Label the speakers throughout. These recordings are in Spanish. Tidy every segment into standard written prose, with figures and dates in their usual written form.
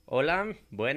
Speaker 1: Hola,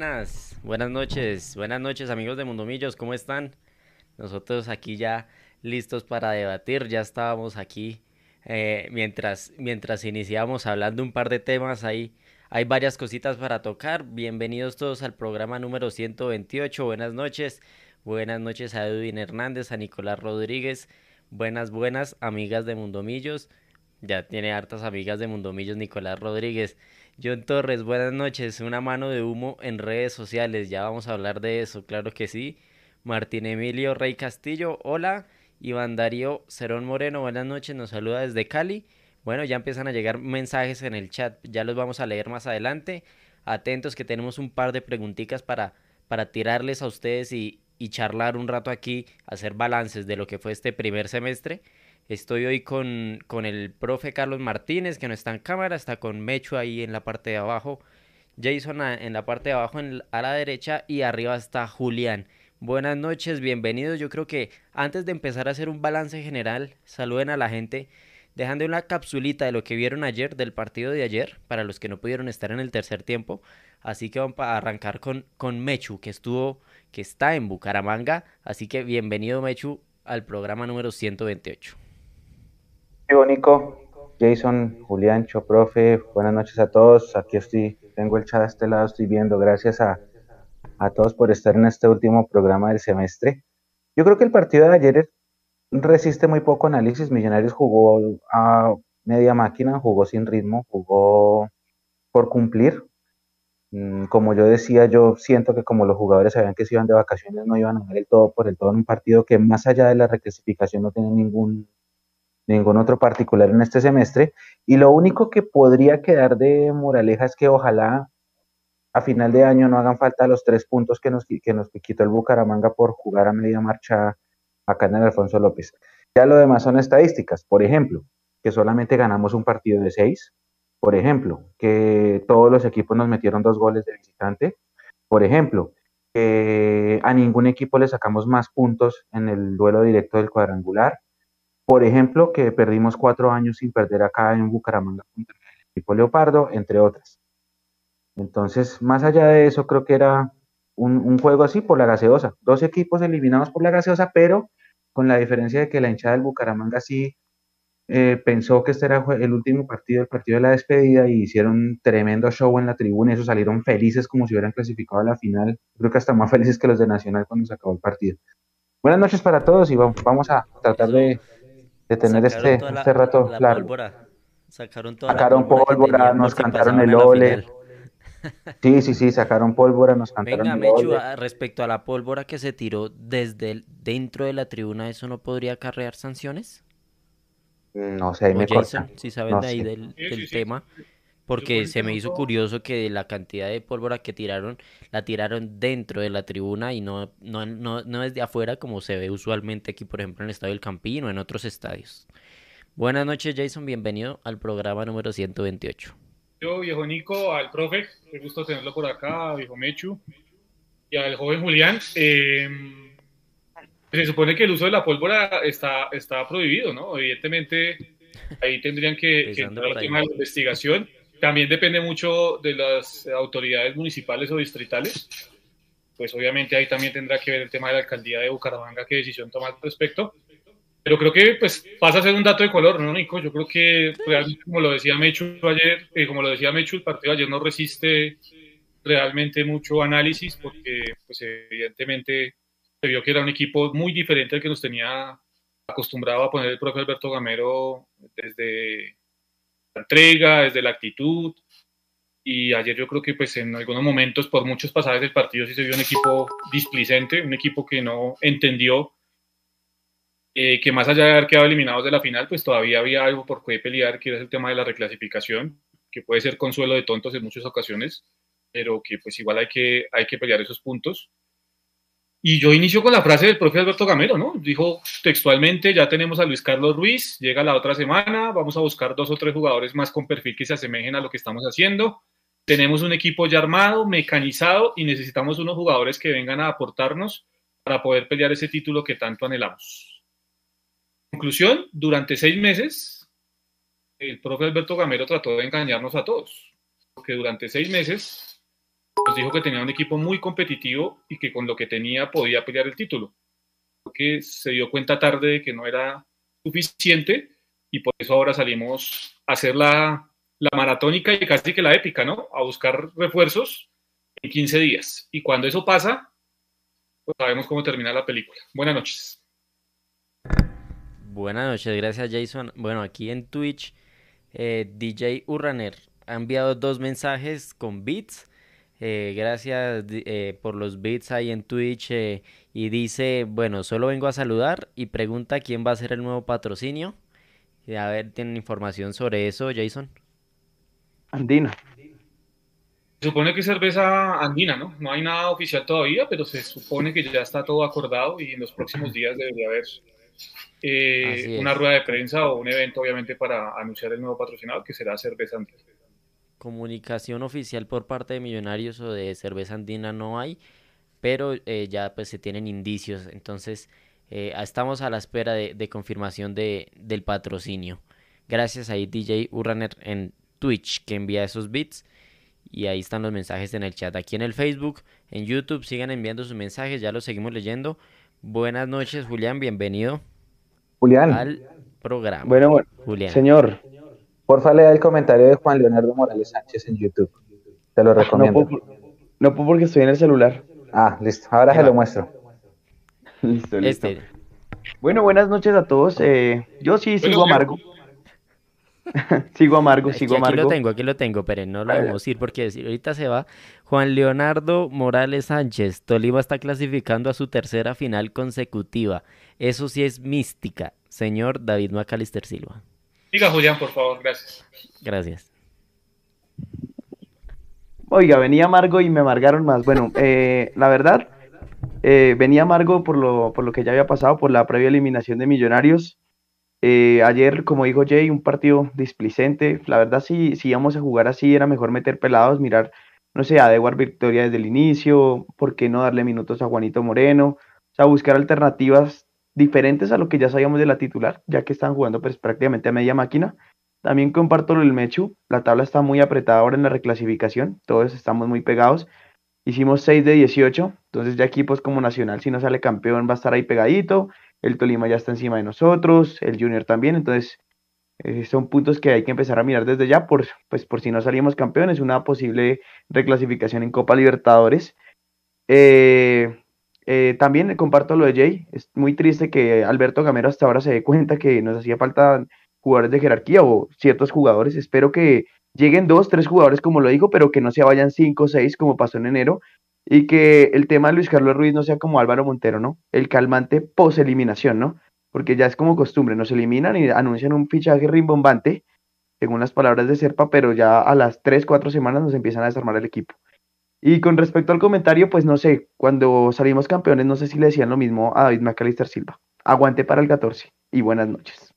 Speaker 1: buenas noches amigos de Mundomillos, ¿cómo están? Nosotros aquí ya listos para debatir, ya estábamos aquí mientras iniciamos hablando un par de temas, hay varias cositas para tocar. Bienvenidos todos al programa número 128. Buenas noches a Edwin Hernández, a Nicolás Rodríguez, buenas amigas de Mundomillos. Ya tiene hartas amigas de Mundomillos Nicolás Rodríguez. John Torres, buenas noches. Una mano de humo en redes sociales. Ya vamos a hablar de eso, claro que sí. Martín Emilio Rey Castillo, hola. Iván Darío Cerón Moreno, buenas noches. Nos saluda desde Cali. Bueno, ya empiezan a llegar mensajes en el chat. Ya los vamos a leer más adelante. Atentos que tenemos un par de preguntitas para tirarles a ustedes y charlar un rato aquí, hacer balances de lo que fue este primer semestre. Estoy hoy con el profe Carlos Martínez, que no está en cámara, está con Mecho ahí en la parte de abajo, Jason en la parte de abajo a la derecha y arriba está Julián. Buenas noches, bienvenidos. Yo creo que antes de empezar a hacer un balance general, saluden a la gente, dejando una capsulita de lo que vieron ayer, del partido de ayer, para los que no pudieron estar en el tercer tiempo. Así que vamos a arrancar con Mechu, que está en Bucaramanga. Así que bienvenido Mechu al programa número 128.
Speaker 2: Nico, Jason, Julián, profe, buenas noches a todos. Aquí estoy, tengo el chat a este lado, estoy viendo. Gracias a todos por estar en este último programa del semestre. Yo creo que el partido de ayer resiste muy poco análisis. Millonarios jugó a media máquina, jugó sin ritmo, jugó por cumplir. Como yo decía, yo siento que como los jugadores sabían que se iban de vacaciones, no iban a dar el todo por el todo en un partido que más allá de la reclasificación no tiene ningún otro particular en este semestre. Y lo único que podría quedar de moraleja es que ojalá a final de año no hagan falta los 3 puntos que nos quitó el Bucaramanga por jugar a media marcha acá en el Alfonso López. Ya lo demás son estadísticas. Por ejemplo, que solamente ganamos un partido de 6. Por ejemplo, que todos los equipos nos metieron 2 goles de visitante. Por ejemplo, que a ningún equipo le sacamos más puntos en el duelo directo del cuadrangular. Por ejemplo, que perdimos 4 años sin perder acá en Bucaramanga contra el equipo Leopardo, entre otras. Entonces, más allá de eso, creo que era un juego así por la gaseosa. 2 equipos eliminados por la gaseosa, pero con la diferencia de que la hinchada del Bucaramanga sí pensó que este era el último partido, el partido de la despedida, y hicieron un tremendo show en la tribuna y eso salieron felices como si hubieran clasificado a la final. Creo que hasta más felices que los de Nacional cuando se acabó el partido. Buenas noches para todos y vamos a tratar
Speaker 1: Eso,
Speaker 2: de tener
Speaker 1: sacaron
Speaker 2: este,
Speaker 1: toda
Speaker 2: este rato
Speaker 1: la
Speaker 2: largo.
Speaker 1: pólvora. Sacaron toda la
Speaker 2: Sacaron
Speaker 1: pólvora que
Speaker 2: pólvora,
Speaker 1: tenían por
Speaker 2: nos
Speaker 1: si
Speaker 2: cantaron
Speaker 1: pasaban
Speaker 2: el
Speaker 1: a la
Speaker 2: ole.
Speaker 1: final.
Speaker 2: Sí, sí, sí, sacaron pólvora, nos cantaron
Speaker 1: Venga,
Speaker 2: el
Speaker 1: Mechu,
Speaker 2: ole.
Speaker 1: respecto a la pólvora que se tiró dentro de la tribuna, ¿eso no podría acarrear sanciones?
Speaker 2: No sé, ahí
Speaker 1: O
Speaker 2: me
Speaker 1: Jason,
Speaker 2: corchan.
Speaker 1: si saben
Speaker 2: No
Speaker 1: de ahí
Speaker 2: sé.
Speaker 1: del,
Speaker 3: Sí, sí,
Speaker 1: del
Speaker 3: sí.
Speaker 1: tema,
Speaker 3: Se
Speaker 1: porque
Speaker 3: supone
Speaker 1: se
Speaker 3: que
Speaker 1: me hizo
Speaker 3: nosotros,
Speaker 1: curioso que la cantidad de pólvora que tiraron, la tiraron dentro de la tribuna y no desde afuera como se ve usualmente aquí, por ejemplo, en el Estadio del Campín o en otros estadios. Buenas noches, Jason, bienvenido al programa número 128.
Speaker 3: yo, viejo Nico, al profe, qué gusto tenerlo por acá, viejo Mechu, y al joven Julián. Se supone que el uso de la pólvora está prohibido, ¿no? Evidentemente, ahí tendrían que
Speaker 1: Empezando
Speaker 3: entrar
Speaker 1: por
Speaker 3: el tema
Speaker 1: ahí.
Speaker 3: de la investigación. También depende mucho de las autoridades municipales o distritales. Pues obviamente ahí también tendrá que ver el tema de la alcaldía de Bucaramanga, qué decisión toma al respecto. Pero creo que pues pasa a ser un dato de color, ¿no, Nico? Yo creo que realmente, como lo decía Mechu ayer, como lo decía Mechu, el partido de ayer no resiste realmente mucho análisis porque pues evidentemente se vio que era un equipo muy diferente al que nos tenía acostumbrado a poner el profe Alberto Gamero desde la entrega, desde la actitud. Y ayer yo creo que pues en algunos momentos, por muchos pasajes del partido, sí se vio un equipo displicente, un equipo que no entendió que más allá de haber quedado eliminados de la final, pues todavía había algo por qué pelear, que es el tema de la reclasificación, que puede ser consuelo de tontos en muchas ocasiones, pero que pues igual hay que pelear esos puntos. Y yo inicio con la frase del profe Alberto Gamero, ¿no? Dijo textualmente, ya tenemos a Luis Carlos Ruiz, llega la otra semana, vamos a buscar 2 o 3 jugadores más con perfil que se asemejen a lo que estamos haciendo. Tenemos un equipo ya armado, mecanizado y necesitamos unos jugadores que vengan a aportarnos para poder pelear ese título que tanto anhelamos. Conclusión, durante 6 meses, el profe Alberto Gamero trató de engañarnos a todos, porque durante 6 meses nos dijo que tenía un equipo muy competitivo y que con lo que tenía podía pelear el título. Que se dio cuenta tarde de que no era suficiente y por eso ahora salimos a hacer la maratónica y casi que la épica, ¿no? A buscar refuerzos en 15 días. Y cuando eso pasa, pues sabemos cómo termina la película. Buenas noches.
Speaker 1: Buenas noches, gracias Jason. Bueno, aquí en Twitch, DJ Urraner ha enviado dos mensajes con beats. Gracias por los beats ahí en Twitch. Y dice, bueno, solo vengo a saludar y pregunta quién va a ser el nuevo patrocinio. A ver, ¿tienen información sobre eso, Jason?
Speaker 4: Andina.
Speaker 3: Se supone que es cerveza andina, ¿no? No hay nada oficial todavía, pero se supone que ya está todo acordado y en los próximos días debería haber una rueda de prensa o un evento, obviamente, para anunciar el nuevo patrocinador, que será Cerveza Andina.
Speaker 1: Comunicación oficial por parte de Millonarios o de Cerveza Andina no hay, pero ya pues se tienen indicios, entonces estamos a la espera de confirmación del patrocinio. Gracias a DJ Urraner en Twitch que envía esos bits y ahí están los mensajes en el chat. Aquí en el Facebook, en YouTube, sigan enviando sus mensajes, ya los seguimos leyendo. Buenas noches, Julián, bienvenido
Speaker 2: Julián,
Speaker 1: al programa.
Speaker 4: Bueno,
Speaker 1: Julián.
Speaker 4: señor.
Speaker 2: Porfa, lea el comentario de Juan Leonardo Morales Sánchez en YouTube. Te lo recomiendo.
Speaker 4: No puedo porque estoy en el celular.
Speaker 2: Ah, listo. Ahora se lo muestro.
Speaker 4: Listo.
Speaker 1: Este.
Speaker 4: Bueno, buenas noches a todos. Yo sí sigo amargo. sigo amargo.
Speaker 1: Aquí lo tengo, pero no lo debemos ir porque ahorita se va Juan Leonardo Morales Sánchez. Tolima está clasificando a su tercera final consecutiva. Eso sí es mística, señor David Macalister Silva.
Speaker 3: Diga, Julián, por favor, gracias.
Speaker 1: Gracias.
Speaker 4: Oiga, venía amargo y me amargaron más. Bueno, la verdad, venía amargo por lo que ya había pasado, por la previa eliminación de Millonarios. Ayer, como dijo Jay, un partido displicente. La verdad, si íbamos a jugar así, era mejor meter pelados, mirar, no sé, a Dewar Victoria desde el inicio, ¿por qué no darle minutos a Juanito Moreno? O sea, buscar alternativas diferentes a lo que ya sabíamos de la titular, ya que están jugando pues prácticamente a media máquina. También comparto lo del Mechu, la tabla está muy apretada ahora en la reclasificación, todos estamos muy pegados. Hicimos 6 de 18, entonces ya equipos como Nacional, si no sale campeón, va a estar ahí pegadito. El Tolima ya está encima de nosotros, el Junior también, entonces son puntos que hay que empezar a mirar desde ya, por si no salimos campeones, una posible reclasificación en Copa Libertadores. También comparto lo de Jay, es muy triste que Alberto Gamero hasta ahora se dé cuenta que nos hacía falta jugadores de jerarquía o ciertos jugadores. Espero que lleguen 2, 3 jugadores como lo digo, pero que no se vayan 5, 6 como pasó en enero, y que el tema de Luis Carlos Ruiz no sea como Álvaro Montero, ¿no? El calmante post eliminación, ¿no? Porque ya es como costumbre, nos eliminan y anuncian un fichaje rimbombante, según las palabras de Serpa, pero ya a las 3, 4 semanas nos empiezan a desarmar el equipo. Y con respecto al comentario, pues no sé, cuando salimos campeones, no sé si le decían lo mismo a David Macalister Silva. Aguante para el 14 y buenas noches.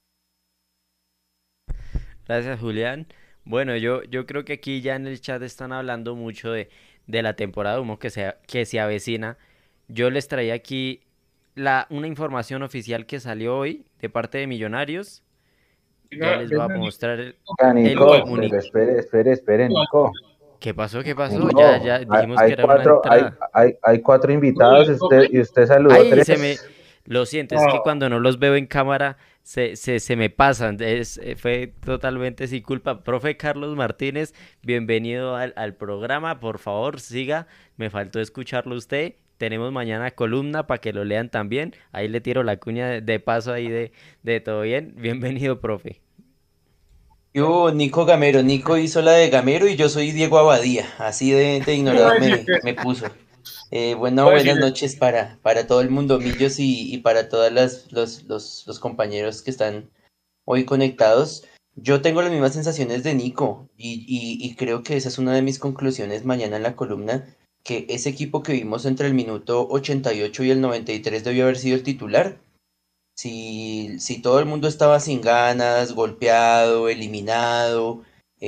Speaker 1: Gracias, Julián. Bueno, yo creo que aquí ya en el chat están hablando mucho de la temporada de humo que se avecina. Yo les traía aquí una información oficial que salió hoy de parte de Millonarios. Ya les voy a mostrar el
Speaker 2: comunicado. Espere, Nico.
Speaker 1: ¿Qué pasó?
Speaker 2: Nico,
Speaker 1: Ya dijimos que era una entrada.
Speaker 2: Hay 4 invitados y usted saludó
Speaker 1: Ay,
Speaker 2: 3.
Speaker 1: Lo siento, es que cuando no los veo en cámara se me pasan. Fue totalmente sin culpa. Profe Carlos Martínez, bienvenido al programa. Por favor, siga. Me faltó escucharlo usted. Tenemos mañana columna para que lo lean también. Ahí le tiro la cuña de paso ahí de todo bien. Bienvenido, profe.
Speaker 5: Yo, Nico Gamero, Nico hizo la de Gamero y yo soy Diego Abadía, así de ignorado me puso. Buenas noches para todo el mundo, Millos, y para todos los compañeros que están hoy conectados. Yo tengo las mismas sensaciones de Nico y creo que esa es una de mis conclusiones mañana en la columna, que ese equipo que vimos entre el minuto 88 y el 93 debió haber sido el titular. Si todo el mundo estaba sin ganas, golpeado, eliminado,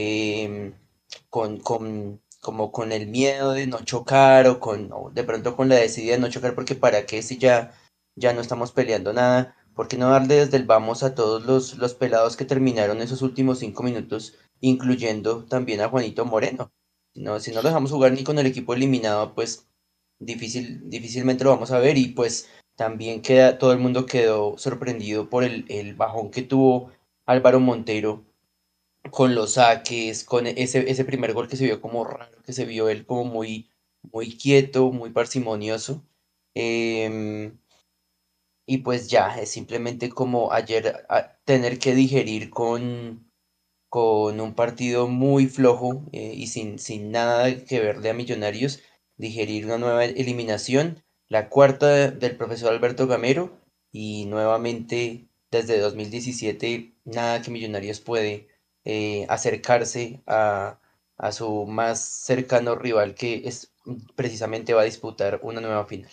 Speaker 5: como con el miedo de no chocar o de pronto con la decidida de no chocar, porque para qué si ya no estamos peleando nada, ¿por qué no darle desde el vamos a todos los pelados que terminaron esos últimos 5 minutos, incluyendo también a Juanito Moreno? No, si no lo dejamos jugar ni con el equipo eliminado, pues difícilmente lo vamos a ver y pues también todo el mundo quedó sorprendido por el bajón que tuvo Álvaro Montero con los saques, con ese primer gol que se vio como raro, que se vio él como muy quieto, muy parsimonioso. Em, y pues ya, es simplemente como ayer tener que digerir con un partido muy flojo y sin nada que verle a Millonarios, digerir una nueva eliminación, la cuarta del profesor Alberto Gamero y nuevamente desde 2017 nada que Millonarios puede acercarse a su más cercano rival que es precisamente va a disputar una nueva final.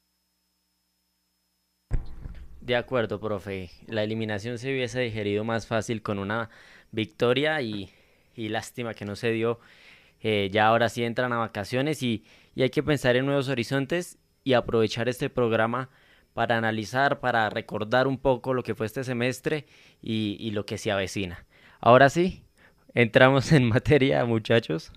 Speaker 1: De acuerdo, profe. La eliminación se hubiese digerido más fácil con una victoria y lástima que no se dio. Ya ahora sí entran a vacaciones y hay que pensar en nuevos horizontes y aprovechar este programa para analizar, para recordar un poco lo que fue este semestre y lo que se avecina. Ahora sí, entramos en materia, muchachos.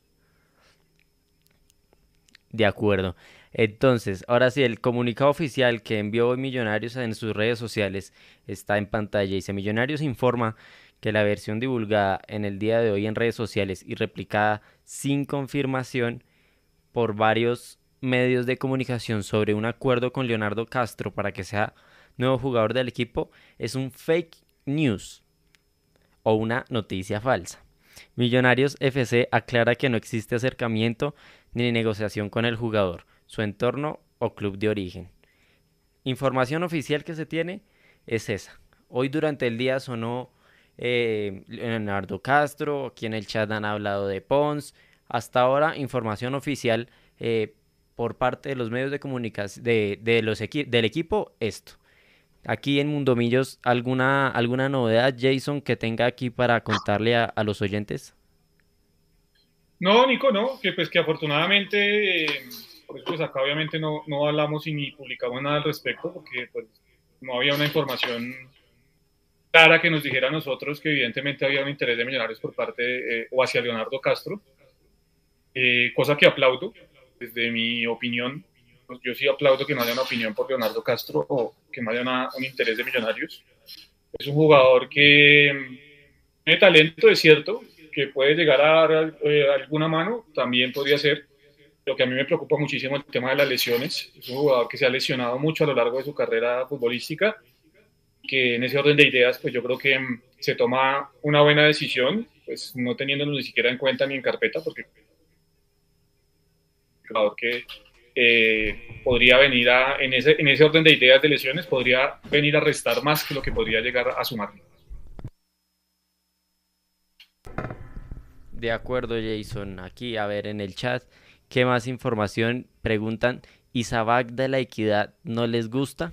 Speaker 1: De acuerdo. Entonces, ahora sí, el comunicado oficial que envió hoy Millonarios en sus redes sociales está en pantalla. Dice, Millonarios informa que la versión divulgada en el día de hoy en redes sociales y replicada sin confirmación por varios medios de comunicación sobre un acuerdo con Leonardo Castro para que sea nuevo jugador del equipo es un fake news o una noticia falsa. Millonarios FC aclara que no existe acercamiento ni negociación con el jugador, su entorno o club de origen. Información oficial que se tiene es esa. Hoy durante el día sonó Leonardo Castro, aquí en el chat han hablado de Pons. Hasta ahora información oficial por parte de los medios de comunicación del equipo esto. Aquí en Mundomillos, ¿alguna novedad, Jason, que tenga aquí para contarle a los oyentes?
Speaker 3: No, Nico, no, que pues que afortunadamente, pues acá obviamente no hablamos y ni publicamos nada al respecto, porque pues no había una información clara que nos dijera a nosotros que evidentemente había un interés de Millonarios por parte o hacia Leonardo Castro, cosa que aplaudo, desde mi opinión, pues yo sí aplaudo que no haya una opinión por Leonardo Castro o que no haya un interés de Millonarios. Es un jugador que tiene talento, es cierto, que puede llegar a dar alguna mano, también podría ser. Lo que a mí me preocupa muchísimo el tema de las lesiones. Es un jugador que se ha lesionado mucho a lo largo de su carrera futbolística, que en ese orden de ideas, pues yo creo que se toma una buena decisión, pues no teniéndolo ni siquiera en cuenta ni en carpeta, porque es un jugador que podría venir en ese orden de ideas de lesiones, podría venir a restar más que lo que podría llegar a sumar.
Speaker 1: De acuerdo, Jason. Aquí, a ver, en el chat, ¿qué más información preguntan? ¿Isabac de la Equidad no les gusta?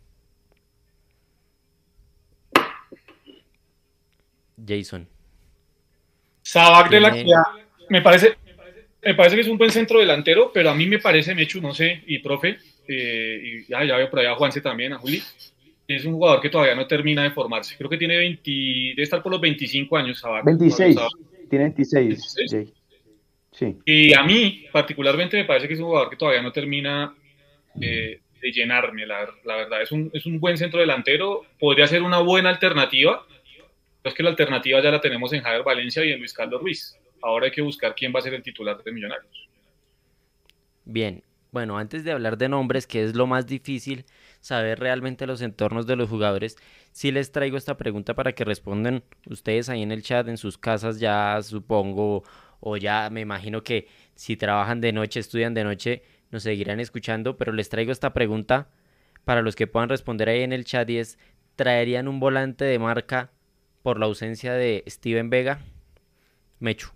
Speaker 1: Jason.
Speaker 3: Sabac de la
Speaker 1: Tiene...
Speaker 3: Equidad, me parece que es un buen centro delantero, pero a mí me parece, Mechu, no sé, y profe, y ya veo por allá a Juanse también, a Juli, es un jugador que todavía no termina de formarse. Creo que tiene debe estar por los 25 años, Sabac.
Speaker 4: 26, tiene 26,
Speaker 3: 26.
Speaker 4: Jay. Sí.
Speaker 3: Y a mí, particularmente, me parece que es un jugador que todavía no termina de llenarme, la verdad. Es un buen centro delantero, podría ser una buena alternativa, pero es que la alternativa ya la tenemos en Javier Valencia y en Luis Carlos Ruiz. Ahora hay que buscar quién va a ser el titular de Millonarios.
Speaker 1: Bien, bueno, antes de hablar de nombres, que es lo más difícil, saber realmente los entornos de los jugadores, sí les traigo esta pregunta para que respondan ustedes ahí en el chat, en sus casas ya supongo, o ya me imagino que si trabajan de noche, estudian de noche, nos seguirán escuchando, pero les traigo esta pregunta para los que puedan responder ahí en el chat y es, ¿traerían un volante de marca por la ausencia de Steven Vega? Mechu,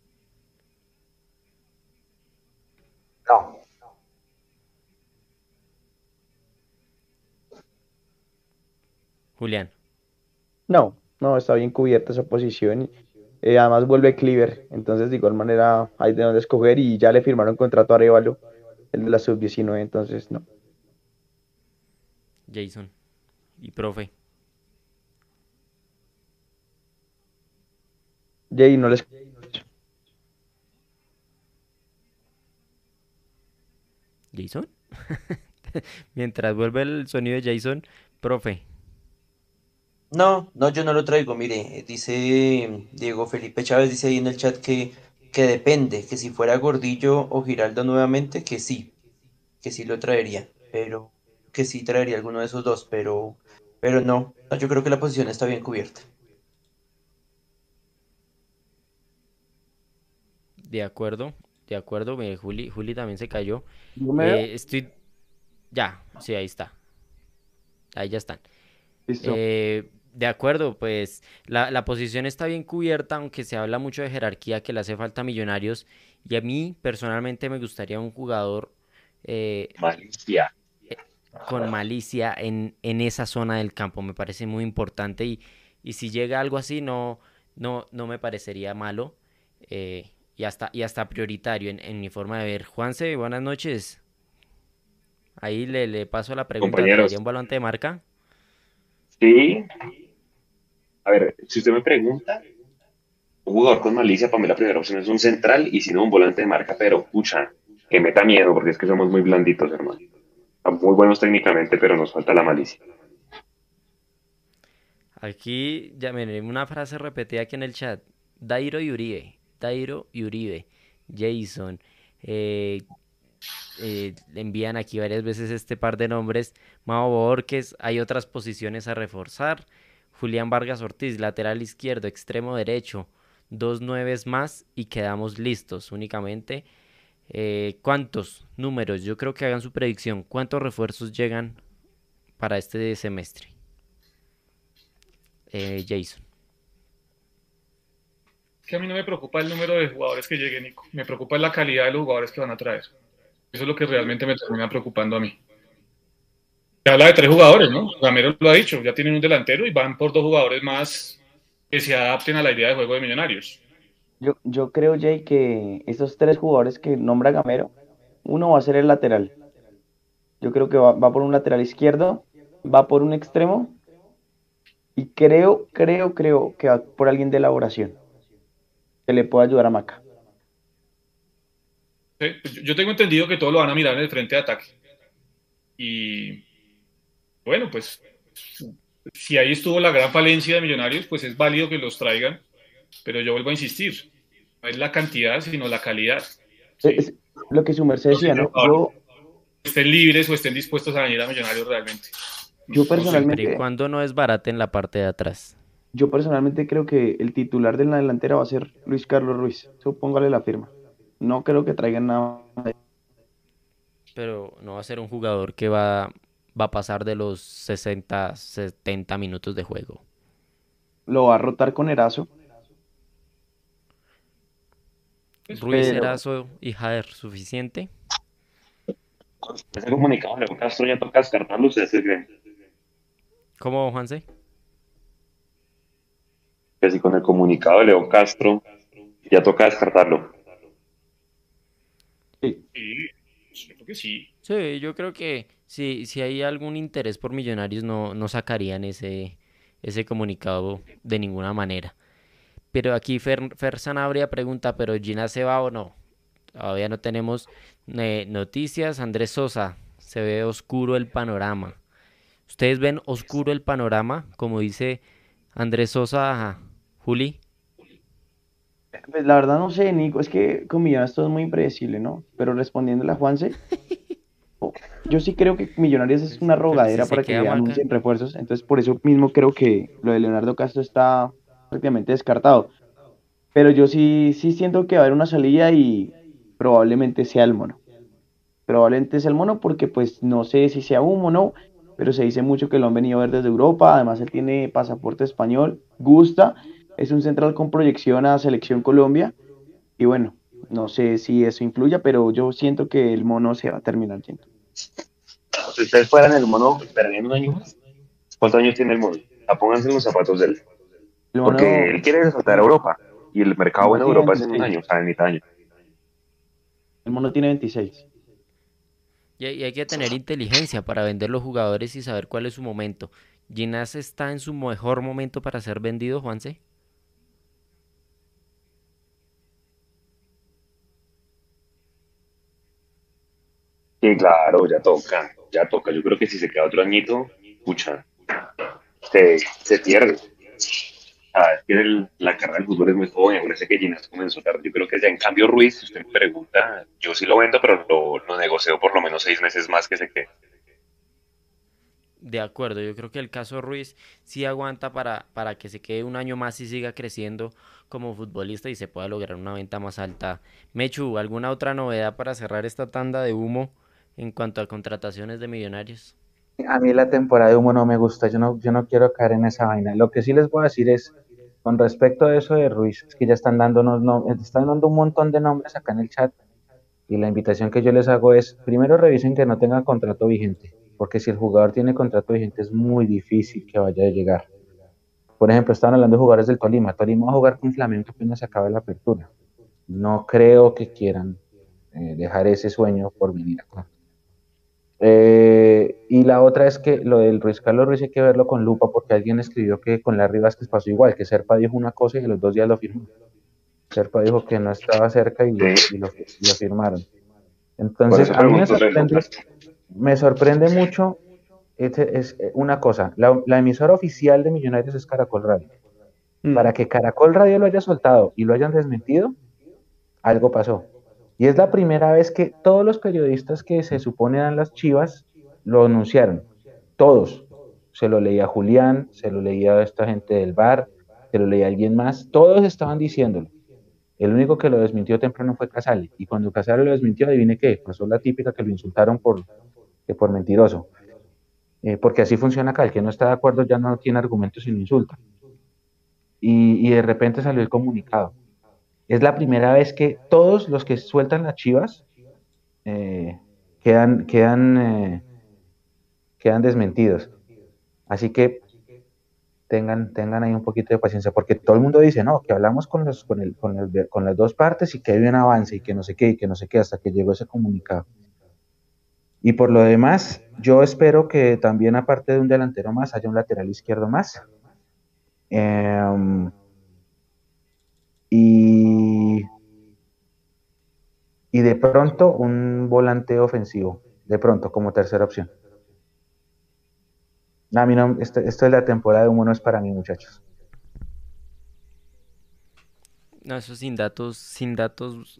Speaker 2: No,
Speaker 1: Julián.
Speaker 4: No, no, está bien cubierta esa posición. Además vuelve Cleaver, entonces de igual manera hay de dónde escoger y ya le firmaron contrato a Arevalo, el de la sub-19, entonces no.
Speaker 1: Jason y profe.
Speaker 4: Jay, no les...
Speaker 1: ¿Jason? Mientras vuelve el sonido de Jason, profe.
Speaker 5: No, no, yo no lo traigo. Mire, dice Diego Felipe Chávez, dice ahí en el chat que depende, que si fuera Gordillo o Giraldo nuevamente, que sí lo traería, pero que sí traería alguno de esos dos, pero no, no, yo creo que la posición está bien cubierta.
Speaker 1: De acuerdo, mire, Juli también se cayó.
Speaker 4: ¿No me veo?
Speaker 1: Estoy, ya, sí, ahí está, ahí ya están.
Speaker 4: Listo.
Speaker 1: De acuerdo, pues la posición está bien cubierta, aunque se habla mucho de jerarquía que le hace falta a Millonarios. Y a mí personalmente me gustaría un jugador eh,
Speaker 6: Malicia.
Speaker 1: con malicia en esa zona del campo. Me parece muy importante y si llega algo así no me parecería malo y hasta prioritario en mi forma de ver. Juanse, buenas noches. Ahí le paso la pregunta, ¿traería
Speaker 6: Compañeros,
Speaker 1: un volante de marca?
Speaker 6: sí. A ver, si usted me pregunta, un jugador con malicia, para mí la primera opción es un central y si no un volante de marca, pero pucha, que meta miedo, porque es que somos muy blanditos, hermano. Estamos muy buenos técnicamente, pero nos falta la malicia.
Speaker 1: Aquí, ya miren, una frase repetida aquí en el chat. Dairo y Uribe, Jason. eh, le envían aquí varias veces este par de nombres. Mao Borges, hay otras posiciones a reforzar. Julián Vargas Ortiz, lateral izquierdo, extremo derecho. Dos nueves más y quedamos listos únicamente. ¿Cuántos números? Yo creo que hagan su predicción. ¿Cuántos refuerzos llegan para este semestre? Jason.
Speaker 3: Que a mí no me preocupa el número de jugadores que lleguen, Nico. Me preocupa la calidad de los jugadores que van a traer. Eso es lo que realmente me termina preocupando a mí. Se habla de 3 jugadores, ¿no? Gamero lo ha dicho, ya tienen un delantero y van por 2 jugadores más que se adapten a la idea de juego de Millonarios.
Speaker 4: Yo creo, Jay, que estos tres jugadores que nombra Gamero, uno va a ser el lateral. Yo creo que va por un lateral izquierdo, va por un extremo y creo que va por alguien de elaboración que le pueda ayudar a Maca.
Speaker 3: ¿Sí? Pues yo tengo entendido que todos lo van a mirar en el frente de ataque. Y bueno, pues si ahí estuvo la gran falencia de Millonarios, pues es válido que los traigan, pero yo vuelvo a insistir, no es la cantidad, sino la calidad. ¿Sí?
Speaker 4: Es lo que su merced
Speaker 3: No sé
Speaker 4: decía,
Speaker 3: si los
Speaker 4: ¿no?
Speaker 3: jugadores estén libres o estén dispuestos a venir a Millonarios realmente.
Speaker 4: Yo
Speaker 3: No sé.
Speaker 1: Siempre y
Speaker 4: personalmente,
Speaker 1: cuando no es barata en la parte de atrás.
Speaker 4: yo personalmente creo que el titular de la delantera va a ser Luis Carlos Ruiz. Eso póngale la firma. No creo que traigan nada.
Speaker 1: Pero no va a ser un jugador que va a pasar de los 60, 70 minutos de juego.
Speaker 4: Lo va a rotar con Erazo,
Speaker 1: Ruiz
Speaker 4: pero
Speaker 1: Erazo y Jader, ¿suficiente?
Speaker 6: Ese comunicado de Castro ya toca descartarlo, ustedes se creen.
Speaker 1: ¿Cómo, Juanse?
Speaker 6: Que si con el comunicado de León Castro ya toca descartarlo.
Speaker 4: sí,
Speaker 3: Sí, yo creo que sí.
Speaker 1: Sí, yo creo que si hay algún interés por Millonarios no sacarían ese comunicado de ninguna manera. Pero aquí Fer Sanabria pregunta, ¿pero Gina se va o no? Todavía no tenemos noticias. Andrés Sosa, se ve oscuro el panorama. ¿Ustedes ven oscuro el panorama? Como dice Andrés Sosa, ajá. Juli.
Speaker 4: pues, la verdad no sé, Nico, es que con Millonarios todo es muy impredecible, ¿no? Pero respondiéndole a Juanse, yo sí creo que Millonarios es una
Speaker 1: Pero si
Speaker 4: rogadera
Speaker 1: se
Speaker 4: para que
Speaker 1: queda
Speaker 4: le
Speaker 1: Maca.
Speaker 4: anuncien refuerzos, entonces por eso mismo creo que lo de Leonardo Castro está prácticamente descartado. Pero yo sí siento que va a haber una salida y probablemente sea el mono. Probablemente sea el mono porque pues no sé si sea humo o no, pero se dice mucho que lo han venido a ver desde Europa, además él tiene pasaporte español, gusta, es un central con proyección a Selección Colombia y bueno, no sé si eso influya, pero yo siento que el mono se va a terminar yendo.
Speaker 6: Si ustedes fueran el mono, ¿esperarían un año más? ¿Cuántos años tiene el mono? Pónganse en los zapatos de él.
Speaker 4: El
Speaker 6: Porque
Speaker 4: mono,
Speaker 6: él quiere saltar a Europa. Y el
Speaker 4: el
Speaker 6: mercado
Speaker 4: mono
Speaker 6: en
Speaker 4: tiene
Speaker 6: Europa es en un
Speaker 4: 26,
Speaker 6: año, o sea, en mitad de año.
Speaker 4: el mono tiene 26.
Speaker 1: Y hay que tener inteligencia para vender los jugadores y saber cuál es su momento. Ginás está en su mejor momento para ser vendido, Juanse.
Speaker 6: Sí, claro, ya toca, ya toca. Yo creo que si se queda otro añito, pucha, se pierde. Es que la carrera del fútbol es muy joven, parece que Ginás comenzó tarde. Yo creo que ya en cambio Ruiz, si usted me pregunta, yo sí lo vendo, pero lo negocio por lo menos 6 meses más que se quede.
Speaker 1: De acuerdo, yo creo que el caso Ruiz sí aguanta para que se quede un año más y siga creciendo como futbolista y se pueda lograr una venta más alta. Mechu, ¿alguna otra novedad para cerrar esta tanda de humo en cuanto a contrataciones de Millonarios?
Speaker 2: A mí la temporada de humo no me gusta, yo no quiero caer en esa vaina. Lo que sí les voy a decir es, con respecto a eso de Ruiz, es que ya están dándonos, no, están dando un montón de nombres acá en el chat y la invitación que yo les hago es, primero revisen que no tenga contrato vigente, porque si el jugador tiene contrato vigente es muy difícil que vaya a llegar. Por ejemplo, estaban hablando de jugadores del Tolima. Tolima va a jugar con Flamengo apenas se acabe la apertura. No creo que quieran dejar ese sueño por venir acá. Y la otra es que lo del Ruiz Carlos Ruiz hay que verlo con lupa porque alguien escribió que con Larry Vázquez pasó igual, que Serpa dijo una cosa y a los 2 días lo firmó. Serpa dijo que no estaba cerca
Speaker 6: Sí,
Speaker 2: y lo firmaron.
Speaker 6: por
Speaker 2: Entonces,
Speaker 6: eso
Speaker 2: a mí
Speaker 6: pregunto lo del contrato.
Speaker 2: me sorprende mucho es una cosa, la emisora oficial de Millonarios es Caracol Radio. Para
Speaker 4: Mm.
Speaker 2: que Caracol Radio lo haya soltado y lo hayan desmentido, algo pasó. Y es la primera vez que todos los periodistas que se supone eran las Chivas lo anunciaron. Todos. Se lo leía Julián, se lo leía a esta gente del bar, se lo leía alguien más. Todos estaban diciéndolo. El único que lo desmintió temprano fue Casale. Y cuando Casale lo desmintió, adivine qué, pasó la típica que lo insultaron por mentiroso. Porque así funciona acá. El que no está de acuerdo ya no tiene argumentos y lo insulta. Y de repente salió el comunicado. Es la primera vez que todos los que sueltan las Chivas eh, quedan, quedan, quedan desmentidos. Así que tengan ahí un poquito de paciencia, porque todo el mundo dice, no, que hablamos con las dos partes y que hay un avance y que no sé qué, y que no sé qué, hasta que llegó ese comunicado. Y por lo demás, yo espero que también, aparte de un delantero más, haya un lateral izquierdo más. Eh, y, y de pronto un volante ofensivo, de pronto como tercera opción. No, a mí no, esto es la temporada de uno no es para mí, muchachos.
Speaker 1: No, eso sin datos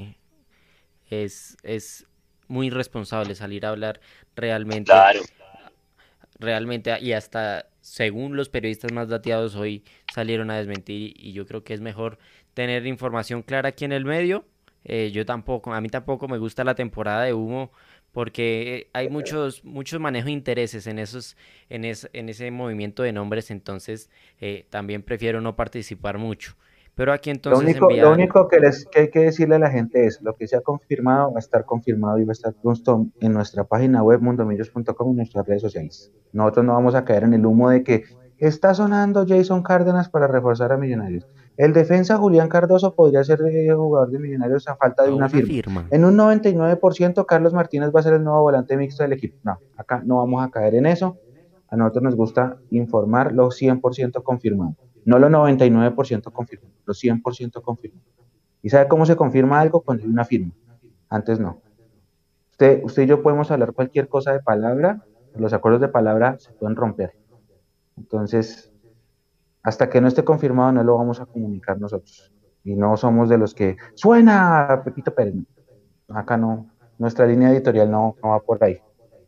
Speaker 1: es muy irresponsable salir a hablar realmente,
Speaker 6: Claro.
Speaker 1: realmente, y hasta según los periodistas más dateados hoy salieron a desmentir y yo creo que es mejor tener información clara aquí en el medio. Yo tampoco, a mí tampoco me gusta la temporada de humo porque hay muchos manejos de intereses en en ese movimiento de nombres, entonces también prefiero no participar mucho. Pero aquí entonces
Speaker 2: Lo
Speaker 1: envían.
Speaker 2: único que hay que decirle a la gente es, lo que se ha confirmado va a estar confirmado y va a estar justo en nuestra página web mundomillos.com y en nuestras redes sociales. Nosotros no vamos a caer en el humo de que está sonando Jason Cárdenas para reforzar a Millonarios. El defensa Julián Cardoso podría ser jugador de Millonarios a falta de
Speaker 1: A
Speaker 2: una
Speaker 1: una
Speaker 2: firma.
Speaker 1: firma.
Speaker 2: En un 99% Carlos Martínez va a ser el nuevo volante mixto del equipo. No, acá no vamos a caer en eso. A nosotros nos gusta informar lo 100% confirmado. No lo 99% confirmado, lo 100% confirmado. ¿Y sabe cómo se confirma algo? Cuando hay una firma. Antes no. Usted y yo podemos hablar cualquier cosa de palabra, los acuerdos de palabra se pueden romper. Entonces, hasta que no esté confirmado, no lo vamos a comunicar nosotros. Y no somos de los que suena Pepito Pérez. Acá no, nuestra línea editorial no va por ahí.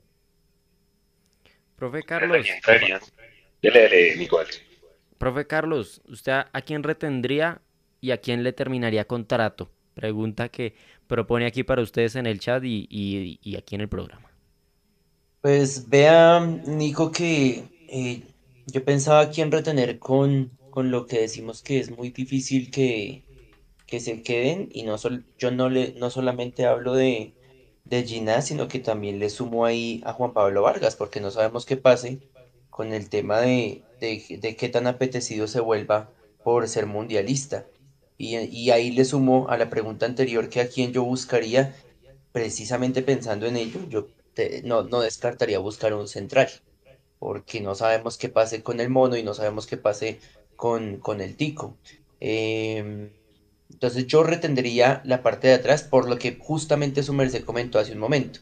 Speaker 1: Profe
Speaker 6: ¿A quién
Speaker 1: Carlos,
Speaker 6: traerían? Dele, Nicolás.
Speaker 1: profe Carlos, ¿usted a quién retendría y a quién le terminaría contrato? Pregunta que propone aquí para ustedes en el chat y aquí en el programa.
Speaker 5: Pues vea, Nico, que yo pensaba quién retener con lo que decimos que es muy difícil que se queden y yo no solamente hablo de Ginás, sino que también le sumo ahí a Juan Pablo Vargas, porque no sabemos qué pase con el tema de qué tan apetecido se vuelva por ser mundialista. Y ahí le sumo a la pregunta anterior que a quién yo buscaría, precisamente pensando en ello, no descartaría buscar un central, porque no sabemos qué pase con el mono y no sabemos qué pase con el tico. Em, entonces yo retendría la parte de atrás por lo que justamente su merced comentó hace un momento.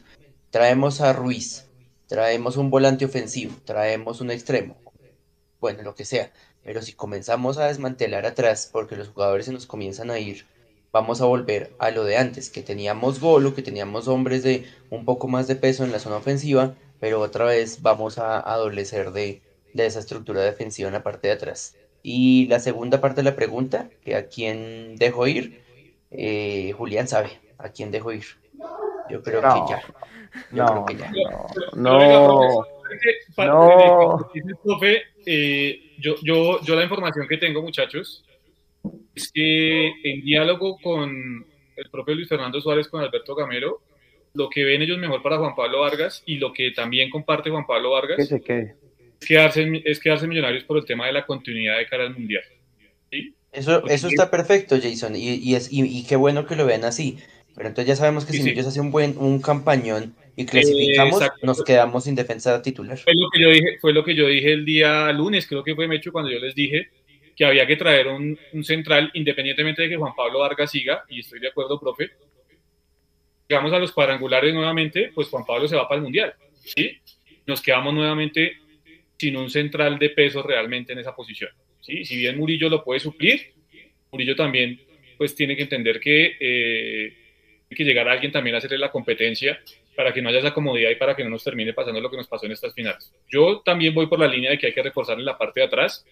Speaker 5: traemos a Ruiz, traemos un volante ofensivo, traemos un extremo, bueno, lo que sea. Pero si comenzamos a desmantelar atrás, porque los jugadores se nos comienzan a ir, vamos a volver a lo de antes, que teníamos golo, que teníamos hombres de un poco más de peso en la zona ofensiva, pero otra vez vamos a adolecer de esa estructura defensiva en la parte de atrás. Y la segunda parte de la pregunta, que a quién dejo ir, Julián sabe a quién dejo ir. Yo creo que
Speaker 4: No,
Speaker 5: ya, yo creo
Speaker 4: no,
Speaker 5: que
Speaker 4: no,
Speaker 5: ya.
Speaker 3: Pero venga, profe,
Speaker 4: no,
Speaker 3: desde que
Speaker 4: no.
Speaker 3: dice el profe, yo la información que tengo, muchachos, es que en diálogo con el propio Luis Fernando Suárez, con Alberto Gamero, lo que ven ellos mejor para Juan Pablo Vargas y lo que también comparte Juan Pablo
Speaker 4: Que
Speaker 3: Vargas
Speaker 4: se quede.
Speaker 3: es quedarse Millonarios por el tema de la continuidad de cara al Mundial. ¿Sí? Porque,
Speaker 5: Eso está perfecto, Jason, y qué bueno que lo vean así. Pero entonces ya sabemos que
Speaker 3: sí,
Speaker 5: si
Speaker 3: sí,
Speaker 5: Millos hace un campañón y clasificamos,
Speaker 3: exacto.
Speaker 5: nos quedamos sin defensa titular.
Speaker 3: Fue lo que yo dije el día lunes, creo que fue Mecho, cuando yo les dije que había que traer un central, independientemente de que Juan Pablo Vargas siga, y estoy de acuerdo, profe. Llegamos a los cuadrangulares nuevamente, pues Juan Pablo se va para el Mundial, ¿sí? Nos quedamos nuevamente sin un central de peso realmente en esa posición, ¿sí? Si bien Murillo lo puede suplir, Murillo también pues tiene que entender que hay que llegar a alguien también a hacerle la competencia para que no haya esa comodidad y para que no nos termine pasando lo que nos pasó en estas finales. Yo también voy por la línea de que hay que reforzar en la parte de atrás.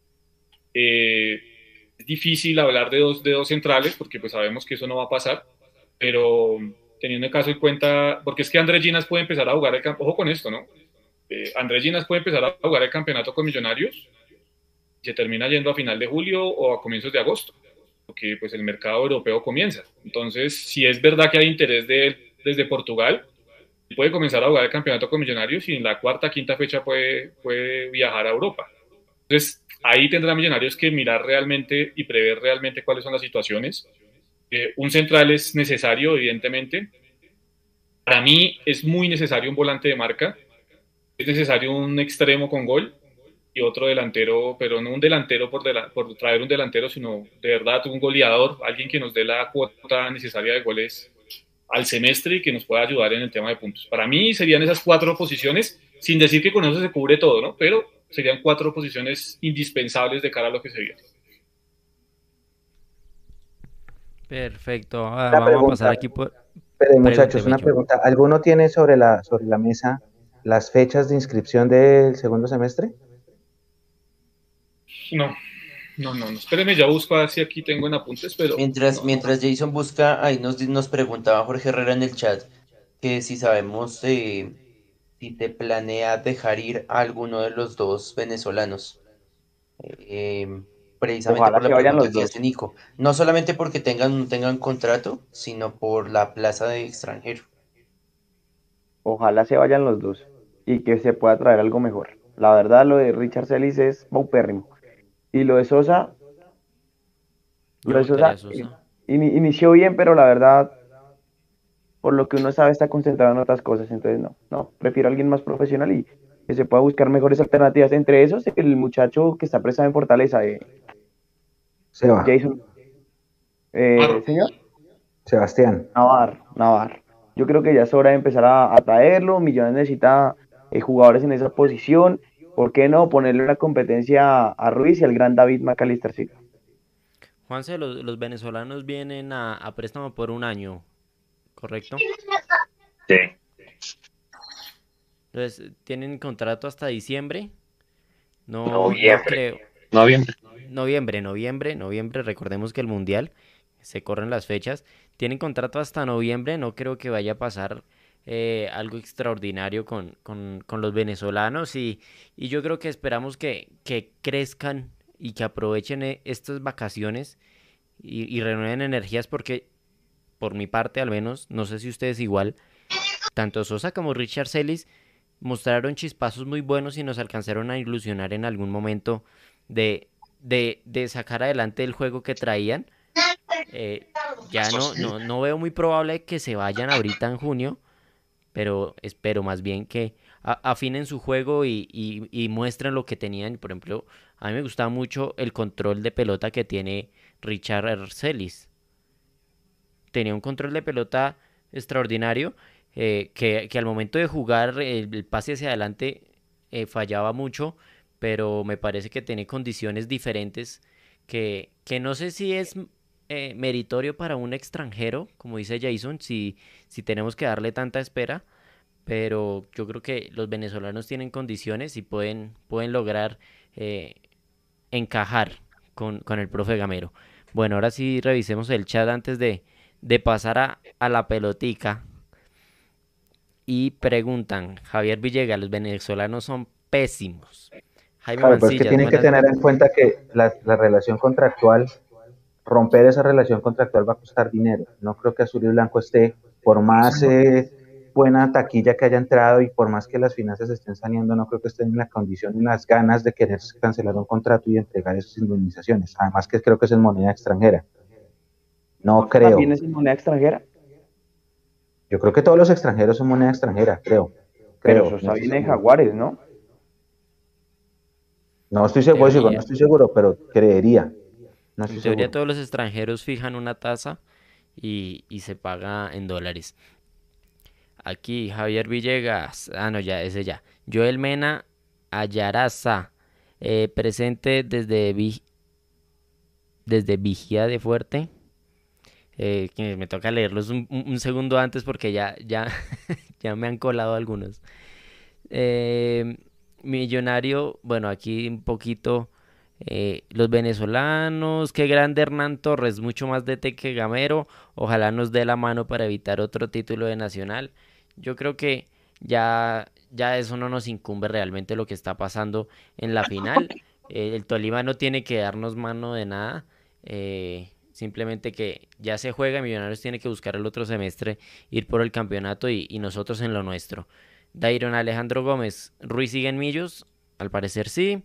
Speaker 3: Es difícil hablar de dos centrales porque pues sabemos que eso no va a pasar, pero teniendo en caso en cuenta, porque es que Andrés Ginas puede empezar a jugar el campo, ojo con esto, ¿no? Andrés Ginas puede empezar a jugar el campeonato con Millonarios y se termina yendo a final de julio o a comienzos de agosto, porque pues el mercado europeo comienza. Entonces, si es verdad que hay interés de él desde Portugal, puede comenzar a jugar el campeonato con Millonarios y en la cuarta, quinta fecha puede viajar a Europa. Entonces, ahí tendrá Millonarios que mirar realmente y prever realmente cuáles son las situaciones. Un central es necesario, evidentemente. Para mí es muy necesario un volante de marca. Es necesario un extremo con gol y otro delantero, pero no un delantero por traer un delantero, sino de verdad un goleador, alguien que nos dé la cuota necesaria de goles al semestre y que nos pueda ayudar en el tema de puntos. Para mí serían esas cuatro posiciones, sin decir que con eso se cubre todo, ¿no? Pero serían cuatro posiciones indispensables de cara a lo que se viene.
Speaker 1: Perfecto.
Speaker 2: Una
Speaker 1: Vamos a pasar
Speaker 2: pregunta,
Speaker 1: aquí por...
Speaker 2: pero muchachos,
Speaker 1: Pregúnteme
Speaker 2: una
Speaker 1: yo.
Speaker 2: pregunta. ¿Alguno tiene sobre la mesa las fechas de inscripción del segundo semestre?
Speaker 3: No, no. Espérenme, ya busco a ver si aquí tengo en apuntes, pero no.
Speaker 5: Mientras Jason busca, ahí nos preguntaba Jorge Herrera en el chat que si sabemos si te planea dejar ir a alguno de los dos venezolanos. eh, Precisamente
Speaker 4: Ojalá
Speaker 5: por
Speaker 4: se
Speaker 5: la
Speaker 4: vayan
Speaker 5: pregunta
Speaker 4: los
Speaker 5: que hace
Speaker 4: dos.
Speaker 5: Nico. No solamente porque no tengan contrato, sino por la plaza de extranjero.
Speaker 4: Ojalá se vayan los dos y que se pueda traer algo mejor. La verdad, lo de Richard Celis es paupérrimo. Y
Speaker 1: Me
Speaker 4: lo de
Speaker 1: gustaría
Speaker 4: Sosa
Speaker 1: Sosa.
Speaker 4: inició bien, pero la verdad, por lo que uno sabe, está concentrado en otras cosas. Entonces, no, prefiero a alguien más profesional y que se pueda buscar mejores alternativas. Entre esos, el muchacho que está prestado en Fortaleza,
Speaker 2: Seba,
Speaker 4: Jason,
Speaker 3: Marro,
Speaker 4: señor,
Speaker 2: Sebastián.
Speaker 4: Navarro. Yo creo que ya es hora de empezar a traerlo. Millones necesita jugadores en esa posición. ¿Por qué no ponerle una competencia a Ruiz y al gran David McAllister Silva?
Speaker 1: Juanse, los venezolanos vienen a préstamo por un año, ¿correcto?
Speaker 6: Sí.
Speaker 1: Entonces, tienen contrato hasta diciembre. No
Speaker 6: Noviembre.
Speaker 1: creo.
Speaker 6: Noviembre.
Speaker 1: Noviembre. Recordemos que el Mundial se corren las fechas. Tienen contrato hasta noviembre. No creo que vaya a pasar algo extraordinario con los venezolanos. Y yo creo que esperamos que crezcan y que aprovechen estas vacaciones y renueven energías porque, por mi parte al menos, no sé si ustedes igual, tanto Sosa como Richard Celis mostraron chispazos muy buenos y nos alcanzaron a ilusionar en algún momento de sacar adelante el juego que traían. Ya no veo muy probable que se vayan ahorita en junio, pero espero más bien que afinen su juego y muestren lo que tenían. Por ejemplo, a mí me gustaba mucho el control de pelota que tiene Richard Celis. Tenía un control de pelota extraordinario. que al momento de jugar el pase hacia adelante fallaba mucho, pero me parece que tiene condiciones diferentes que no sé si es meritorio para un extranjero, como dice Jason, si tenemos que darle tanta espera, pero yo creo que los venezolanos tienen condiciones y pueden lograr eh, encajar con el profe Gamero. Bueno, ahora sí revisemos el chat antes de pasar a la pelotica. Y preguntan, Javier Villegas, los venezolanos son pésimos. Jaime
Speaker 2: Claro, pues que
Speaker 1: Mancillas,
Speaker 2: tienen que
Speaker 1: buenas.
Speaker 2: tener en cuenta que la relación contractual, romper esa relación contractual va a costar dinero. No creo que Azul y Blanco esté, por más buena taquilla que haya entrado y por más que las finanzas estén saneando, no creo que estén en la condición y las ganas de querer cancelar un contrato y entregar esas indemnizaciones. Además que creo que es en moneda extranjera. No
Speaker 4: ¿También
Speaker 2: creo.
Speaker 4: es en moneda extranjera?
Speaker 2: Yo creo que todos los extranjeros son moneda extranjera, creo.
Speaker 4: Pero eso
Speaker 2: Creo, no
Speaker 4: está
Speaker 2: estoy
Speaker 4: bien en
Speaker 2: seguro.
Speaker 4: Jaguares, ¿no?
Speaker 2: No estoy
Speaker 1: En
Speaker 2: seguro, no
Speaker 1: teoría,
Speaker 2: estoy seguro, pero creería. No
Speaker 1: en
Speaker 2: estoy
Speaker 1: teoría
Speaker 2: seguro.
Speaker 1: todos los extranjeros fijan una tasa y se paga en dólares. Aquí Javier Villegas, no, ya, ese ya. Joel Mena Ayaraza, presente desde Vigía de Fuerte. Que me toca leerlos un segundo antes porque ya me han colado algunos. Eh, Millonario, bueno, aquí un poquito. Los venezolanos, qué grande Hernán Torres, mucho más DT que Gamero. Ojalá nos dé la mano para evitar otro título de Nacional. Yo creo que ya eso no nos incumbe realmente lo que está pasando en la final. El Tolima no tiene que darnos mano de nada. Simplemente que ya se juega, Millonarios tiene que buscar el otro semestre, ir por el campeonato y nosotros en lo nuestro. Dairon Alejandro Gómez, Ruiz sigue en Millos, al parecer sí.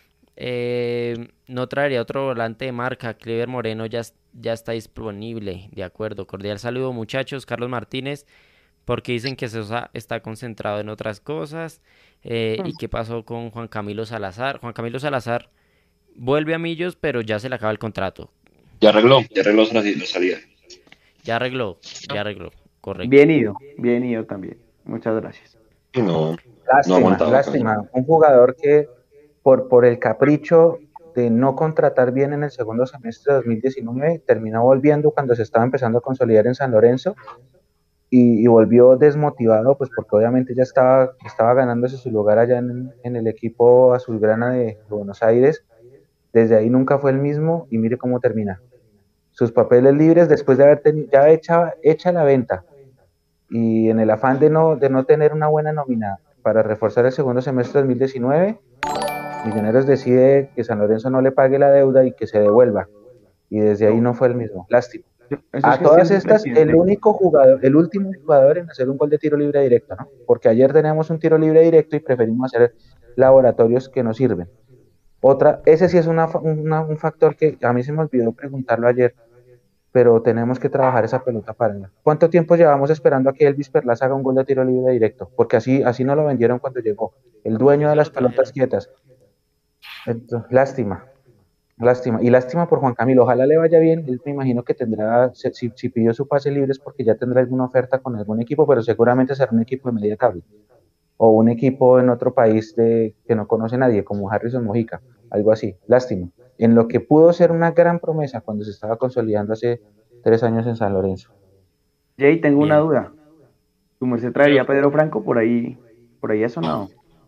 Speaker 1: No traería otro volante de marca. Clever Moreno ya está disponible. De acuerdo. Cordial saludo, muchachos. Carlos Martínez. Porque dicen que Sosa está concentrado en otras cosas. ¿Y qué pasó con Juan Camilo Salazar? Juan Camilo Salazar vuelve a Millos, pero ya se le acaba el contrato.
Speaker 6: Ya arregló la salida.
Speaker 1: Ya arregló, ya arregló. Correcto.
Speaker 4: Bien ido también. Muchas gracias.
Speaker 6: Y no, no
Speaker 2: Lástima,
Speaker 6: aguantaba acá.
Speaker 2: lástima. Un jugador que por el capricho de no contratar bien en el segundo semestre de 2019, terminó volviendo cuando se estaba empezando a consolidar en San Lorenzo y volvió desmotivado, pues porque obviamente ya estaba ganándose su lugar allá en el equipo azulgrana de Buenos Aires. Desde ahí nunca fue el mismo y mire cómo termina. Sus papeles libres después de haber ya hecha la venta y en el afán de no tener una buena nómina para reforzar el segundo semestre de 2019, Millonarios decide que San Lorenzo no le pague la deuda y que se devuelva. Y desde ahí
Speaker 4: No,
Speaker 2: no fue el mismo. Lástima.
Speaker 4: eso es
Speaker 2: A todas
Speaker 4: gestión del
Speaker 2: estas, el
Speaker 4: presidente.
Speaker 2: único jugador, el último jugador en hacer un gol de tiro libre directo, ¿no? Porque ayer teníamos un tiro libre directo y preferimos hacer laboratorios que nos sirven. Ese sí es un factor que a mí se me olvidó preguntarlo ayer, pero tenemos que trabajar esa pelota para él. ¿Cuánto tiempo llevamos esperando a que Elvis Perlas haga un gol de tiro libre directo? Porque así no lo vendieron cuando llegó. El dueño de
Speaker 1: Se
Speaker 2: las
Speaker 1: lo
Speaker 2: pelotas
Speaker 1: trajeron.
Speaker 2: quietas. Entonces, lástima, lástima. Y lástima por Juan Camilo. Ojalá le vaya bien. Él me imagino que tendrá, si pidió su pase libre es porque ya tendrá alguna oferta con algún equipo, pero seguramente será un equipo de media tabla. O un equipo en otro país que no conoce a nadie, como Harrison Mojica. Algo así. Lástima. En lo que pudo ser una gran promesa cuando se estaba consolidando hace 3 años en San Lorenzo.
Speaker 4: Jay, tengo una
Speaker 1: Bien.
Speaker 4: duda. ¿Tu merced traería a
Speaker 3: Señor.
Speaker 4: Pedro Franco? Por ahí ha sonado,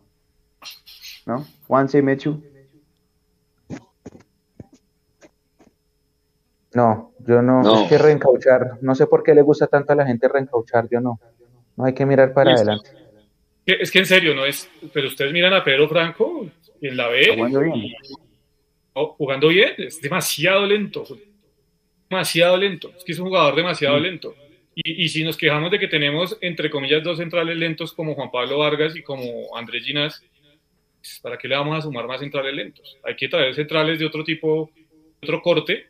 Speaker 4: ¿no? Juanse Mechu.
Speaker 2: No, yo no, es
Speaker 6: No,
Speaker 2: que reencauchar, no sé por qué le gusta tanto a la gente reencauchar, yo no, no hay que mirar para adelante.
Speaker 3: Es que en serio, no es. Pero ustedes miran a Pedro Franco en la
Speaker 4: Está
Speaker 3: B
Speaker 4: jugando bien.
Speaker 3: y jugando bien, es demasiado lento. Demasiado lento. Es que es un jugador demasiado lento. Y si nos quejamos de que tenemos, entre comillas, dos centrales lentos como Juan Pablo Vargas y como Andrés Ginás, pues, ¿para qué le vamos a sumar más centrales lentos? Hay que traer centrales de otro tipo, de otro corte,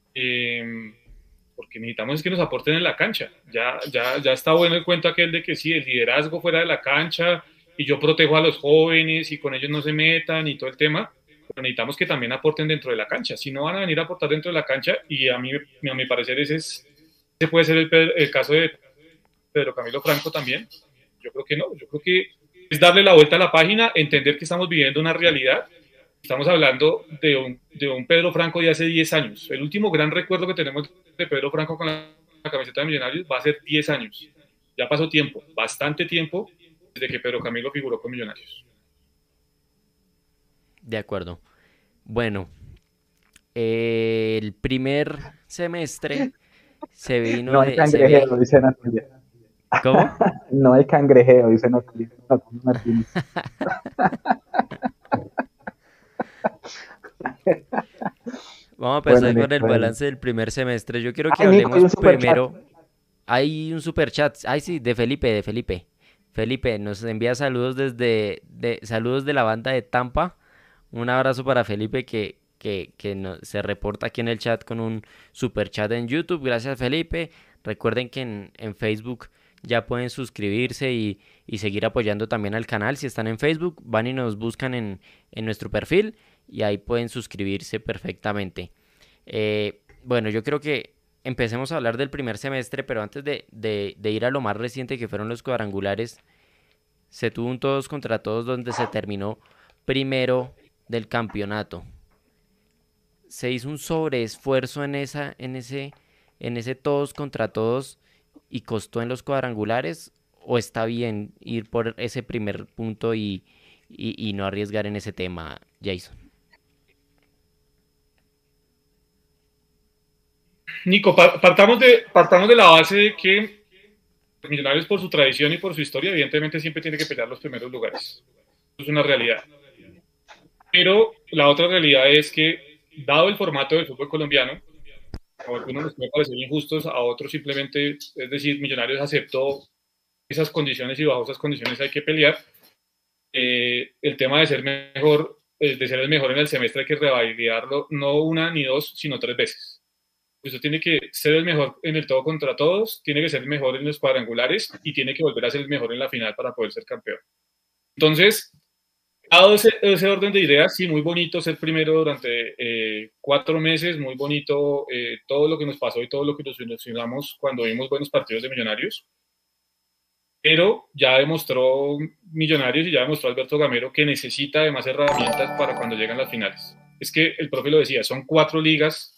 Speaker 3: porque necesitamos que nos aporten en la cancha. Ya está bueno el cuento aquel de que sí, el liderazgo fuera de la cancha y yo protejo a los jóvenes y con ellos no se metan y todo el tema, pero necesitamos que también aporten dentro de la cancha. Si no van a venir a aportar dentro de la cancha, y a mi parecer ese puede ser el caso de Pedro Camilo Franco también. Yo creo que no, yo creo que es darle la vuelta a la página, entender que estamos viviendo una realidad. Estamos hablando de un Pedro Franco de hace 10 años. El último gran recuerdo que tenemos de Pedro Franco con la camiseta de Millonarios va a ser 10 años. Ya pasó tiempo, bastante tiempo, desde que Pedro Camilo figuró con Millonarios.
Speaker 1: De acuerdo. Bueno, el primer semestre se vino
Speaker 2: No hay
Speaker 1: de... Se ve...
Speaker 2: cangrejeo, dice Natalia.
Speaker 1: ¿Cómo?
Speaker 2: No hay cangrejeo, dice Natalia Martínez.
Speaker 1: Vamos a
Speaker 2: Bueno,
Speaker 1: empezar con el
Speaker 2: Nico,
Speaker 1: balance del primer semestre. Yo quiero que
Speaker 2: ay, Nico, hay
Speaker 1: hablemos
Speaker 2: un superchat.
Speaker 1: primero. Hay un super chat. Ay, sí, de Felipe, de Felipe. Felipe nos envía saludos saludos de la banda de Tampa. Un abrazo para Felipe se reporta aquí en el chat con un super chat en YouTube. Gracias, Felipe. Recuerden que en Facebook ya pueden suscribirse y seguir apoyando también al canal. Si están en Facebook, van y nos buscan en nuestro perfil y ahí pueden suscribirse perfectamente. Bueno, yo creo que empecemos a hablar del primer semestre, pero antes de ir a lo más reciente que fueron los cuadrangulares, se tuvo un todos contra todos donde se terminó primero del campeonato. Se hizo un sobreesfuerzo en ese todos contra todos y costó en los cuadrangulares, o está bien ir por ese primer punto y no arriesgar en ese tema, Jason.
Speaker 3: Nico, partamos de la base de que Millonarios, por su tradición y por su historia, evidentemente siempre tiene que pelear los primeros lugares. Eso es una realidad. Pero la otra realidad es que, dado el formato del fútbol colombiano, a algunos nos puede parecer injustos, a otros simplemente, es decir, Millonarios aceptó esas condiciones y bajo esas condiciones hay que pelear. El tema de ser mejor, de ser el mejor en el semestre hay que revalidarlo no una ni dos, sino 3 veces. Usted tiene que ser el mejor en el todo contra todos, tiene que ser el mejor en los cuadrangulares y tiene que volver a ser el mejor en la final para poder ser campeón. Entonces, dado ese orden de ideas, sí, muy bonito ser primero durante 4 meses, muy bonito todo lo que nos pasó y todo lo que nos ilusionamos cuando vimos buenos partidos de Millonarios. Pero ya demostró Millonarios y ya demostró Alberto Gamero que necesita de más herramientas para cuando llegan las finales. Es que el profe lo decía, son 4 ligas,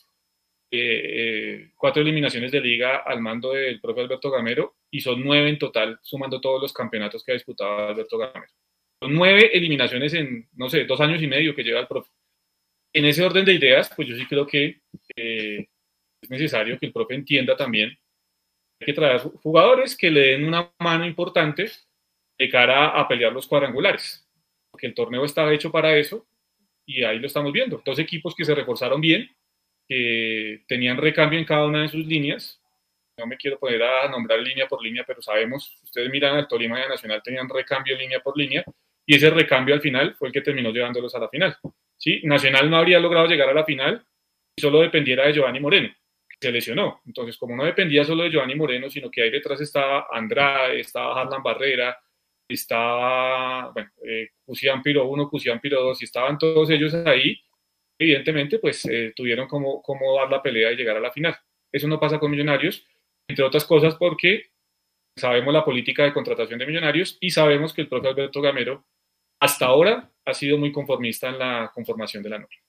Speaker 3: 4 eliminaciones de liga al mando del profe Alberto Gamero y son 9 en total, sumando todos los campeonatos que ha disputado Alberto Gamero. Son 9 eliminaciones en, no sé, 2 años y medio que lleva el profe. En ese orden de ideas, pues yo sí creo que es necesario que el profe entienda también que hay que traer jugadores que le den una mano importante de cara a pelear los cuadrangulares, porque el torneo estaba hecho para eso y ahí lo estamos viendo. 2 equipos que se reforzaron bien, que tenían recambio en cada una de sus líneas. No me quiero poner a nombrar línea por línea, pero sabemos, ustedes miran al Tolima y a Nacional, tenían recambio línea por línea, y ese recambio al final fue el que terminó llevándolos a la final. ¿Sí? Nacional no habría logrado llegar a la final si solo dependiera de Giovanni Moreno, que se lesionó. Entonces, como no dependía solo de Giovanni Moreno, sino que ahí detrás estaba Andrade, estaba Harlan Barrera, estaba, bueno, Cusián Piro 1, Cusián Piro 2, y estaban todos ellos ahí, evidentemente, pues tuvieron como dar la pelea y llegar a la final. Eso no pasa con Millonarios, entre otras cosas porque sabemos la política de contratación de Millonarios y sabemos que el propio Alberto Gamero hasta ahora ha sido muy conformista en la conformación de la nómina.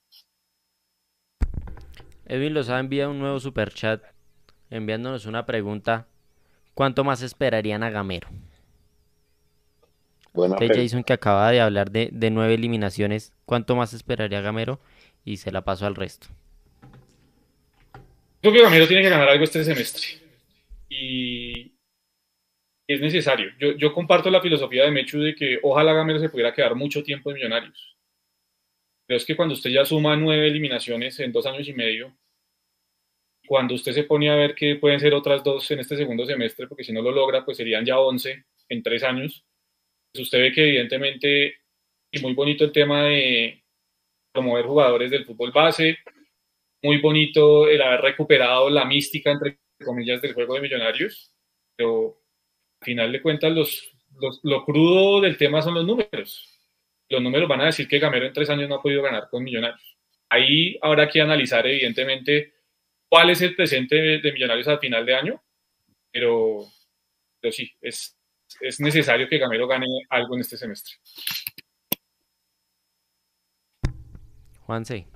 Speaker 1: Edwin Lozada envía un nuevo superchat enviándonos una pregunta. ¿Cuánto más esperarían a Gamero?
Speaker 6: Bueno,
Speaker 1: Usted, Jason, que acaba de hablar de 9 eliminaciones, ¿cuánto más esperaría Gamero? Y se la paso al resto.
Speaker 3: Creo que Gamero tiene que ganar algo este semestre. Y es necesario. Yo comparto la filosofía de Mechu de que ojalá Gamero se pudiera quedar mucho tiempo en Millonarios. Pero es que cuando usted ya suma 9 eliminaciones en 2 años y medio, cuando usted se pone a ver que pueden ser otras 2 en este segundo semestre, porque si no lo logra, pues serían ya 11 en 3 años, pues usted ve que evidentemente, y muy bonito el tema de promover jugadores del fútbol base, muy bonito el haber recuperado la mística, entre comillas, del juego de Millonarios, pero al final de cuentas lo crudo del tema son los números. Los números van a decir que Gamero en 3 años no ha podido ganar con Millonarios. Ahí habrá que analizar evidentemente cuál es el presente de Millonarios al final de año, pero sí, es necesario que Gamero gane algo en este semestre.
Speaker 1: Juanse.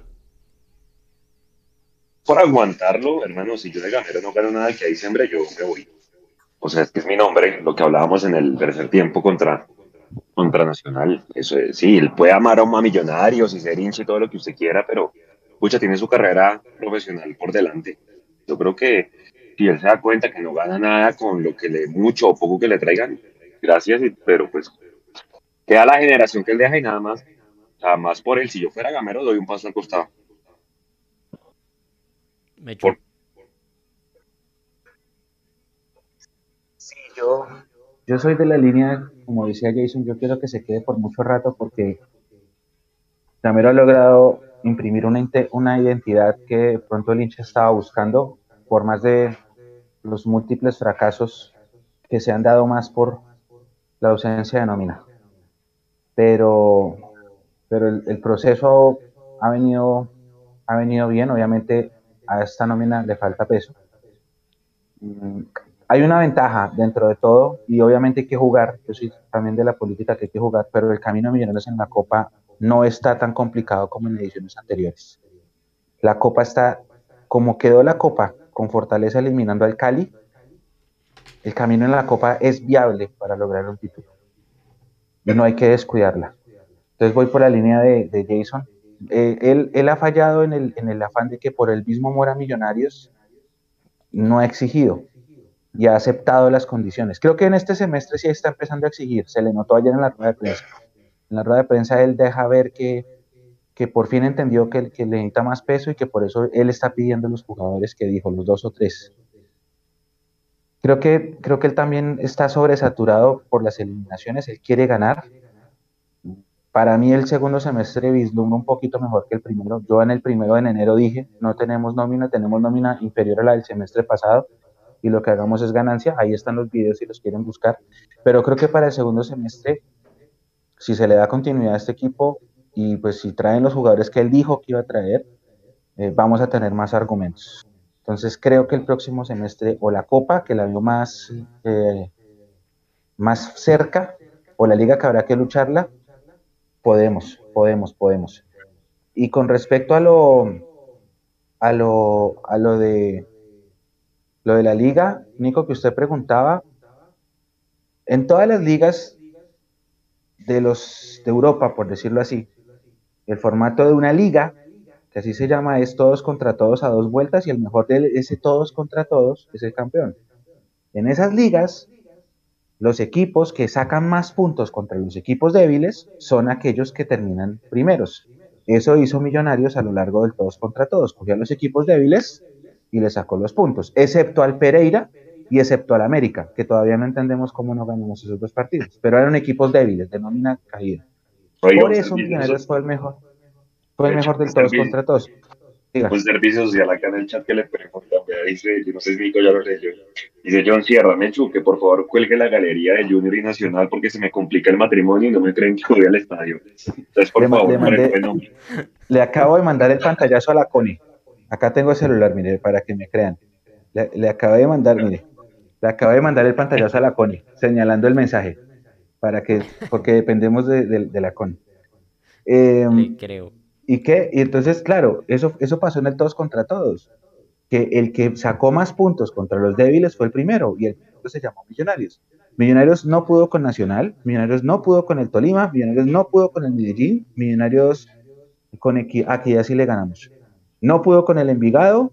Speaker 6: Por aguantarlo, hermano, si yo de Gamero no gano nada que a diciembre, yo me voy. O sea, es que es mi nombre, lo que hablábamos en el tercer tiempo contra Nacional. Eso es, sí, él puede amar a Millonarios y ser hincha y todo lo que usted quiera, pero pucha, tiene su carrera profesional por delante. Yo creo que si él se da cuenta que no gana nada con lo que le mucho o poco que le traigan, gracias, pero pues queda la generación que él deja y nada más. O sea, más por él, si yo fuera Gamero, doy un paso al costado.
Speaker 1: Mechu.
Speaker 2: Sí, yo soy de la línea, como decía Jason, yo quiero que se quede por mucho rato porque Gamero ha logrado imprimir una identidad que de pronto el hincha estaba buscando por más de los múltiples fracasos que se han dado más por la ausencia de nómina. Pero el proceso ha venido bien, obviamente a esta nómina le falta peso. Hay una ventaja dentro de todo y obviamente hay que jugar, yo soy también de la política que hay que jugar, pero el camino de Millonarios en la Copa no está tan complicado como en ediciones anteriores. La Copa está, como quedó la Copa con Fortaleza eliminando al Cali, el camino en la Copa es viable para lograr un título y no hay que descuidarla. Entonces voy por la línea de Jason. Él ha fallado en el afán de que por el mismo amor a Millonarios no ha exigido y ha aceptado las condiciones. Creo que en este semestre sí está empezando a exigir, se le notó ayer en la rueda de prensa. En la rueda de prensa él deja ver que por fin entendió que le necesita más peso y que por eso él está pidiendo a los jugadores que dijo, los 2 o 3. Creo que él también está sobresaturado por las eliminaciones, él quiere ganar. Para mí el segundo semestre vislumbra un poquito mejor que el primero. Yo en el primero de enero dije, no tenemos nómina inferior a la del semestre pasado y lo que hagamos es ganancia. Ahí están los videos si los quieren buscar. Pero creo que para el segundo semestre, si se le da continuidad a este equipo y pues si traen los jugadores que él dijo que iba a traer, vamos a tener más argumentos. Entonces creo que el próximo semestre o la Copa, que la veo más cerca, o la Liga que habrá que lucharla, podemos. Y con respecto a lo de la liga, Nico, que usted preguntaba, en todas las ligas de Europa, por decirlo así, el formato de una liga, que así se llama, es todos contra todos a 2 vueltas y el mejor de ese todos contra todos es el campeón. En esas ligas, los equipos que sacan más puntos contra los equipos débiles son aquellos que terminan primeros. Eso hizo Millonarios a lo largo del todos contra todos. Cogió a los equipos débiles y le sacó los puntos, excepto al Pereira y excepto al América, que todavía no entendemos cómo no ganamos esos 2 partidos. Pero eran equipos débiles, de nómina caída. Por eso Millonarios fue el mejor del todos contra todos.
Speaker 6: Un servicio social acá en el chat que le pregunta, dice, yo no sé si Nico ya lo leyó, dice John Sierra, Mechu, que por favor cuelgue la galería de Junior y Nacional porque se me complica el matrimonio y no me creen que voy al estadio. Entonces, por favor,
Speaker 2: le acabo de mandar el pantallazo a la Connie. Acá tengo el celular, mire, para que me crean. Le acabé de mandar, mire, le acabé de mandar el pantallazo a la Connie, señalando el mensaje, porque dependemos de la Connie.
Speaker 1: Le creo.
Speaker 2: ¿Y qué? Y entonces, claro, eso pasó en el todos contra todos. Que el que sacó más puntos contra los débiles fue el primero, y el primero se llamó Millonarios. Millonarios no pudo con Nacional, Millonarios no pudo con el Tolima, Millonarios no pudo con el Medellín, Millonarios con Equidad, que ya sí le ganamos. No pudo con el Envigado,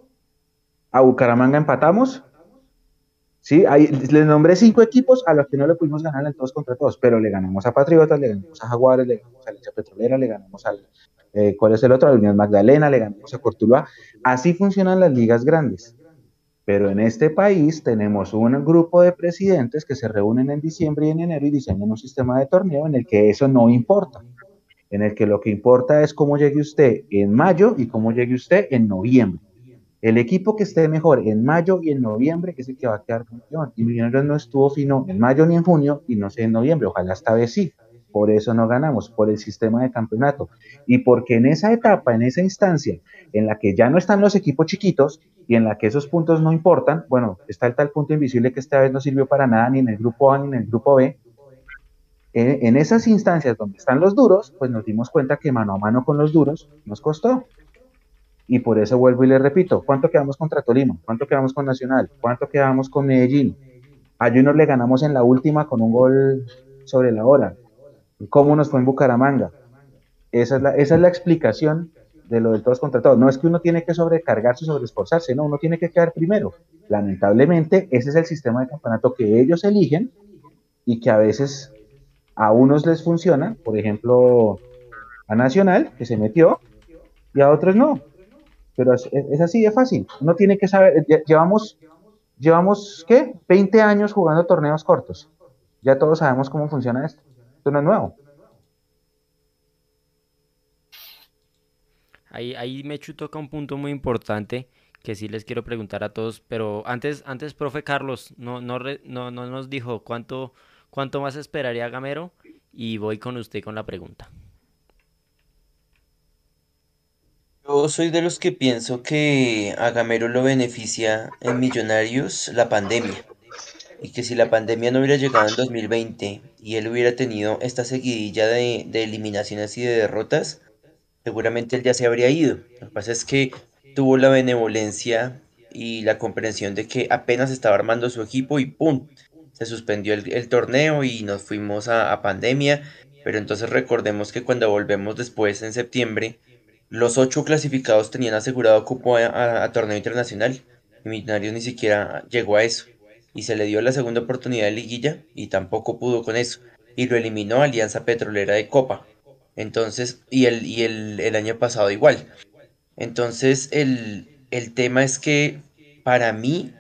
Speaker 2: a Bucaramanga empatamos. Sí, ahí les nombré 5 equipos a los que no le pudimos ganar en todos contra todos, pero le ganamos a Patriotas, le ganamos a Jaguares, le ganamos a Liga Petrolera, le ganamos al ¿cuál es el otro? A la Unión Magdalena, le ganamos a Cortuluá. Así funcionan las ligas grandes. Pero en este país tenemos un grupo de presidentes que se reúnen en diciembre y en enero y diseñan un sistema de torneo en el que eso no importa. En el que lo que importa es cómo llegue usted en mayo y cómo llegue usted en noviembre. El equipo que esté mejor en mayo y en noviembre es el que va a quedar campeón. Y Millonarios no estuvo fino en mayo ni en junio y no sé en noviembre. Ojalá esta vez sí. Por eso no ganamos, por el sistema de campeonato. Y porque en esa etapa, en esa instancia, en la que ya no están los equipos chiquitos, y en la que esos puntos no importan, bueno, está el tal punto invisible que esta vez no sirvió para nada ni en el grupo A ni en el grupo B. En esas instancias donde están los duros, pues nos dimos cuenta que mano a mano con los duros nos costó. Y por eso vuelvo y le repito, ¿cuánto quedamos contra Tolima? ¿Cuánto quedamos con Nacional? ¿Cuánto quedamos con Medellín? A Junior le ganamos en la última con un gol sobre la hora. ¿Cómo nos fue en Bucaramanga? Esa es la explicación de lo del todos contra todos. No es que uno tiene que sobrecargarse, sobreesforzarse, no, uno tiene que quedar primero. Lamentablemente, ese es el sistema de campeonato que ellos eligen y que a veces a unos les funciona, por ejemplo, a Nacional, que se metió, y a otros no. Pero es así de fácil. Uno tiene que saber, llevamos, ¿qué? 20 años jugando torneos cortos. Ya todos sabemos cómo funciona esto. Esto no es nuevo.
Speaker 1: Ahí Mechu toca un punto muy importante que sí les quiero preguntar a todos, pero antes, profe Carlos, no nos dijo cuánto más esperaría Gamero y voy con usted con la pregunta.
Speaker 5: Yo soy de los que pienso que a Gamero lo beneficia en Millonarios la pandemia. Y que si la pandemia no hubiera llegado en 2020 y él hubiera tenido esta seguidilla de eliminaciones y de derrotas, seguramente él ya se habría ido. Lo que pasa es que tuvo la benevolencia y la comprensión de que apenas estaba armando su equipo y ¡pum! Se suspendió el torneo y nos fuimos a pandemia. Pero entonces recordemos que cuando volvemos después en septiembre, los 8 clasificados tenían asegurado cupo a torneo internacional y Millonarios ni siquiera llegó a eso. Y se le dio la segunda oportunidad de liguilla y tampoco pudo con eso. Y lo eliminó Alianza Petrolera de Copa. Entonces, el año pasado igual. Entonces, el tema es que para mí,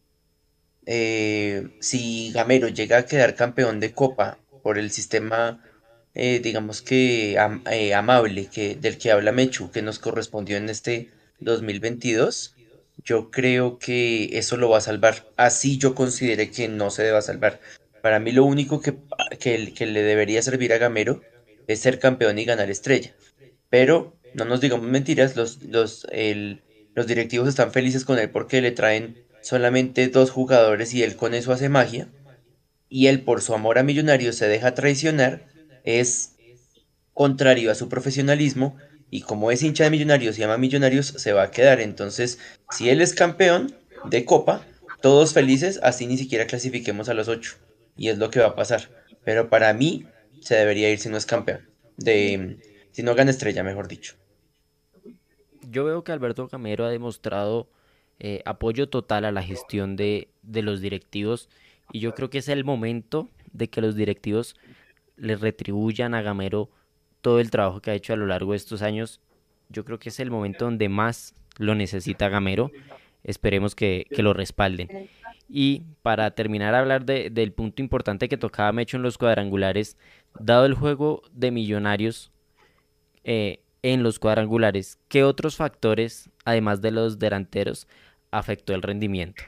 Speaker 5: si Gamero llega a quedar campeón de Copa por el sistema, digamos que amable del que habla Mechu, que nos correspondió en este 2022, yo creo que eso lo va a salvar. Así yo consideré que no se deba salvar. Para mí lo único que le debería servir a Gamero es ser campeón y ganar estrella. Pero no nos digamos mentiras, los directivos están felices con él porque le traen solamente 2 jugadores y él con eso hace magia. Y él por su amor a Millonarios se deja traicionar, es contrario a su profesionalismo y como es hincha de Millonarios y ama a Millonarios, se va a quedar. Entonces, si él es campeón de Copa, todos felices, así ni siquiera clasifiquemos a los 8. Y es lo que va a pasar. Pero para mí, se debería ir si no es campeón. Si no gana estrella, mejor dicho.
Speaker 1: Yo veo que Alberto Gamero ha demostrado apoyo total a la gestión de los directivos y yo creo que es el momento de que los directivos le retribuyan a Gamero todo el trabajo que ha hecho a lo largo de estos años. Yo creo que es el momento donde más lo necesita Gamero. Esperemos que lo respalden. Y para terminar a hablar del punto importante que tocaba Mecho en los cuadrangulares, dado el juego de Millonarios en los cuadrangulares, ¿qué otros factores, además de los delanteros, afectó el rendimiento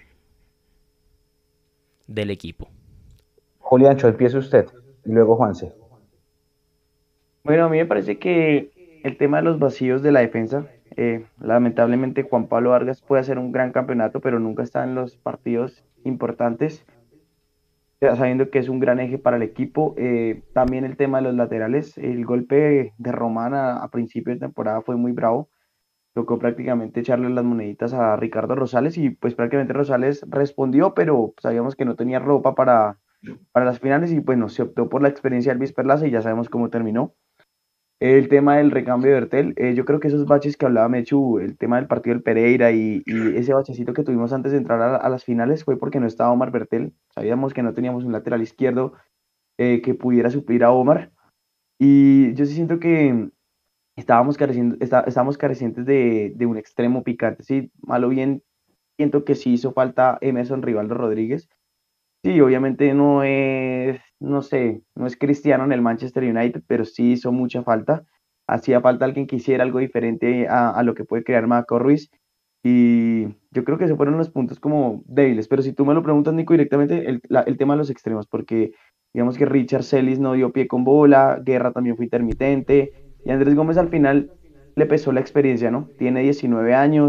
Speaker 1: del equipo?
Speaker 2: Juliancho, empiece usted y luego Juanse.
Speaker 4: Bueno, a mí me parece que el tema de los vacíos de la defensa, lamentablemente Juan Pablo Vargas puede hacer un gran campeonato, pero nunca está en los partidos importantes, ya sabiendo que es un gran eje para el equipo. También el tema de los laterales, el golpe de Román a principio de temporada fue muy bravo, tocó prácticamente echarle las moneditas a Ricardo Rosales y pues prácticamente Rosales respondió, pero sabíamos que no tenía ropa para las finales y pues no, se optó por la experiencia de Elvis Perlaza y ya sabemos cómo terminó. El tema del recambio de Bertel, yo creo que esos baches que hablaba Mechu, el tema del partido del Pereira y ese bachecito que tuvimos antes de entrar a las finales fue porque no estaba Omar Bertel. Sabíamos que no teníamos un lateral izquierdo que pudiera suplir a Omar. Y yo sí siento que estábamos carecientes de un extremo picante. Sí, malo bien, siento que sí hizo falta Emerson Rivaldo Rodríguez. Sí, obviamente no es, no sé, no es Cristiano en el Manchester United, pero sí hizo mucha falta. Hacía falta alguien que hiciera algo diferente a lo que puede crear Marco Ruiz. Y yo creo que esos fueron los puntos como débiles. Pero si tú me lo preguntas, Nico, directamente el tema de los extremos, porque digamos que Richard Celis no dio pie con bola, Guerra también fue intermitente, y Andrés Gómez al final le pesó la experiencia, ¿no? Tiene 19 años,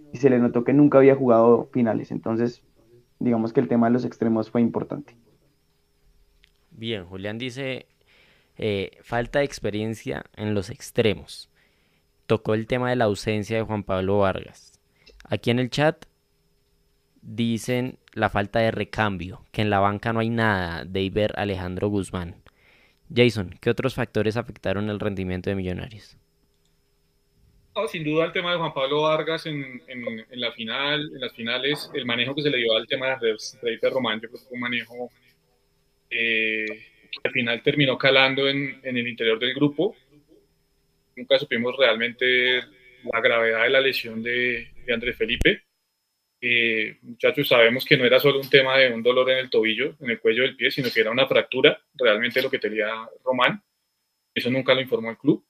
Speaker 4: y se le notó que nunca había jugado finales. Entonces, digamos que el tema de los extremos fue importante.
Speaker 1: Bien, Julián dice falta de experiencia en los extremos. Tocó el tema de la ausencia de Juan Pablo Vargas. Aquí en el chat dicen la falta de recambio, que en la banca no hay nada de Iber Alejandro Guzmán. Jason, ¿qué otros factores afectaron el rendimiento de Millonarios?
Speaker 3: No, sin duda el tema de Juan Pablo Vargas en la final, en las finales, el manejo que se le dio al tema de Andrés Román, yo creo que fue un manejo que al final terminó calando en el interior del grupo. Nunca supimos realmente la gravedad de la lesión de Andrés Felipe. Muchachos, sabemos que no era solo un tema de un dolor en el tobillo, en el cuello del pie, sino que era una fractura, realmente lo que tenía Román. Eso nunca lo informó el club.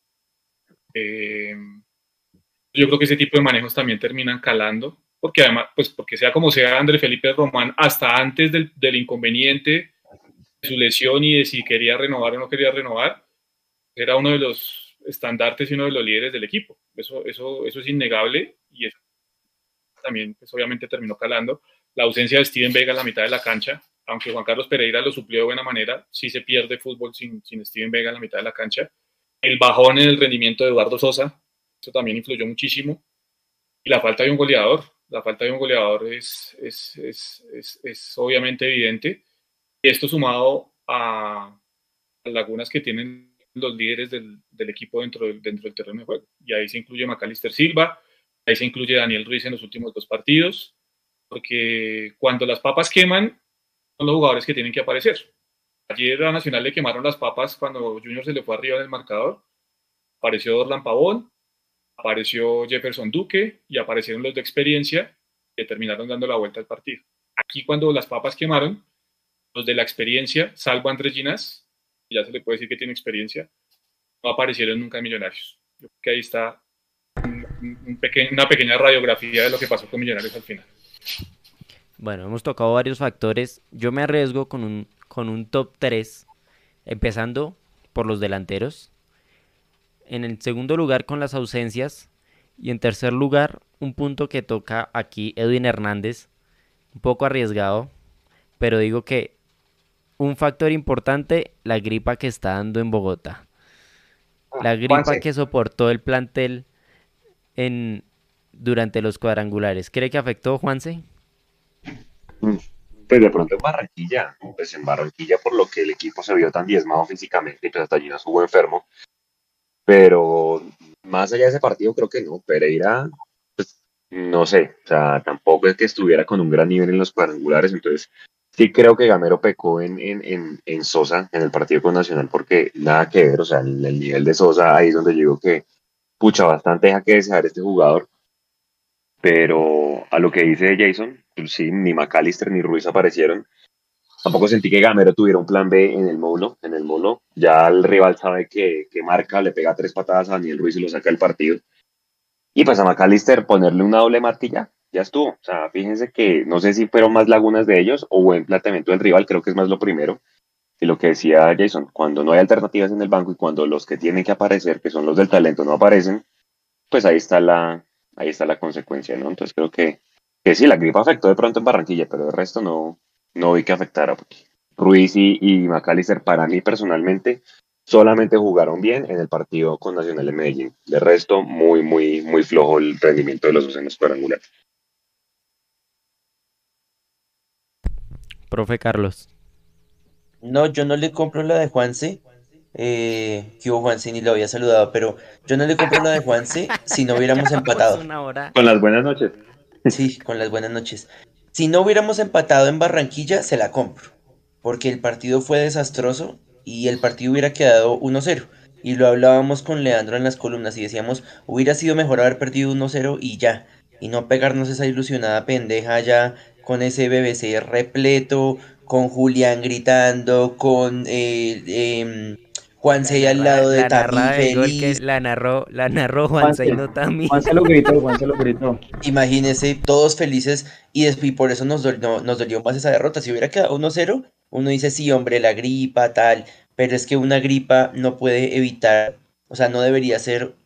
Speaker 3: Yo creo que ese tipo de manejos también terminan calando, porque además, pues porque sea como sea, Andrés Felipe Román, hasta antes del inconveniente, de su lesión y de si quería renovar o no quería renovar, era uno de los estandartes y uno de los líderes del equipo. Eso es innegable y eso también, pues obviamente terminó calando. La ausencia de Steven Vega en la mitad de la cancha, aunque Juan Carlos Pereira lo suplió de buena manera, sí se pierde fútbol sin Steven Vega en la mitad de la cancha. El bajón en el rendimiento de Eduardo Sosa, eso también influyó muchísimo. Y la falta de un goleador. La falta de un goleador es obviamente evidente. Y esto sumado a las lagunas que tienen los líderes del equipo dentro del terreno de juego. Y ahí se incluye Macalister Silva, ahí se incluye Daniel Ruiz en los últimos 2 partidos, porque cuando las papas queman, son los jugadores que tienen que aparecer. Ayer a Nacional le quemaron las papas cuando Junior se le fue arriba en el marcador. Apareció Dorlan Pavón, apareció Jefferson Duque y aparecieron los de experiencia que terminaron dando la vuelta al partido. Aquí cuando las papas quemaron, los de la experiencia, salvo Andrés Ginás, ya se le puede decir que tiene experiencia, no aparecieron nunca en Millonarios. Yo creo que ahí está una pequeña radiografía de lo que pasó con Millonarios al final.
Speaker 1: Bueno, hemos tocado varios factores. Yo me arriesgo con un top 3, empezando por los delanteros. En el segundo lugar con las ausencias. Y en tercer lugar, un punto que toca aquí Edwin Hernández. Un poco arriesgado, pero digo que un factor importante, la gripa que está dando en Bogotá. La gripa
Speaker 2: Juanse,
Speaker 1: que soportó el plantel durante los cuadrangulares. ¿Cree que afectó, Juanse?
Speaker 6: Pues de pronto en Barranquilla, pues en Barranquilla por lo que el equipo se vio tan diezmado físicamente, pues hasta allí no estuvo enfermo, pero más allá de ese partido creo que no, Pereira, pues no sé, o sea, tampoco es que estuviera con un gran nivel en los cuadrangulares, entonces sí creo que Gamero pecó en Sosa en el partido con Nacional porque nada que ver, o sea, el nivel de Sosa ahí es donde yo digo que pucha, bastante deja que desear este jugador. Pero a lo que dice Jason, pues sí, ni McAllister ni Ruiz aparecieron. Tampoco sentí que Gamero tuviera un plan B en el Molo. En el Molo ya el rival sabe que marca, le pega 3 patadas a Daniel Ruiz y lo saca del partido. Y pues a McAllister ponerle una doble marquilla, ya estuvo. O sea, fíjense que no sé si fueron más lagunas de ellos o buen planteamiento del rival, creo que es más lo primero. Y lo que decía Jason, cuando no hay alternativas en el banco y cuando los que tienen que aparecer, que son los del talento, no aparecen, pues ahí está la consecuencia, ¿no? Entonces creo que sí, la gripa afectó de pronto en Barranquilla, pero el resto no vi que afectara. Porque Ruiz y McAllister, para mí personalmente, solamente jugaron bien en el partido con Nacional de Medellín. De resto, muy flojo el rendimiento de los dos en los cuadrangulares.
Speaker 1: Profe Carlos.
Speaker 5: No, yo no le compro la de Juanse. Que hubo Juanse ni lo había saludado, pero yo no le compro la de Juanse si no hubiéramos
Speaker 1: Llevamos
Speaker 5: empatado.
Speaker 1: una hora.
Speaker 6: Con las buenas noches.
Speaker 5: Sí, con las buenas noches. Si no hubiéramos empatado en Barranquilla, se la compro, porque el partido fue desastroso y el partido hubiera quedado 1-0. Y lo hablábamos con Leandro en las columnas y decíamos, hubiera sido mejor haber perdido 1-0 y ya, y no pegarnos esa ilusionada pendeja ya con ese BBC repleto, con Julián gritando, con Juanse al lado de
Speaker 1: La
Speaker 5: Tami
Speaker 1: narrada del gol que
Speaker 5: feliz.
Speaker 1: la narró Juan
Speaker 4: Juanse,
Speaker 1: Seino Tami.
Speaker 4: Juanse lo gritó, Juanse lo gritó.
Speaker 5: Imagínense, todos felices y por eso nos dolió más esa derrota. Si hubiera quedado 1-0, uno dice, sí, hombre, la gripa, tal, pero es que una gripa no puede evitar, o sea, no debería ser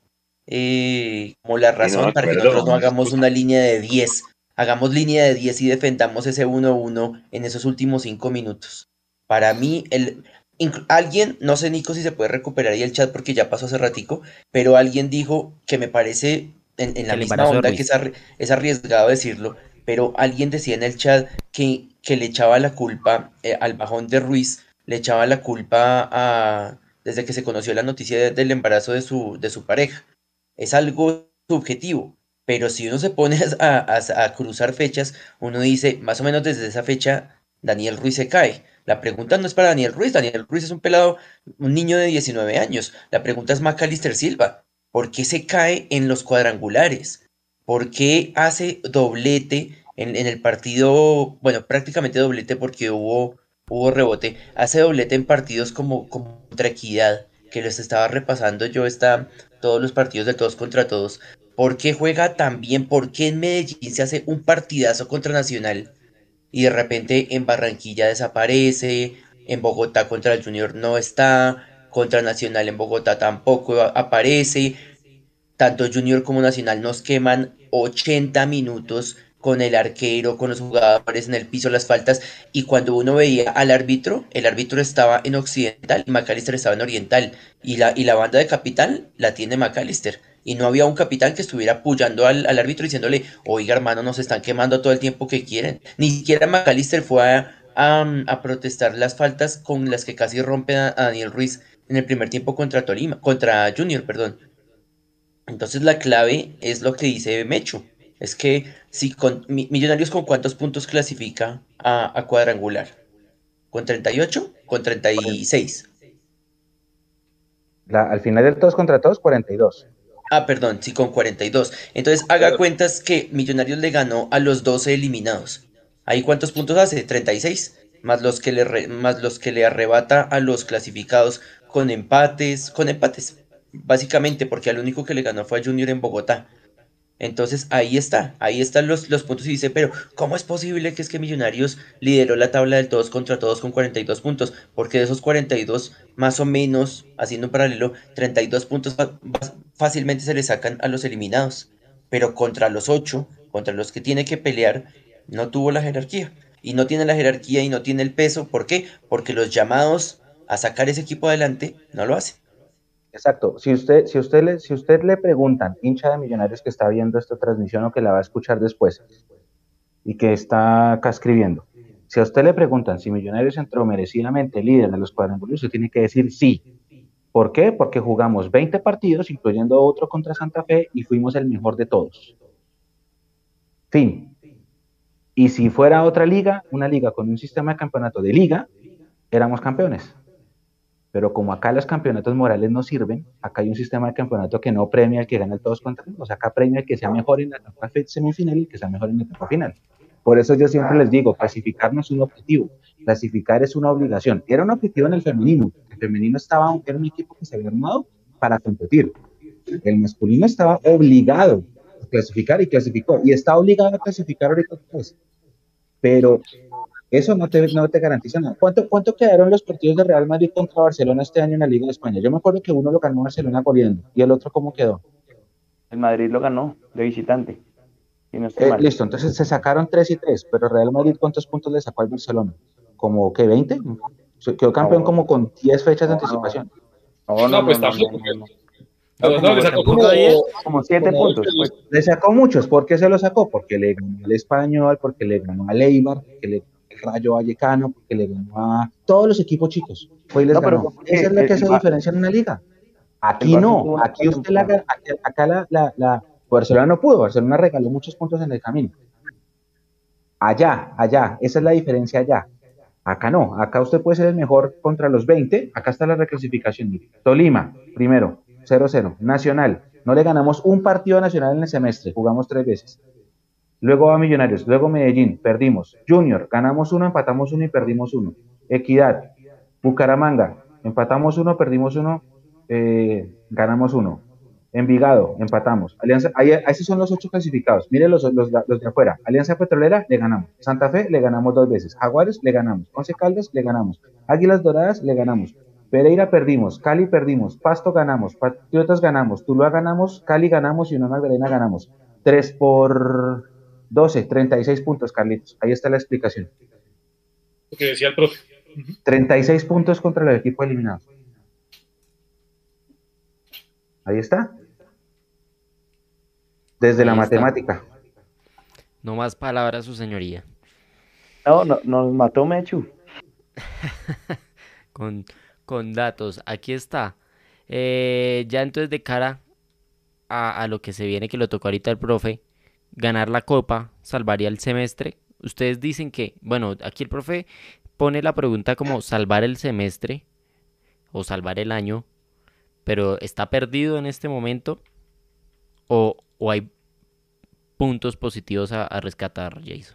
Speaker 5: como la
Speaker 6: Sí, no, de
Speaker 5: razón para que nosotros no
Speaker 6: acuerdo.
Speaker 5: hagamos una línea de 10. Hagamos línea de 10 y defendamos ese 1-1 en esos últimos 5 minutos. Para mí, alguien, no sé Nico si se puede recuperar ahí el chat porque ya pasó hace ratico, pero alguien dijo que me parece en la
Speaker 1: El
Speaker 5: misma
Speaker 1: embarazo de
Speaker 5: onda que
Speaker 1: Ruiz.
Speaker 5: es arriesgado decirlo, pero alguien decía en el chat que le echaba la culpa al bajón de Ruiz, le echaba la culpa desde que se conoció la noticia del embarazo de su pareja. Es algo subjetivo, pero si uno se pone a cruzar fechas, uno dice, más o menos desde esa fecha, Daniel Ruiz se cae. La pregunta no es para Daniel Ruiz es un pelado, un niño de 19 años. La pregunta es Macalister Silva. ¿Por qué se cae en los cuadrangulares? ¿Por qué hace doblete en el partido? Bueno, prácticamente doblete porque hubo rebote. Hace doblete en partidos como contra Equidad, que los estaba repasando yo todos los partidos de todos contra todos. ¿Por qué juega tan bien? ¿Por qué en Medellín se hace un partidazo contra Nacional y de repente en Barranquilla desaparece, en Bogotá contra el Junior no está, contra Nacional en Bogotá tampoco aparece, tanto Junior como Nacional nos queman 80 minutos con el arquero, con los jugadores en el piso, las faltas, y cuando uno veía al árbitro, el árbitro estaba en Occidental y McAllister estaba en Oriental, y la banda de capitán la tiene McAllister, y no había un capitán que estuviera apoyando al árbitro diciéndole, oiga hermano, nos están quemando todo el tiempo que quieren. Ni siquiera McAllister fue a protestar las faltas con las que casi rompen a Daniel Ruiz en el primer tiempo contra Tolima, contra Junior, perdón. Entonces la clave es lo que dice Mechu. Es que si Millonarios con cuántos puntos clasifica a cuadrangular. ¿Con 38? Con 36.
Speaker 2: Al final del todos contra todos, 42.
Speaker 5: Ah, perdón, sí, con 42. Entonces haga cuentas que Millonarios le ganó a los 12 eliminados. ¿Ahí cuántos puntos hace? 36. Más los que le arrebata a los clasificados con empates. Con empates. Básicamente, porque al único que le ganó fue a Junior en Bogotá. Entonces ahí están los puntos y dice, pero ¿cómo es posible que es que Millonarios lideró la tabla del todos contra todos con 42 puntos? Porque de esos 42, más o menos, haciendo un paralelo, 32 puntos fácilmente se le sacan a los eliminados. Pero contra los 8, contra los que tiene que pelear, no tuvo la jerarquía. Y no tiene la jerarquía y no tiene el peso. ¿Por qué? Porque los llamados a sacar ese equipo adelante no lo hacen.
Speaker 2: Exacto. Si usted le preguntan, hincha de Millonarios que está viendo esta transmisión o que la va a escuchar después y que está acá escribiendo, si a usted le preguntan si Millonarios entró merecidamente líder de los cuadrangulares, usted tiene que decir sí. ¿Por qué? Porque jugamos 20 partidos, incluyendo otro contra Santa Fe, y fuimos el mejor de todos. Fin. Y si fuera otra liga, una liga con un sistema de campeonato de liga, éramos campeones. Pero como acá los campeonatos morales no sirven, acá hay un sistema de campeonato que no premia al que gana el todos contra todos, acá premia al que sea mejor en la etapa semifinal y el que sea mejor en la etapa final. Por eso yo siempre les digo, clasificar no es un objetivo, clasificar es una obligación. Era un objetivo en el femenino, era un equipo que se había armado para competir. El masculino estaba obligado a clasificar y clasificó, y está obligado a clasificar ahorita después. Pero eso no te garantiza nada. ¿Cuánto quedaron los partidos de Real Madrid contra Barcelona este año en la Liga de España? Yo me acuerdo que uno lo ganó Barcelona corriendo, y el otro, ¿cómo quedó?
Speaker 4: El Madrid lo ganó de visitante. Y no estoy mal.
Speaker 2: Listo, entonces se sacaron 3 y 3, pero Real Madrid, ¿cuántos puntos le sacó al Barcelona? ¿Como que 20? Quedó campeón como con 10 fechas de anticipación.
Speaker 3: No, pues tampoco. No, le sacó
Speaker 4: como 7 puntos. Pues.
Speaker 2: Le sacó muchos. ¿Por qué se lo sacó? Porque le ganó al Español, porque le ganó al Eibar, porque le ganó al Rayo Vallecano, porque le ganó a todos los equipos chicos. Fue y les ganó. Esa es la que hace diferencia en una liga. Aquí no. Aquí usted acá Barcelona no pudo. Barcelona regaló muchos puntos en el camino. Allá. Esa es la diferencia allá. Acá no. Acá usted puede ser el mejor contra los 20. Acá está la reclasificación. Tolima, primero. 0-0. Nacional. No le ganamos un partido a Nacional en el semestre. Jugamos 3 veces. Luego a Millonarios. Luego Medellín. Perdimos. Junior. Ganamos 1, empatamos 1 y perdimos 1. Equidad. Bucaramanga. Empatamos 1, perdimos 1. Ganamos 1. Envigado. Empatamos. Alianza. Esos son los 8 clasificados. Miren los de afuera. Alianza Petrolera. Le ganamos. Santa Fe. Le ganamos 2 veces. Jaguares. Le ganamos. Once Caldas. Le ganamos. Águilas Doradas. Le ganamos. Pereira perdimos, Cali perdimos, Pasto ganamos, Patriotas ganamos, Tuluá ganamos, Cali ganamos y Unión Magdalena ganamos. 3 por 12, 36 puntos, Carlitos. Ahí está la explicación.
Speaker 3: Lo que decía el profe.
Speaker 2: 36 puntos contra el equipo eliminado. Ahí está. Desde la matemática.
Speaker 1: No más palabras, su señoría.
Speaker 4: No, nos mató Mechu.
Speaker 1: Con datos, aquí está. Ya entonces de cara a lo que se viene, que lo tocó ahorita el profe, ganar la copa salvaría el semestre. Ustedes dicen que, bueno, aquí el profe pone la pregunta como salvar el semestre o salvar el año, pero ¿está perdido en este momento o hay puntos positivos a rescatar, Jason?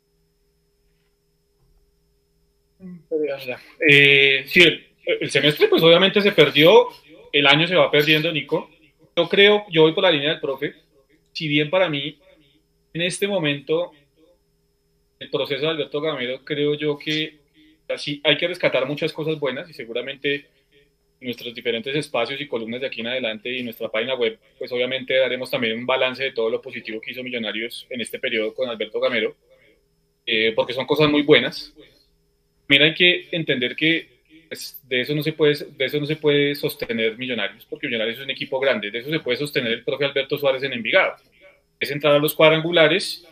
Speaker 3: Sí, el semestre pues obviamente se perdió, el año se va perdiendo, Nico. Yo voy por la línea del profe, si bien para mí en este momento el proceso de Alberto Gamero creo yo que así hay que rescatar muchas cosas buenas y seguramente en nuestros diferentes espacios y columnas de aquí en adelante y nuestra página web, pues obviamente daremos también un balance de todo lo positivo que hizo Millonarios en este periodo con Alberto Gamero, porque son cosas muy buenas. Mira, hay que entender que pues, de eso no se puede sostener Millonarios, porque Millonarios es un equipo grande. De eso se puede sostener el profe Alberto Suárez en Envigado. Es entrar a los cuadrangulares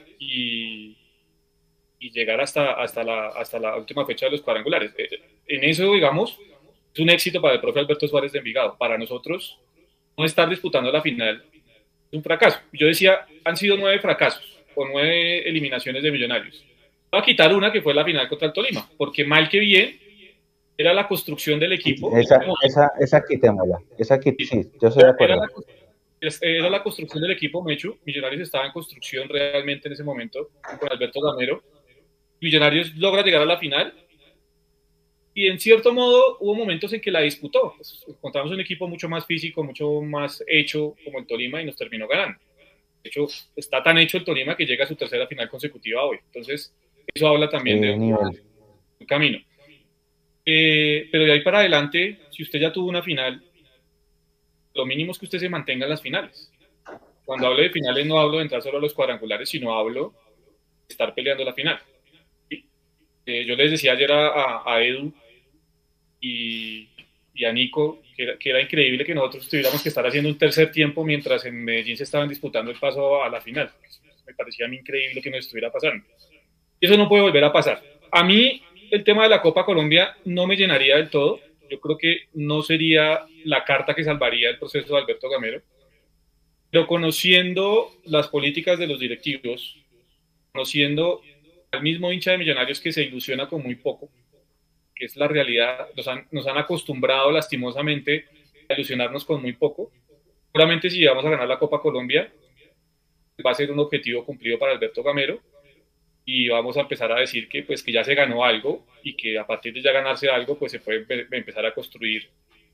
Speaker 3: y llegar hasta la última fecha de los cuadrangulares. En eso, digamos, es un éxito para el profe Alberto Suárez de Envigado. Para nosotros, no estar disputando la final es un fracaso. Yo decía, han sido 9 fracasos o 9 eliminaciones de Millonarios. Voy a quitar una que fue la final contra el Tolima, porque mal que bien era la construcción del equipo.
Speaker 2: Esa quitémosla. Sí, yo estoy de acuerdo.
Speaker 3: Era la construcción del equipo, Mechu. Millonarios estaba en construcción realmente en ese momento con Alberto Gamero. Millonarios logra llegar a la final y en cierto modo hubo momentos en que la disputó. Pues, encontramos un equipo mucho más físico, mucho más hecho como el Tolima y nos terminó ganando. De hecho, está tan hecho el Tolima que llega a su tercera final consecutiva hoy. Entonces, eso habla también de un camino. Pero de ahí para adelante, si usted ya tuvo una final, lo mínimo es que usted se mantenga en las finales. Cuando hablo de finales no hablo de entrar solo a los cuadrangulares, sino hablo de estar peleando la final. Yo les decía ayer a Edu y a Nico que era increíble que nosotros tuviéramos que estar haciendo un tercer tiempo mientras en Medellín se estaban disputando el paso a la final. Me parecía a mí increíble que nos estuviera pasando. Eso no puede volver a pasar. A mí el tema de la Copa Colombia no me llenaría del todo. Yo creo que no sería la carta que salvaría el proceso de Alberto Gamero. Pero conociendo las políticas de los directivos, conociendo al mismo hincha de Millonarios que se ilusiona con muy poco, que es la realidad, nos han acostumbrado lastimosamente a ilusionarnos con muy poco. Seguramente si vamos a ganar la Copa Colombia, va a ser un objetivo cumplido para Alberto Gamero y vamos a empezar a decir que, pues, que ya se ganó algo y que a partir de ya ganarse algo, pues se puede empezar a construir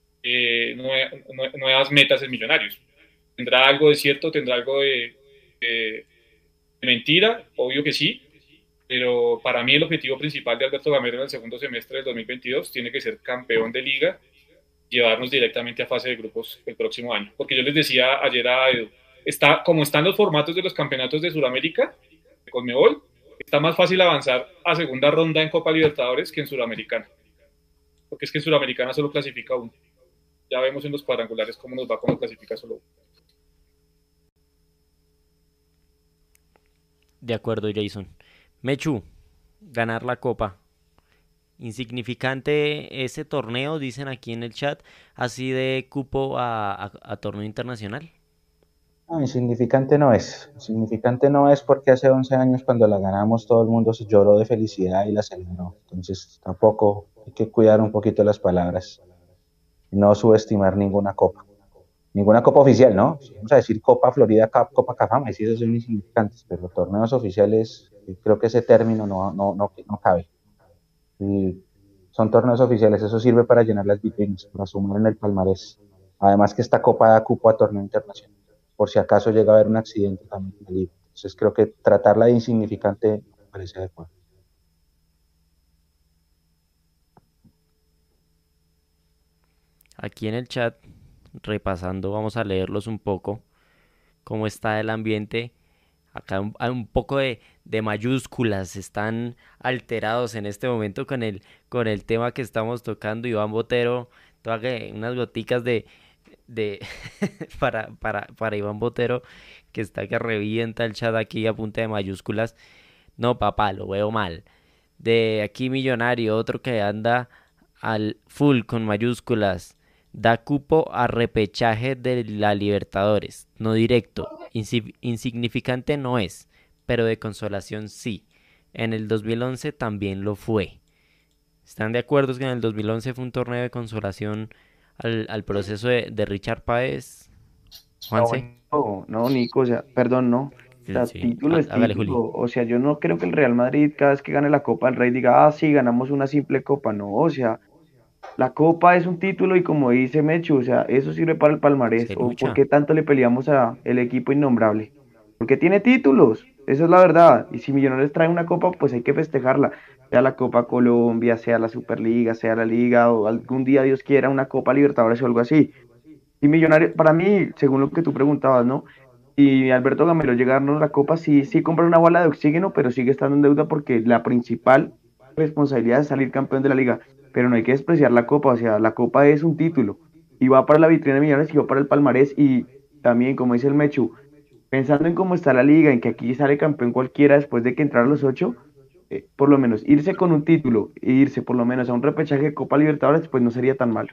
Speaker 3: nuevas metas en Millonarios. ¿Tendrá algo de cierto? ¿Tendrá algo de mentira? Obvio que sí, pero para mí el objetivo principal de Alberto Gamero en el segundo semestre del 2022 tiene que ser campeón de liga, llevarnos directamente a fase de grupos el próximo año. Porque yo les decía ayer a Edu, como están los formatos de los campeonatos de Sudamérica, de Conmebol, está más fácil avanzar a segunda ronda en Copa Libertadores que en Sudamericana. Porque es que en Sudamericana solo clasifica uno. Ya vemos en los cuadrangulares cómo nos va cuando clasifica solo uno.
Speaker 1: De acuerdo, Jason. Mechu, ganar la copa. Insignificante ese torneo, dicen aquí en el chat, así de cupo a torneo internacional.
Speaker 2: No, insignificante no es. Insignificante no es porque hace 11 años cuando la ganamos todo el mundo se lloró de felicidad y la celebró. Entonces tampoco hay que cuidar un poquito las palabras. No subestimar ninguna copa. Ninguna copa oficial, ¿no? Vamos a decir Copa Florida Cup, Copa Cafama, y sí, esos son insignificantes, pero torneos oficiales, creo que ese término no cabe. Y son torneos oficiales, eso sirve para llenar las vitrinas, para sumar en el palmarés. Además que esta copa da cupo a torneo internacional, por si acaso llega a haber un accidente también en la liga. Entonces creo que tratarla de insignificante me parece adecuado.
Speaker 1: aquí en el chat, repasando, vamos a leerlos un poco, cómo está el ambiente. Acá hay un poco de mayúsculas, están alterados en este momento con el tema que estamos tocando. Iván Botero, unas goticas de para Iván Botero, que está que revienta el chat aquí a punta de mayúsculas. No, papá, lo veo mal. De aquí Millonario, otro que anda al full con mayúsculas. Da cupo a repechaje de la Libertadores. No directo. Insignificante no es, pero de consolación sí. En el 2011 también lo fue. ¿Están de acuerdo que en el 2011 fue un torneo de consolación al proceso de Richard Páez? Juanse.
Speaker 4: No, Nico, o sea, perdón, no. O sea,
Speaker 1: Sí,
Speaker 4: título es
Speaker 1: hágale, Juli.
Speaker 4: título. O sea, yo no creo que el Real Madrid cada vez que gane la Copa del Rey diga, ah, sí, ganamos una simple copa. No, o sea, la copa es un título y como dice Mechu, o sea, eso sirve para el palmarés.
Speaker 1: Se
Speaker 4: ¿O por
Speaker 1: lucha.
Speaker 4: qué tanto le peleamos a el equipo innombrable? Porque tiene títulos, esa es la verdad. Y si Millonarios trae una copa, pues hay que festejarla. Sea la Copa Colombia, sea la Superliga, sea la Liga, o algún día Dios quiera una Copa Libertadores o algo así. Y Millonarios, para mí, según lo que tú preguntabas, ¿no? Y Alberto Gamero llegarnos la copa, sí, sí compra una bola de oxígeno, pero sigue estando en deuda porque la principal responsabilidad es salir campeón de la liga. Pero no hay que despreciar la copa, o sea, la copa es un título y va para la vitrina de Millonarios y va para el palmarés y también, como dice el Mechu, pensando en cómo está la liga, en que aquí sale campeón cualquiera después de que entraran los ocho, por lo menos irse con un título e irse por lo menos a un repechaje de Copa Libertadores, pues no sería tan malo.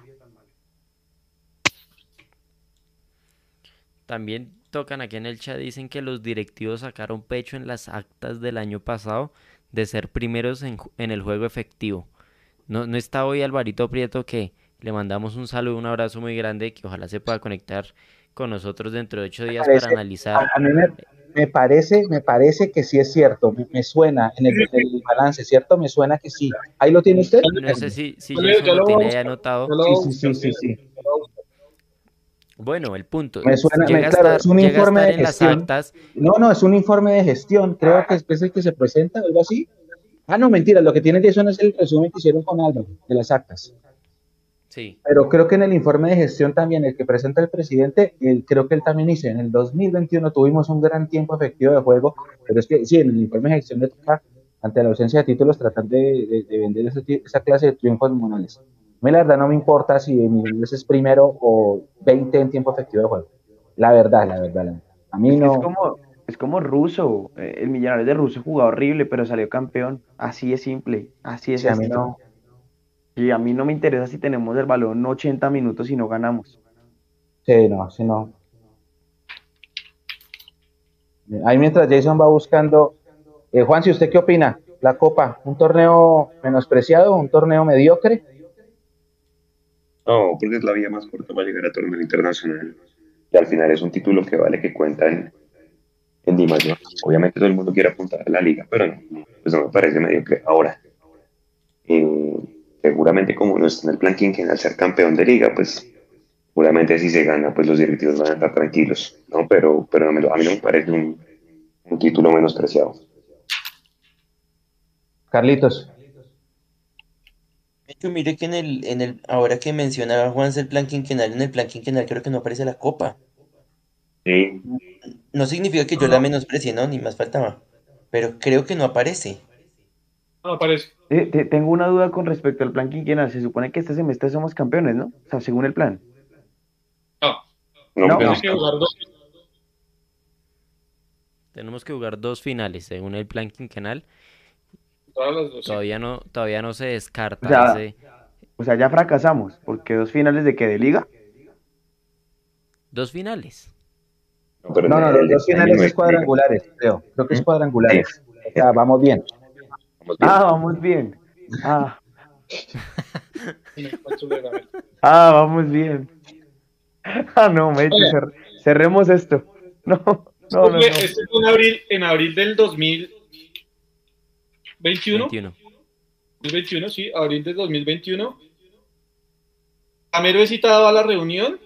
Speaker 1: También tocan aquí en el chat, dicen que los directivos sacaron pecho en las actas del año pasado de ser primeros en el juego efectivo. No está hoy Alvarito Prieto, que le mandamos un saludo, un abrazo muy grande, que ojalá se pueda conectar con nosotros dentro de 8 días para analizar.
Speaker 2: A mí me parece que sí es cierto, me suena en el balance, ¿cierto? Me suena que sí. ¿Ahí lo tiene usted?
Speaker 1: No sé si
Speaker 3: Ya
Speaker 1: Jason lo
Speaker 3: lo voy a
Speaker 1: tiene ahí
Speaker 3: buscar.
Speaker 1: anotado.
Speaker 3: Ya lo voy a buscar,
Speaker 2: Sí.
Speaker 1: Bueno, el punto,
Speaker 2: Me suena,
Speaker 1: llega a
Speaker 2: claro, es un
Speaker 1: llega a
Speaker 2: informe
Speaker 1: estar
Speaker 2: de
Speaker 1: en las
Speaker 2: gestión.
Speaker 1: actas.
Speaker 2: No, es un informe de gestión. Creo que es el que se presenta, algo así. Ah, no, mentira, lo que tiene Jason es el resumen que hicieron con Álvaro de las actas.
Speaker 1: Sí.
Speaker 2: Pero creo que en el informe de gestión también, el que presenta el presidente, creo que él también dice, en el 2021 tuvimos un gran tiempo efectivo de juego, pero es que sí, en el informe de gestión le toca, ante la ausencia de títulos, tratar de vender esa clase de triunfos monales. A mí la verdad no me importa si Millonarios es primero o 20 en tiempo efectivo de juego. La verdad. A mí
Speaker 4: Es que
Speaker 2: no,
Speaker 4: es como Russo, el Millonarios de Russo jugaba horrible, pero salió campeón. Así es simple, así es
Speaker 2: sí, a mí
Speaker 4: esto.
Speaker 2: no,
Speaker 4: Y a mí no me interesa si tenemos el balón 80 minutos y no ganamos.
Speaker 2: sí, no. Ahí mientras Jason va buscando, Juan, si usted qué opina, la Copa, un torneo menospreciado, un torneo mediocre.
Speaker 6: No, porque es la vía más corta para llegar a torneo internacional. Y al final es un título que vale, que cuenta en Di Mayor. Obviamente todo el mundo quiere apuntar a la liga, pero no, pues no me parece mediocre. Ahora, eh, seguramente como no está en el plan quinquenal ser campeón de liga, pues seguramente si se gana, pues los directivos van a estar tranquilos, ¿no? Pero a mí no me parece un título menospreciado.
Speaker 2: Carlitos.
Speaker 5: De hecho, mire que ahora que mencionaba Juanse el plan quinquenal, en el plan quinquenal creo que no aparece la copa.
Speaker 6: Sí,
Speaker 5: No significa que yo la
Speaker 3: No,
Speaker 5: menosprecie, ¿no? Ni más faltaba. Pero creo que no aparece.
Speaker 3: no aparece.
Speaker 4: Tengo una duda con respecto al plan quinquenal. Se supone que este semestre somos campeones, ¿no? O sea, según el plan.
Speaker 3: No,
Speaker 6: no,
Speaker 4: ¿No?
Speaker 3: tiene
Speaker 6: pues
Speaker 3: que jugar dos.
Speaker 1: Tenemos que jugar 2 finales según el plan quinquenal.
Speaker 3: Todas las dos, sí.
Speaker 1: Todavía no se
Speaker 4: O
Speaker 1: descarta
Speaker 4: sea,
Speaker 1: ese.
Speaker 4: ya fracasamos, porque dos finales de qué, de liga.
Speaker 1: 2 finales.
Speaker 6: no, pero
Speaker 2: No,
Speaker 6: el de
Speaker 2: los
Speaker 6: este año
Speaker 2: finales
Speaker 6: no
Speaker 2: es
Speaker 6: es liga.
Speaker 2: cuadrangulares, creo que es
Speaker 6: ¿Mm? Sí,
Speaker 2: cuadrangulares. O sea, vamos bien.
Speaker 6: vamos bien.
Speaker 4: Ah, vamos bien. Ah,
Speaker 3: Absolutamente.
Speaker 4: vamos bien. Ah, no, Mechu,
Speaker 3: Oiga,
Speaker 4: cerremos esto. No, no.
Speaker 3: esto fue en abril del 2021.
Speaker 1: 21.
Speaker 3: 2021, sí, abril del 2021. Gamero es citado a la reunión,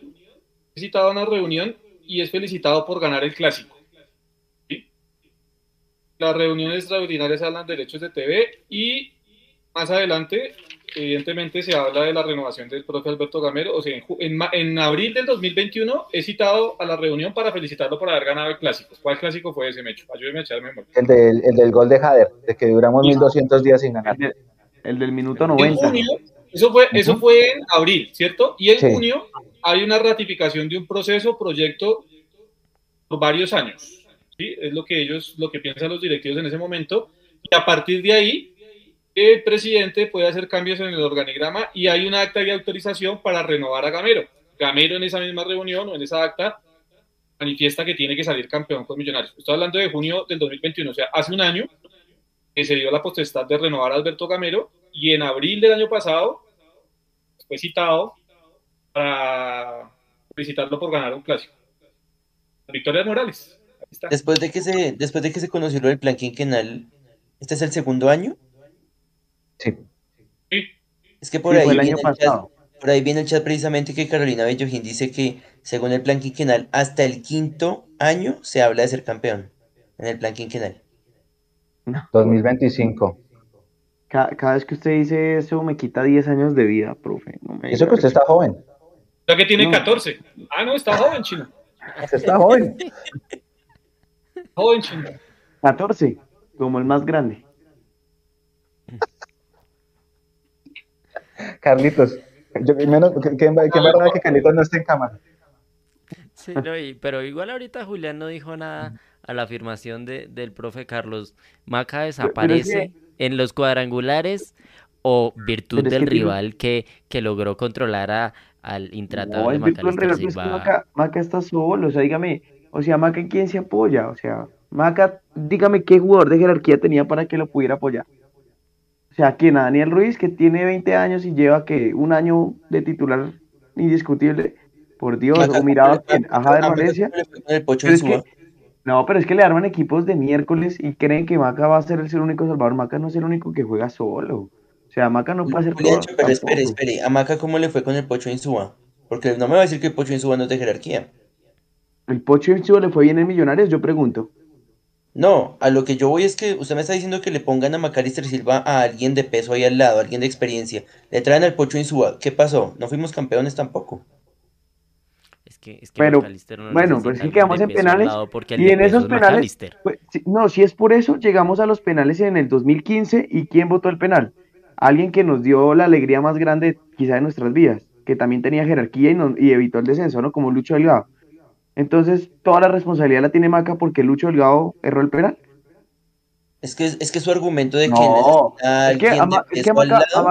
Speaker 3: y es felicitado por ganar el clásico. ¿Sí? Las reuniones extraordinarias hablan de derechos de TV y más adelante evidentemente se habla de la renovación del profe Alberto Gamero. O sea, en abril del 2021 he citado a la reunión para felicitarlo por haber ganado el clásico. ¿Cuál clásico fue ese, Mecho? Ayúdeme a echar memoria.
Speaker 2: El del gol de Jader, de que duramos 1200 días sin ganar.
Speaker 4: El del minuto
Speaker 3: En
Speaker 4: 90.
Speaker 3: junio, eso fue en abril, ¿cierto? Y en
Speaker 2: Sí.
Speaker 3: junio hay una ratificación de un proyecto por varios años. ¿Sí? Es lo que piensan los directivos en ese momento. Y a partir de ahí, el presidente puede hacer cambios en el organigrama y hay una acta de autorización para renovar a Gamero. Gamero en esa misma reunión o en esa acta manifiesta que tiene que salir campeón con Millonarios. Estoy hablando de junio del 2021, o sea, hace un año que se dio la potestad de renovar a Alberto Gamero y en abril del año pasado fue citado para felicitarlo por ganar un clásico. Victoria Morales. Ahí está.
Speaker 5: Después de que se conoció lo del plan quinquenal, ¿este es el segundo año?
Speaker 2: Sí.
Speaker 3: Sí.
Speaker 5: Es que por
Speaker 4: Sí,
Speaker 5: ahí
Speaker 4: fue el
Speaker 5: viene
Speaker 4: año pasado.
Speaker 5: por ahí viene el chat precisamente que Carolina Bellojín dice que según el plan quinquenal, hasta el quinto año se habla de ser campeón en el plan quinquenal.
Speaker 4: No.
Speaker 2: 2025.
Speaker 4: Cada vez que usted dice eso me quita 10 años de vida, profe. No me
Speaker 2: Eso
Speaker 4: diga
Speaker 2: que usted está joven.
Speaker 3: O sea que tiene
Speaker 4: No.
Speaker 3: 14. Ah, no, está joven, Chino.
Speaker 2: Usted está joven.
Speaker 3: Joven, Chino.
Speaker 4: 14, como el más grande.
Speaker 2: Carlitos. ¿Qué verdad que Carlitos no esté en cámara?
Speaker 1: Sí, no, pero igual ahorita Julián no dijo nada a la afirmación del profe Carlos. Maca
Speaker 4: Pero es
Speaker 1: desaparece en los cuadrangulares o virtud
Speaker 4: Pero es
Speaker 1: del
Speaker 4: que tiene-
Speaker 1: rival que logró controlar al
Speaker 4: No,
Speaker 1: intratable
Speaker 4: es virtual
Speaker 1: Macalister
Speaker 4: real, pero es que
Speaker 1: Silva.
Speaker 4: Maca está solo, o sea, dígame, o sea, Maca ¿en quién se apoya? O sea, Maca, dígame qué jugador de jerarquía tenía para que lo pudiera apoyar. O sea, ¿quién? A Daniel Ruiz, que tiene 20 años y lleva que un año de titular indiscutible, por Dios, o miraba a quién, a Jader
Speaker 5: Maca
Speaker 4: Valencia,
Speaker 5: ¿cómo le fue con el Pocho
Speaker 4: pero es
Speaker 5: Insúa?
Speaker 4: que, no, pero es que le arman equipos de miércoles y creen que Maca va a ser el único salvador. Maca no es el único que juega solo. O sea, Maca no puede hacer todo
Speaker 5: Juliancho, pero
Speaker 4: tampoco.
Speaker 5: espere, ¿a Maca cómo le fue con el Pocho Insúa? Porque no me va a decir que el Pocho Insúa no es de jerarquía.
Speaker 4: ¿El Pocho Insúa le fue bien en Millonarios? Yo pregunto.
Speaker 5: No, a lo que yo voy es que usted me está diciendo que le pongan a Macalister Silva a alguien de peso ahí al lado, alguien de experiencia. Le traen al Pocho Insúa. ¿Qué pasó? No fuimos campeones tampoco.
Speaker 1: Es que
Speaker 4: Pero,
Speaker 1: Macalister no
Speaker 4: bueno, pero
Speaker 1: necesita
Speaker 4: sí
Speaker 1: alguien de
Speaker 4: quedamos en
Speaker 1: peso al
Speaker 4: penales
Speaker 1: lado porque el
Speaker 4: y
Speaker 1: de
Speaker 4: en
Speaker 1: peso
Speaker 4: esos
Speaker 1: es
Speaker 4: penales,
Speaker 1: Macalister.
Speaker 4: pues, no, si es por eso, llegamos a los penales en el 2015 y ¿quién votó el penal? Alguien que nos dio la alegría más grande quizá de nuestras vidas, que también tenía jerarquía y evitó el descenso, ¿no? Como Lucho Delgado. Entonces, toda la responsabilidad la tiene Maca porque Lucho Delgado erró el penal.
Speaker 5: Es que su argumento de que
Speaker 4: No,
Speaker 5: necesita a
Speaker 4: es que
Speaker 5: alguien de
Speaker 4: Es que
Speaker 5: peso al lado,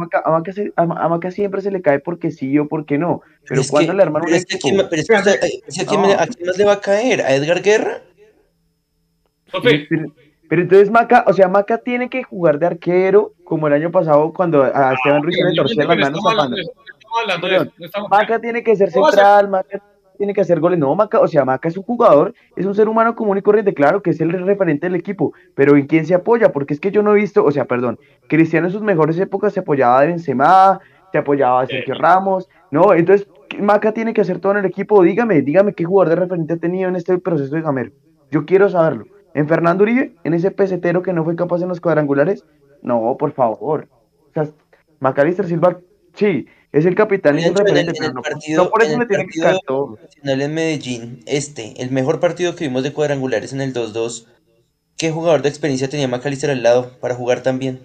Speaker 4: A Maca siempre se le cae porque sí o porque no,
Speaker 5: pero
Speaker 4: pero cuando le arman un equipo,
Speaker 5: pero es que usted, ¿a quién más le va a caer? ¿A Edgar Guerra?
Speaker 4: Pero,
Speaker 3: Profe,
Speaker 4: pero- pero entonces Maca, o sea, Maca tiene que jugar de arquero como el año pasado cuando a Esteban Ruiz se le
Speaker 3: obviamente
Speaker 4: torcían
Speaker 3: que
Speaker 4: las
Speaker 3: no
Speaker 4: manos
Speaker 3: estamos hablando
Speaker 4: tapando.
Speaker 3: de eso. No estamos hablando de eso.
Speaker 4: Perdón,
Speaker 3: No estamos,
Speaker 4: Maca tiene que ser
Speaker 3: ¿cómo va a ser?
Speaker 4: central, Maca tiene que hacer goles. No, Maca, o sea, Maca es un jugador, es un ser humano común y corriente, claro que es el referente del equipo, pero ¿en quién se apoya? Porque es que yo no he visto, o sea, perdón, Cristiano en sus mejores épocas se apoyaba de Benzema, se apoyaba de Sergio Ramos, no, entonces Maca tiene que hacer todo en el equipo. Dígame qué jugador de referente ha tenido en este proceso de Gamero. Yo quiero saberlo. En Fernando Uribe, en ese pesetero que no fue capaz en los cuadrangulares, no, por favor. O sea, Macalister Silva, sí, es el capitán y es el
Speaker 5: Juliancho,
Speaker 4: referente,
Speaker 5: en
Speaker 4: pero
Speaker 5: el
Speaker 4: no
Speaker 5: partido,
Speaker 4: por
Speaker 5: en
Speaker 4: eso
Speaker 5: el
Speaker 4: le tiene que
Speaker 5: partido
Speaker 4: caer todo.
Speaker 5: nacional en Medellín, el mejor partido que vimos de cuadrangulares en el 2-2, ¿qué jugador de experiencia tenía Macalister al lado para jugar tan bien?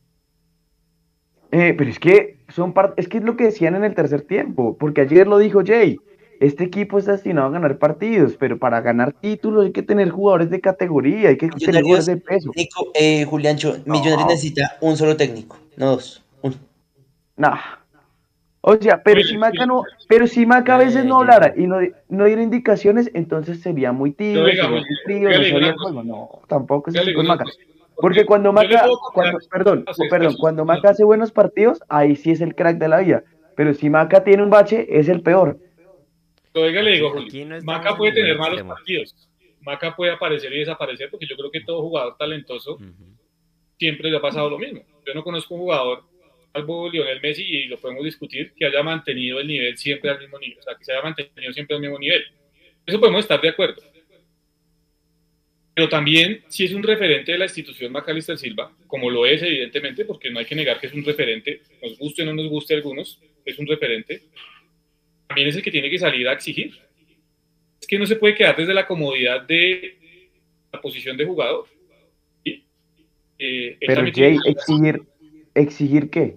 Speaker 4: Pero es que es lo que decían en el tercer tiempo, porque ayer lo dijo Jay, este equipo está destinado a ganar partidos, pero para ganar títulos hay que tener jugadores de categoría, hay que tener jugadores
Speaker 5: Millonarios,
Speaker 4: de peso.
Speaker 5: Nico, Juliancho, Millonarios
Speaker 4: No,
Speaker 5: necesita un solo técnico, no dos.
Speaker 4: nah. O sea, pero si Maca a veces no hablara y no diera indicaciones, entonces sería muy
Speaker 3: Yo
Speaker 4: tibio, sería
Speaker 3: digamos,
Speaker 4: muy frío,
Speaker 3: yo
Speaker 4: no
Speaker 3: le digo
Speaker 4: sabría
Speaker 3: una
Speaker 4: el
Speaker 3: cosa.
Speaker 4: juego. No, tampoco es
Speaker 3: Yo le
Speaker 4: así
Speaker 3: digo
Speaker 4: con
Speaker 3: una
Speaker 4: Maca.
Speaker 3: cosa.
Speaker 4: Porque cuando
Speaker 3: Yo le
Speaker 4: Maca,
Speaker 3: puedo comprar a seis pesos.
Speaker 4: cuando Maca hace buenos partidos, ahí sí es el crack de la vida. Pero si Maca tiene un bache, es el peor.
Speaker 3: Oiga, le digo, Julio,
Speaker 1: Aquí no estamos
Speaker 3: Maca
Speaker 1: en
Speaker 3: puede
Speaker 1: ningún
Speaker 3: tener malos
Speaker 1: extremo.
Speaker 3: partidos. Maca puede aparecer y desaparecer, porque yo creo que todo jugador talentoso
Speaker 1: Ujú.
Speaker 3: siempre le ha pasado lo mismo. Yo no conozco un jugador, salvo Lionel Messi, y lo podemos discutir, que haya mantenido el nivel siempre al mismo nivel. O sea, que se haya mantenido siempre al mismo nivel. Eso podemos estar de acuerdo. pero también si es un referente de la institución Macalister Silva, como lo es evidentemente, porque no hay que negar que es un referente, nos guste o no nos guste a algunos, es un referente, también es el que tiene que salir a exigir. Es que no se puede quedar desde la comodidad de la posición de jugador. ¿Sí?
Speaker 4: Pero Jay, ¿exigir qué?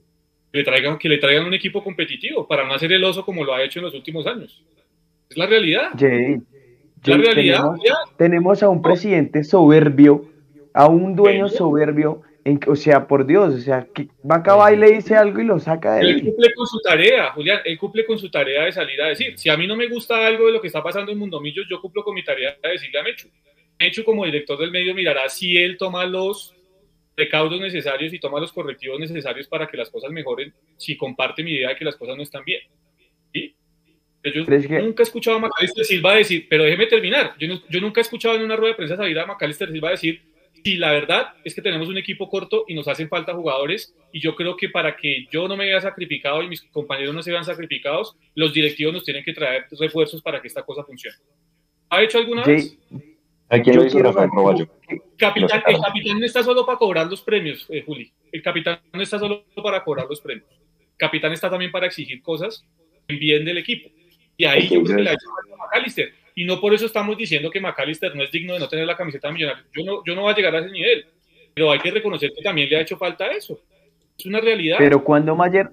Speaker 3: Que le traigan un equipo competitivo para no hacer el oso como lo ha hecho en los últimos años. Es la realidad.
Speaker 4: Jay,
Speaker 3: La realidad.
Speaker 4: Tenemos a un presidente soberbio, a un dueño soberbio, o sea, por Dios, o sea, que Vaca va y le dice algo y lo saca de ahí.
Speaker 3: Él cumple con su tarea, Julián, él cumple con su tarea de salir a decir. Si a mí no me gusta algo de lo que está pasando en Mundomillos, yo cumplo con mi tarea de decirle a Mechu. Mechu, como director del medio, mirará si él toma los recaudos necesarios y toma los correctivos necesarios para que las cosas mejoren, si comparte mi idea de que las cosas no están bien. ¿Sí? Yo nunca he escuchado a Macalister Silva decir, pero déjeme terminar, yo nunca he escuchado en una rueda de prensa salir a Macalister Silva decir, sí, la verdad es que tenemos un equipo corto y nos hacen falta jugadores, y yo creo que para que yo no me vea sacrificado y mis compañeros no se vean sacrificados, los directivos nos tienen que traer refuerzos para que esta cosa funcione. ¿Ha hecho alguna vez?
Speaker 6: ¿A quién lo hizo Rafael Roballo?
Speaker 3: El capitán no está solo para cobrar los premios, Juli. El capitán no está solo para cobrar los premios. El capitán está también para exigir cosas en bien del equipo. Y ahí yo creo que le ha hecho falta a Macalister. Y no por eso estamos diciendo que Macalister no es digno de no tener la camiseta de Millonarios. Yo no voy a llegar a ese nivel. Pero hay que reconocer que también le ha hecho falta eso. Es una realidad.
Speaker 4: Pero ¿cuándo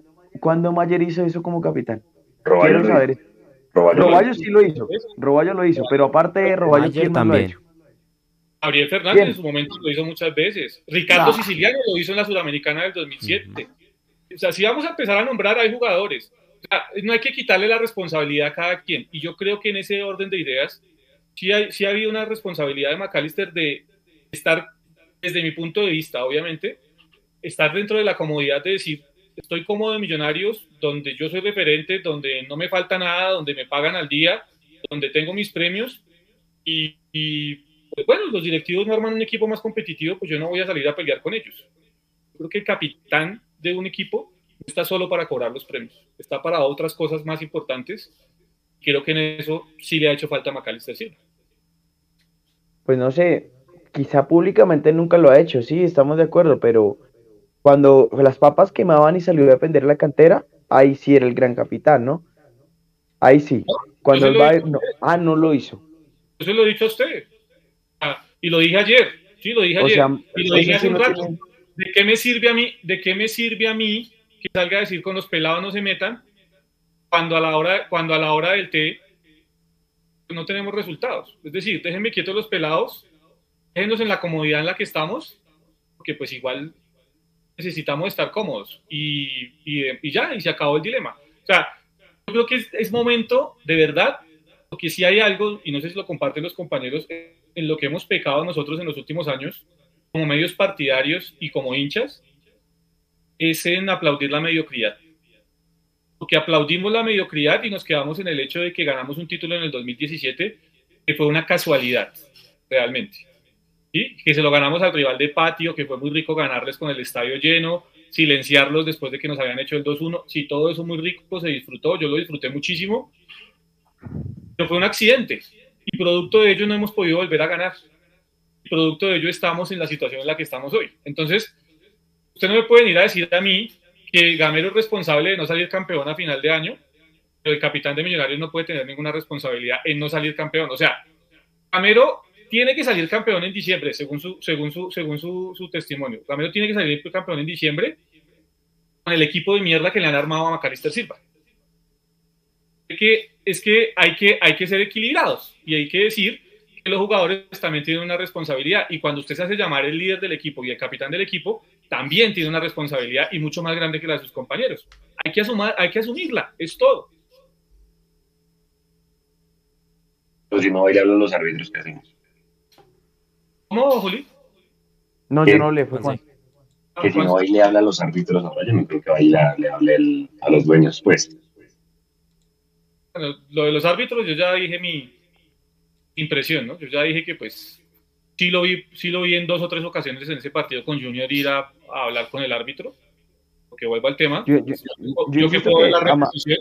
Speaker 4: Mayer hizo eso como capitán?
Speaker 6: Roballo
Speaker 4: Quiero saber. Roballo sí lo hizo. Roballo lo hizo. Pero aparte de Roballo, ¿quién más lo ha hecho?
Speaker 3: Gabriel Fernández en su momento lo hizo muchas veces. Ricardo Siciliano lo hizo en la Sudamericana del 2007. O sea, si vamos a empezar a nombrar, hay jugadores. O sea, no hay que quitarle la responsabilidad a cada quien. Y yo creo que en ese orden de ideas sí ha habido una responsabilidad de Macalister de estar, desde mi punto de vista, obviamente, estar dentro de la comodidad de decir, estoy cómodo en Millonarios, donde yo soy referente, donde no me falta nada, donde me pagan al día, donde tengo mis premios y pues bueno, los directivos no arman un equipo más competitivo, pues yo no voy a salir a pelear con ellos. Yo creo que el capitán de un equipo no está solo para cobrar los premios, está para otras cosas más importantes. Creo que en eso sí le ha hecho falta a Macalister Silva.
Speaker 4: Pues no sé, quizá públicamente nunca lo ha hecho, sí, estamos de acuerdo, pero cuando las papas quemaban y salió a defender la cantera, ahí sí era el gran capitán, ¿no? Ahí sí. Cuando él va, no lo hizo.
Speaker 3: Yo se lo he dicho a usted. Y lo dije ayer, sí, lo dije ayer, y lo dije hace un rato. ¿De qué me sirve a mí que salga a decir con los pelados no se metan cuando a la hora del té no tenemos resultados? Es decir, déjenme quietos los pelados, déjenos en la comodidad en la que estamos, porque pues igual necesitamos estar cómodos y ya, y se acabó el dilema. O sea, yo creo que es momento, de verdad, porque si hay algo, y no sé si lo comparten los compañeros, en lo que hemos pecado nosotros en los últimos años, como medios partidarios y como hinchas, es en aplaudir la mediocridad. Porque aplaudimos la mediocridad y nos quedamos en el hecho de que ganamos un título en el 2017, que fue una casualidad, realmente. ¿Sí? Que se lo ganamos al rival de patio, que fue muy rico ganarles con el estadio lleno, silenciarlos después de que nos habían hecho el 2-1. Sí, todo eso muy rico, se disfrutó, yo lo disfruté muchísimo, pero fue un accidente. Y producto de ello no hemos podido volver a ganar. Y producto de ello estamos en la situación en la que estamos hoy. Entonces, usted no me puede venir a decir a mí que Gamero es responsable de no salir campeón a final de año, pero el capitán de Millonarios no puede tener ninguna responsabilidad en no salir campeón. O sea, Gamero tiene que salir campeón en diciembre, según su testimonio. Gamero tiene que salir campeón en diciembre con el equipo de mierda que le han armado a Macalister Silva. Es que hay que ser equilibrados y hay que decir que los jugadores también tienen una responsabilidad, y cuando usted se hace llamar el líder del equipo y el capitán del equipo, también tiene una responsabilidad y mucho más grande que la de sus compañeros. Hay que asumirla, es todo.
Speaker 6: Pero si no, hoy le hablan los árbitros, ¿qué hacemos?
Speaker 3: ¿Cómo, Juli?
Speaker 4: No, yo no le fue Juan.
Speaker 6: Que si no, hoy le habla a los árbitros, ahora yo no creo que hoy le hable a los dueños, pues.
Speaker 3: Bueno, lo de los árbitros, yo ya dije mi impresión, ¿no? Yo ya dije que pues sí lo vi en 2 o 3 ocasiones en ese partido con Junior ir a hablar con el árbitro, porque vuelvo al tema. Yo que puedo ver la repetición,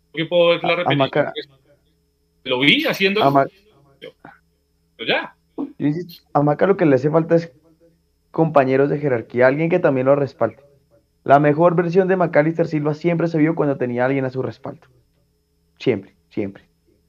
Speaker 3: lo vi haciendo, pero ya.
Speaker 4: Yo insisto, a Maca lo que le hace falta es compañeros de jerarquía, alguien que también lo respalde. La mejor versión de Macalister Silva siempre se vio cuando tenía a alguien a su respaldo. Siempre, siempre.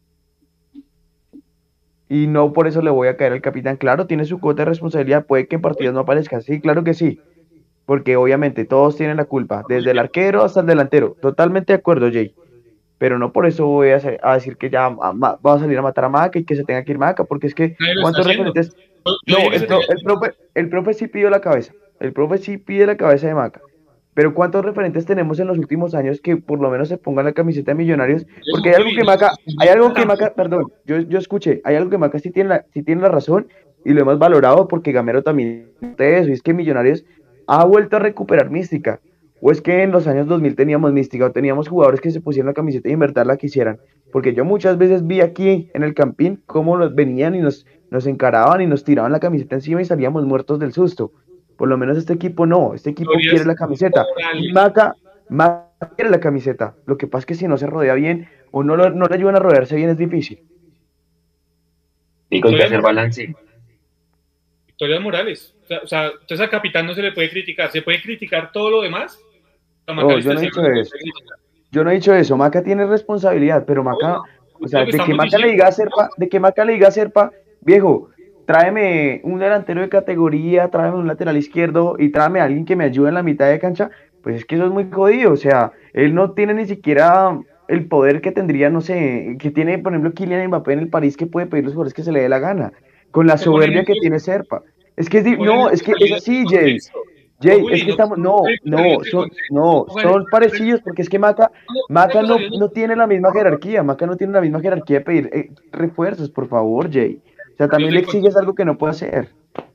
Speaker 4: Y no por eso le voy a caer al capitán. Claro, tiene su cuota de responsabilidad, puede que en partidos no aparezca. Sí, claro que sí. Porque obviamente todos tienen la culpa, desde el arquero hasta el delantero. Totalmente de acuerdo, Jay. Pero no por eso voy a decir que ya va a salir a matar a Maca y que se tenga que ir Maca, porque es que
Speaker 3: Nadie lo está
Speaker 4: ¿cuántos
Speaker 3: haciendo.
Speaker 4: referentes?
Speaker 3: Yo dije
Speaker 4: No,
Speaker 3: que se tenía
Speaker 4: el profe sí pidió la cabeza. El profe sí pide la cabeza de Maca. Pero ¿cuántos referentes tenemos en los últimos años que por lo menos se pongan la camiseta de Millonarios? Porque hay algo que Maca, perdón, yo escuché, hay algo que Maca sí tiene la razón y lo hemos valorado porque Gamero también de eso, y es que Millonarios ha vuelto a recuperar mística. O es que en los años 2000 teníamos mística o teníamos jugadores que se pusieron la camiseta y en verdad la quisieran. Porque yo muchas veces vi aquí en el Campín cómo los venían y nos encaraban y nos tiraban la camiseta encima y salíamos muertos del susto. Por lo menos este equipo no, este equipo quiere
Speaker 3: historias
Speaker 4: la camiseta. Y
Speaker 3: morales.
Speaker 4: Maca quiere la camiseta. Lo que pasa es que si no se rodea bien o no le ayudan a rodearse bien es difícil.
Speaker 6: Nico, hay que
Speaker 3: Historias
Speaker 6: hacer
Speaker 3: morales.
Speaker 6: balance.
Speaker 3: Victorias Morales. Entonces al capitán no se le puede criticar. Se puede criticar todo lo demás. A
Speaker 4: No, yo
Speaker 3: Macalister
Speaker 4: no he
Speaker 3: Silva
Speaker 4: dicho
Speaker 3: se le
Speaker 4: eso.
Speaker 3: puede criticar.
Speaker 4: Yo no he dicho eso. Maca tiene responsabilidad, pero
Speaker 3: Bueno,
Speaker 4: Maca, o
Speaker 3: es lo
Speaker 4: sea,
Speaker 3: que
Speaker 4: de que
Speaker 3: estamos
Speaker 4: Maca le
Speaker 3: diciendo.
Speaker 4: diga a Serpa, de que Maca le diga a Serpa, viejo, tráeme un delantero de categoría, tráeme un lateral izquierdo y tráeme a alguien que me ayude en la mitad de cancha, pues es que eso es muy jodido. O sea, él no tiene ni siquiera el poder que tendría, no sé, que tiene, por ejemplo, Kylian Mbappé en el París, que puede pedir los jugadores que se le dé la gana, con la
Speaker 3: Te ponemos,
Speaker 4: soberbia que tiene Serpa. Es que no,
Speaker 3: ponemos
Speaker 4: es que es
Speaker 3: salidas del
Speaker 4: así, Jay.
Speaker 3: contexto. No,
Speaker 4: Jay, es
Speaker 3: Juli,
Speaker 4: que
Speaker 3: no
Speaker 4: estamos,
Speaker 3: salidas del contexto.
Speaker 4: no,
Speaker 3: Pongan
Speaker 4: son parecidos porque es que Maca
Speaker 3: salidas
Speaker 4: no tiene la misma jerarquía, Maca no tiene la misma jerarquía de pedir refuerzos, por favor, Jay. O sea, también le
Speaker 3: del
Speaker 4: exiges
Speaker 3: contexto.
Speaker 4: algo que no puede hacer.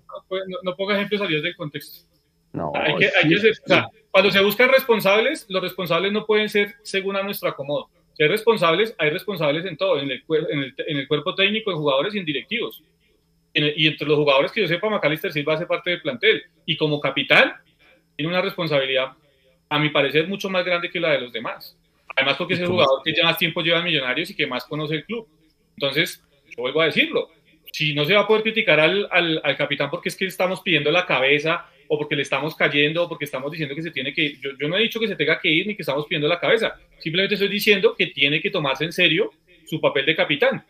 Speaker 3: No ponga ejemplos salidos del contexto.
Speaker 4: No,
Speaker 3: Hay que
Speaker 4: sí,
Speaker 3: hacer, o sea, cuando se buscan responsables, los responsables no pueden ser según a nuestro acomodo. Si hay responsables en todo, en el cuerpo técnico, en jugadores y en directivos. Y entre los jugadores que yo sepa, Macalister Silva hace parte del plantel. Y como capitán, tiene una responsabilidad, a mi parecer, mucho más grande que la de los demás. Además, porque es
Speaker 1: ¿Y
Speaker 3: el
Speaker 1: cómo?
Speaker 3: jugador que ya más tiempo lleva en Millonarios y que más conoce el club. Entonces, yo vuelvo a decirlo. Si no se va a poder criticar al capitán porque es que estamos pidiendo la cabeza o porque le estamos cayendo o porque estamos diciendo que se tiene que ir. Yo no he dicho que se tenga que ir ni que estamos pidiendo la cabeza. Simplemente estoy diciendo que tiene que tomarse en serio su papel de capitán.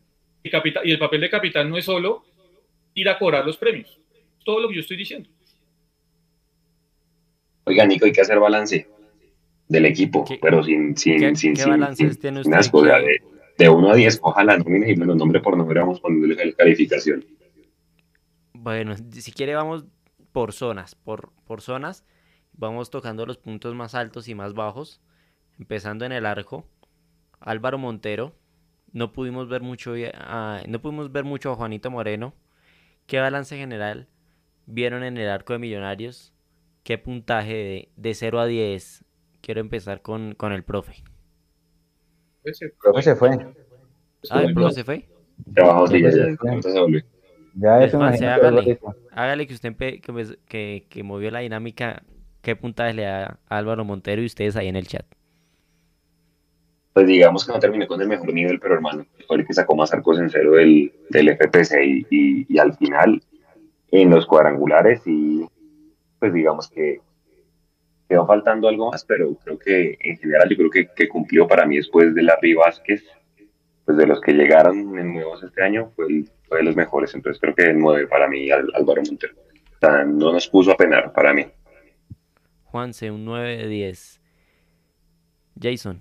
Speaker 3: Y el papel de capitán no es solo ir a cobrar los premios. Todo lo que yo estoy diciendo.
Speaker 6: Oiga, Nico, hay que hacer balance del equipo,
Speaker 1: ¿Qué,
Speaker 6: pero sin
Speaker 1: balances tiene usted
Speaker 6: asco. O sea,
Speaker 1: que
Speaker 6: de 1 a
Speaker 1: que
Speaker 6: 10,
Speaker 1: es-
Speaker 6: ojalá nómina y menos nombre por nombre vamos poniéndole la calificación.
Speaker 1: bueno, si quiere vamos por zonas, por zonas, vamos tocando los puntos más altos y más bajos, empezando en el arco, Álvaro Montero, no pudimos ver mucho a Juanito Moreno. ¿Qué balance general vieron en el arco de Millonarios? ¿Qué puntaje de 0 a 10? Quiero empezar con el profe.
Speaker 2: El profe se fue.
Speaker 1: Ah, ¿el
Speaker 6: No,
Speaker 1: profe se fue?
Speaker 6: trabajamos
Speaker 2: El
Speaker 6: y ya,
Speaker 2: profe
Speaker 6: ya,
Speaker 2: se fue.
Speaker 6: ahorita se volvió.
Speaker 2: Ya
Speaker 1: Pues
Speaker 2: eso
Speaker 1: Juanse,
Speaker 2: imagino que vuelvo
Speaker 1: hágale.
Speaker 2: ahorita.
Speaker 1: Hágale que usted que movió la dinámica. ¿Qué puntaje le da a Álvaro Montero y ustedes ahí en el chat?
Speaker 6: Pues digamos que no terminé con el mejor nivel, pero hermano, fue el que sacó más arcos en cero del FPC y al final en los cuadrangulares y pues digamos que quedó faltando algo más, pero creo que en general yo creo que cumplió para mí después de Larry Vázquez, pues de los que llegaron en nuevos este año fue de los mejores, entonces creo que 9 para mí Álvaro Montero. O sea, no nos puso a penar para mí.
Speaker 1: Juanse, un 9 de 10. Jason.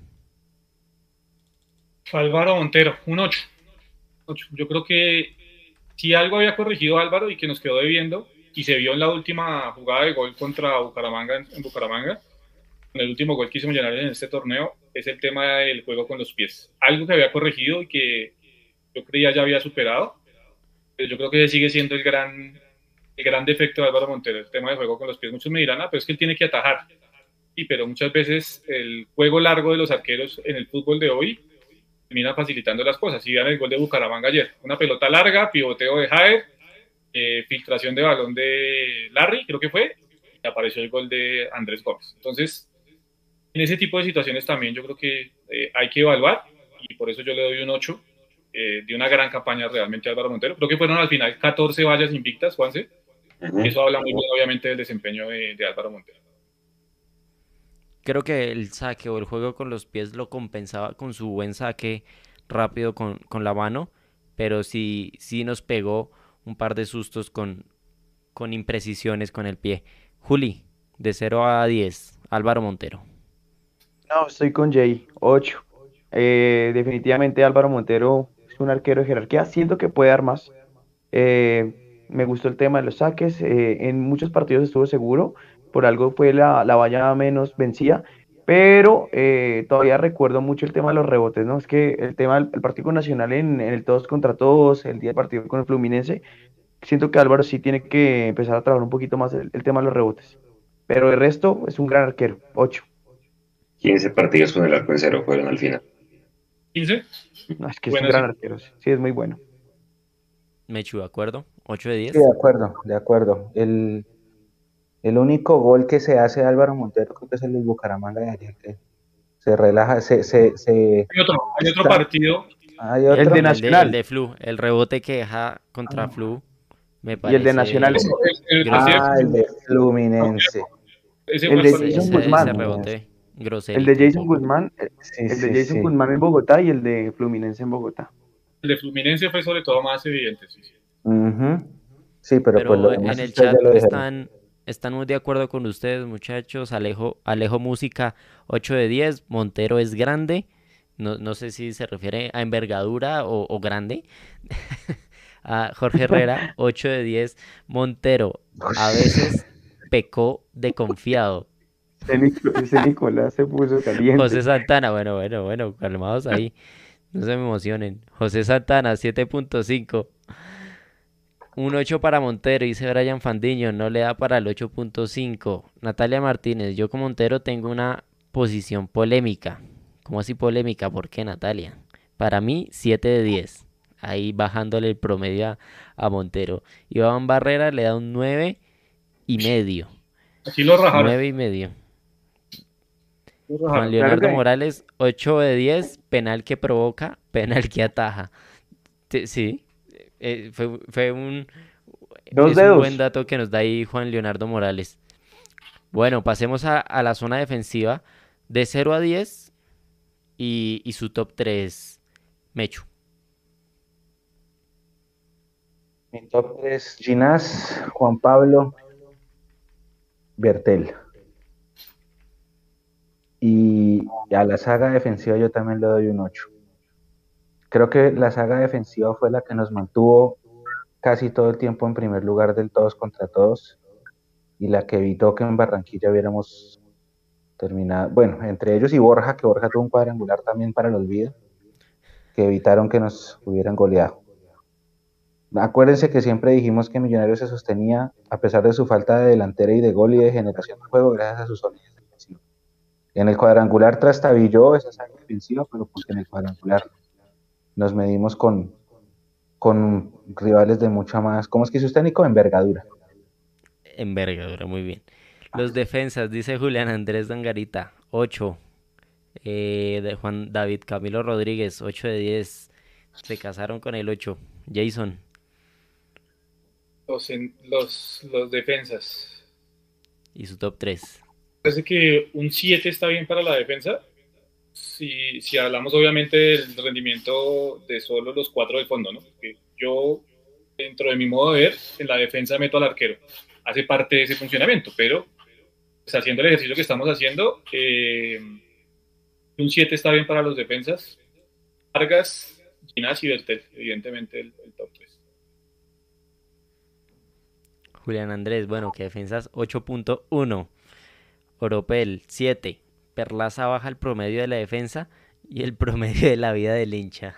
Speaker 3: Álvaro Montero, un 8. Yo creo que si algo había corregido Álvaro y que nos quedó debiendo, y se vio en la última jugada de gol contra Bucaramanga en Bucaramanga, en el último gol que hizo Millonarios en este torneo, es el tema del juego con los pies. Algo que había corregido y que yo creía ya había superado, pero yo creo que sigue siendo el gran defecto de Álvaro Montero, el tema del juego con los pies. Muchos me dirán, pero es que él tiene que atajar. Sí, pero muchas veces el juego largo de los arqueros en el fútbol de hoy termina facilitando las cosas. Si vean el gol de Bucaramanga ayer, una pelota larga, pivoteo de Jaer, filtración de balón de Larry, creo que fue, y apareció el gol de Andrés Gómez. Entonces, en ese tipo de situaciones también yo creo que hay que evaluar, y por eso yo le doy un 8, de una gran campaña realmente Álvaro Montero. Creo que fueron al final 14 vallas invictas, Juanse. Eso habla muy bien, obviamente, del desempeño de Álvaro Montero.
Speaker 1: Creo que el saque o el juego con los pies lo compensaba con su buen saque rápido con la mano, pero sí nos pegó un par de sustos con imprecisiones con el pie. Juli, de 0 a 10, Álvaro Montero.
Speaker 4: No, estoy con Jay, 8. Definitivamente Álvaro Montero es un arquero de jerarquía. Siento que puede dar más. Me gustó el tema de los saques. En muchos partidos estuvo seguro. Por algo fue la valla menos vencida. Pero todavía recuerdo mucho el tema de los rebotes, ¿no? Es que el tema del partido nacional en el todos contra todos, el día del partido con el Fluminense, siento que Álvaro sí tiene que empezar a trabajar un poquito más el tema de los rebotes. Pero el resto es un gran arquero, 8.
Speaker 6: 15 partidos con el arco en cero fueron al final.
Speaker 3: 15.
Speaker 4: No, es que es
Speaker 3: Bueno,
Speaker 4: un gran
Speaker 3: sí.
Speaker 4: arquero, sí, es muy bueno.
Speaker 1: Mechu, ¿de acuerdo? 8 de 10.
Speaker 2: Sí, de acuerdo, de acuerdo. El único gol que se hace Álvaro Montero creo que es el del Bucaramanga de ayer, que se relaja,
Speaker 3: Hay otro partido.
Speaker 2: hay
Speaker 4: El
Speaker 2: otro.
Speaker 4: de
Speaker 1: El
Speaker 4: Nacional
Speaker 1: de Flu, el rebote que deja contra Flu, me
Speaker 4: y el de
Speaker 1: parece
Speaker 4: Nacional.
Speaker 2: El de Fluminense.
Speaker 3: Ese
Speaker 4: El
Speaker 3: fue
Speaker 4: de
Speaker 3: el
Speaker 4: Jason
Speaker 3: partido.
Speaker 1: ese
Speaker 4: Guzmán.
Speaker 1: rebote
Speaker 4: El de
Speaker 1: grosérito un
Speaker 4: Jason
Speaker 1: poco.
Speaker 4: Guzmán,
Speaker 2: Sí,
Speaker 4: el de
Speaker 2: sí,
Speaker 4: Jason
Speaker 2: sí.
Speaker 4: Guzmán en Bogotá y el de Fluminense en Bogotá.
Speaker 3: El de Fluminense fue sobre todo más evidente. Sí.
Speaker 2: Ujú. Sí, pero pues lo
Speaker 1: Pero
Speaker 2: demás
Speaker 1: en el
Speaker 2: ustedes
Speaker 1: chat
Speaker 2: ya lo dijeron.
Speaker 1: están muy de acuerdo con ustedes, muchachos. Alejo Música, 8 de 10. Montero es grande. No sé si se refiere a envergadura o grande. A Jorge Herrera, 8 de 10. Montero, a veces pecó de confiado.
Speaker 4: Ese Nicolás se puso caliente.
Speaker 1: José Santana, bueno, calmados ahí. No se me emocionen. José Santana, 7.5. Un 8 para Montero, dice Brian Fandiño, no le da para el 8.5. Natalia Martínez, yo con Montero tengo una posición polémica. ¿Cómo así polémica? ¿Por qué, Natalia? Para mí, 7 de 10. Ahí bajándole el promedio a Montero. Iván Barrera le da un 9,5.
Speaker 3: Aquí lo rajaron.
Speaker 1: 9,5.
Speaker 3: Lo
Speaker 1: Juan
Speaker 3: rajaron.
Speaker 4: Claro
Speaker 1: Leonardo
Speaker 4: que
Speaker 1: Morales, 8 de 10. Penal que provoca, penal que ataja. Sí, fue
Speaker 4: dos
Speaker 1: es un buen
Speaker 4: dedos.
Speaker 1: dato que nos da ahí Juan Leonardo Morales. Bueno, pasemos a la zona defensiva de 0 a 10 y su top 3, Mechu.
Speaker 2: Mi top 3, Ginás, Juan Pablo, Bertel. Y a la saga defensiva yo también le doy un 8. Creo que la saga defensiva fue la que nos mantuvo casi todo el tiempo en primer lugar del todos contra todos y la que evitó que en Barranquilla hubiéramos terminado, bueno, entre ellos y Borja, que Borja tuvo un cuadrangular también para el olvido, que evitaron que nos hubieran goleado. Acuérdense que siempre dijimos que Millonarios se sostenía, a pesar de su falta de delantera y de gol y de generación de juego, gracias a su solidez defensiva. En el cuadrangular trastabilló esa saga defensiva, pero porque en el cuadrangular nos medimos con rivales de mucha más, ¿cómo es que dice usted, Nico? Envergadura.
Speaker 1: Envergadura, muy bien. Los defensas, dice Julián Andrés Dangarita, 8. De Juan David Camilo Rodríguez, 8 de 10. Se casaron con el 8. Jason.
Speaker 3: Los defensas.
Speaker 1: Y su top 3.
Speaker 3: Parece que un 7 está bien para la defensa. Si hablamos obviamente del rendimiento de solo los 4 de fondo, ¿no? Porque yo, dentro de mi modo de ver, en la defensa meto al arquero. Hace parte de ese funcionamiento, pero pues, haciendo el ejercicio que estamos haciendo, un 7 está bien para los defensas. Vargas, Ginás y Bertel, evidentemente el top 3.
Speaker 1: Julián Andrés, bueno, que defensas 8.1. Oropel, 7. Perlaza baja el promedio de la defensa y el promedio de la vida del hincha.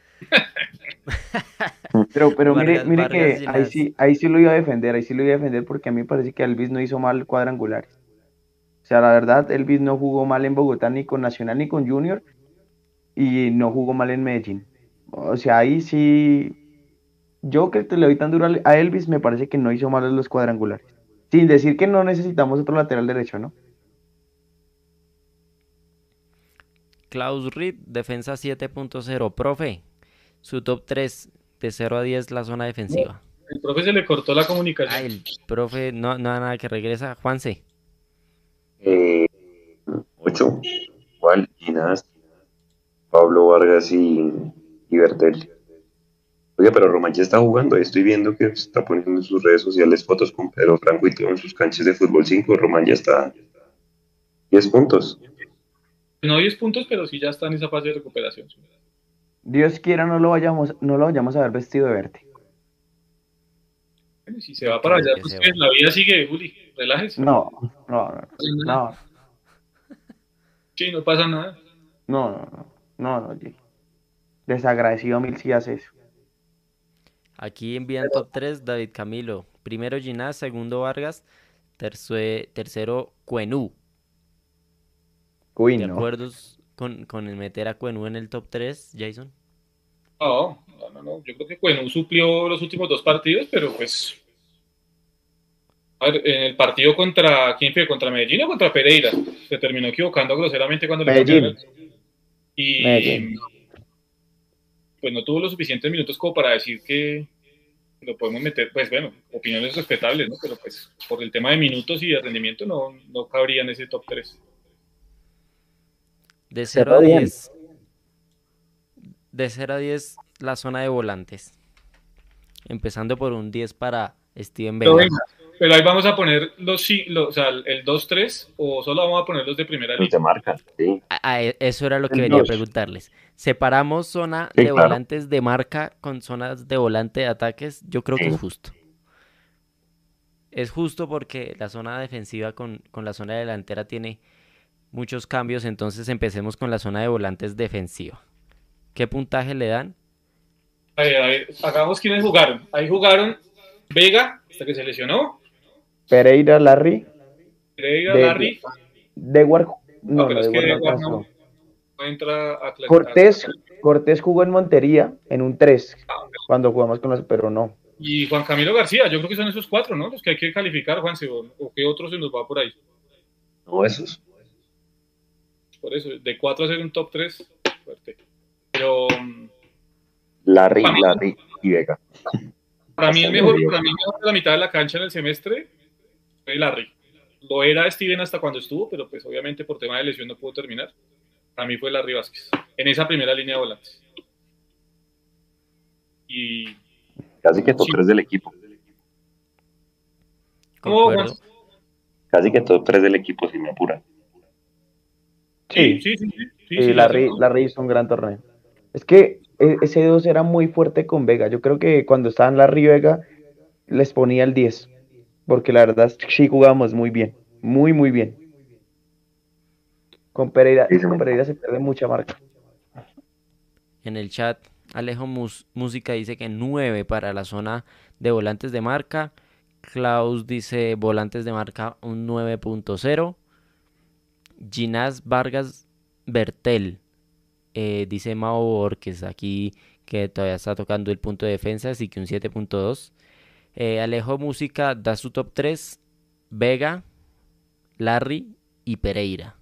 Speaker 4: Pero mire
Speaker 1: Vargas
Speaker 4: que
Speaker 1: Ginás.
Speaker 4: ahí sí lo iba a defender porque a mí me parece que Elvis no hizo mal cuadrangulares. O sea, la verdad, Elvis no jugó mal en Bogotá ni con Nacional ni con Junior y no jugó mal en Medellín. O sea, ahí sí, yo que te le doy tan duro a Elvis, me parece que no hizo mal los cuadrangulares. Sin decir que no necesitamos otro lateral derecho, ¿no?
Speaker 1: Klaus Reed, defensa 7.0. Profe, su top 3 de 0 a 10 la zona defensiva.
Speaker 3: El profe se le cortó la comunicación.
Speaker 1: El profe no nada que regresa. Juanse.
Speaker 6: 8. ¿Cuál? Ginás, Pablo Vargas y Bertel. Oiga, pero Román ya está jugando. Estoy viendo que está poniendo en sus redes sociales fotos con Pedro Franco y todo en sus canchas de fútbol 5. Román ya está 10 puntos.
Speaker 3: No 10 puntos, pero sí ya está en esa fase de recuperación.
Speaker 4: Dios quiera no lo vayamos a ver vestido de verde.
Speaker 3: Bueno, si se va para allá, pues que la vida sigue, Juli. Relájese.
Speaker 4: No.
Speaker 3: Sí, no pasa nada.
Speaker 4: No, Jay. Desagradecido mil si hace eso.
Speaker 1: Aquí envían top 3 David Camilo. Primero Ginás, segundo Vargas, tercero Cuenú.
Speaker 4: Uy,
Speaker 1: ¿De
Speaker 4: no.
Speaker 1: acuerdo con el meter a Cuenú en el top 3, Jason?
Speaker 3: No. Yo creo que Cuenú suplió los últimos 2 partidos, pero pues... A ver, en el partido ¿quién fue? ¿Contra Medellín o contra Pereira? Se terminó equivocando groseramente cuando
Speaker 4: Medellín.
Speaker 3: le cambiaron. Y
Speaker 4: Medellín.
Speaker 3: pues no tuvo los suficientes minutos como para decir que lo podemos meter. Pues bueno, opiniones respetables, ¿no? Pero pues por el tema de minutos y de rendimiento no cabría en ese top 3.
Speaker 1: De 0 a 10. De 0 a 10 la zona de volantes. Empezando por un 10 para Steven Vega.
Speaker 3: Pero ahí vamos a poner el 2-3 o solo vamos a poner los de primera línea.
Speaker 6: Los de marca, sí.
Speaker 1: Eso era lo que venía a preguntarles. ¿Separamos zona de volantes de marca con zonas de volante de ataques? Yo creo que es justo. Es justo porque la zona defensiva con la zona delantera tiene muchos cambios, entonces empecemos con la zona de volantes defensiva. ¿Qué puntaje le dan?
Speaker 3: A ver, hagamos quiénes jugaron. Ahí jugaron Vega, hasta que se lesionó.
Speaker 4: Pereira, Larry.
Speaker 3: Larry.
Speaker 4: Dewar.
Speaker 3: No, pero es que Dewar no entra a
Speaker 4: Cortés jugó en Montería en un 3 cuando jugamos con los, pero no.
Speaker 3: Y Juan Camilo García, yo creo que son esos 4, ¿no? Los que hay que calificar, Juanse, o qué otros se nos va por ahí.
Speaker 6: No, esos.
Speaker 3: Por eso, de 4 a ser un top 3, fuerte. Pero...
Speaker 6: Larry y Vega.
Speaker 3: Para mí el mejor de la mitad de la cancha en el semestre fue Larry. Lo era Steven hasta cuando estuvo, pero pues obviamente por tema de lesión no pudo terminar. Para mí fue Larry Vázquez, en esa primera línea de volantes. Y...
Speaker 6: Casi que top 3 del equipo.
Speaker 3: ¿Cómo?
Speaker 6: Casi que top 3 del equipo, si me apura.
Speaker 3: Sí,
Speaker 4: Larry hizo un gran torneo. Es que ese 2 era muy fuerte con Vega. Yo creo que cuando estaban Larry y Vega, les ponía el 10. Porque la verdad sí jugábamos muy bien. Muy, muy bien. Con Pereira se pierde mucha marca.
Speaker 1: En el chat, Alejo Música dice que 9 para la zona de volantes de marca. Klaus dice volantes de marca un 9.0. Ginás Vargas Bertel. Dice Mao Borges aquí que todavía está tocando el punto de defensa, así que un 7.2. Alejo Música da su top 3. Vega, Larry y Pereira.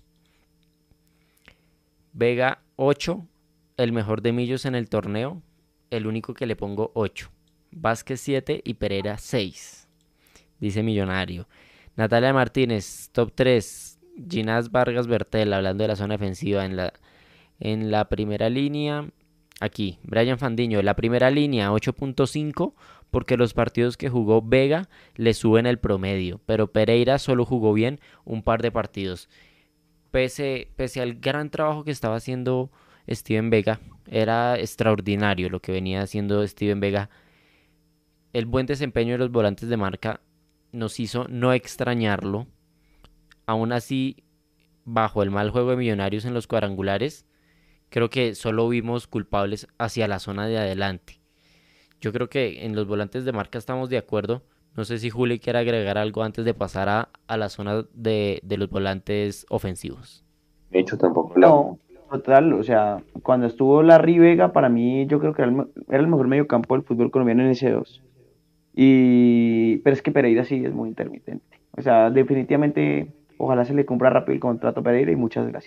Speaker 1: Vega 8, el mejor de Millos en el torneo, el único que le pongo 8. Vázquez 7 y Pereira 6, dice Millonario. Natalia Martínez, top 3. Ginás Vargas Bertel, hablando de la zona defensiva en la primera línea. Aquí, Brian Fandiño, la primera línea 8.5 porque los partidos que jugó Vega le suben el promedio, pero Pereira solo jugó bien un par de partidos. Pese al gran trabajo que estaba haciendo Steven Vega, era extraordinario lo que venía haciendo Steven Vega. El buen desempeño de los volantes de marca nos hizo no extrañarlo. Aún así, bajo el mal juego de Millonarios en los cuadrangulares, creo que solo vimos culpables hacia la zona de adelante. Yo creo que en los volantes de marca estamos de acuerdo. No sé si Juli quiere agregar algo antes de pasar a la zona de los volantes ofensivos.
Speaker 6: De hecho, tampoco
Speaker 4: No, total, o sea, cuando estuvo Larry Vega, para mí yo creo que era el mejor mediocampo del fútbol colombiano en ese 2. Pero es que Pereira sí es muy intermitente. O sea, definitivamente, ojalá se le cumpla rápido el contrato a Pereira y muchas gracias.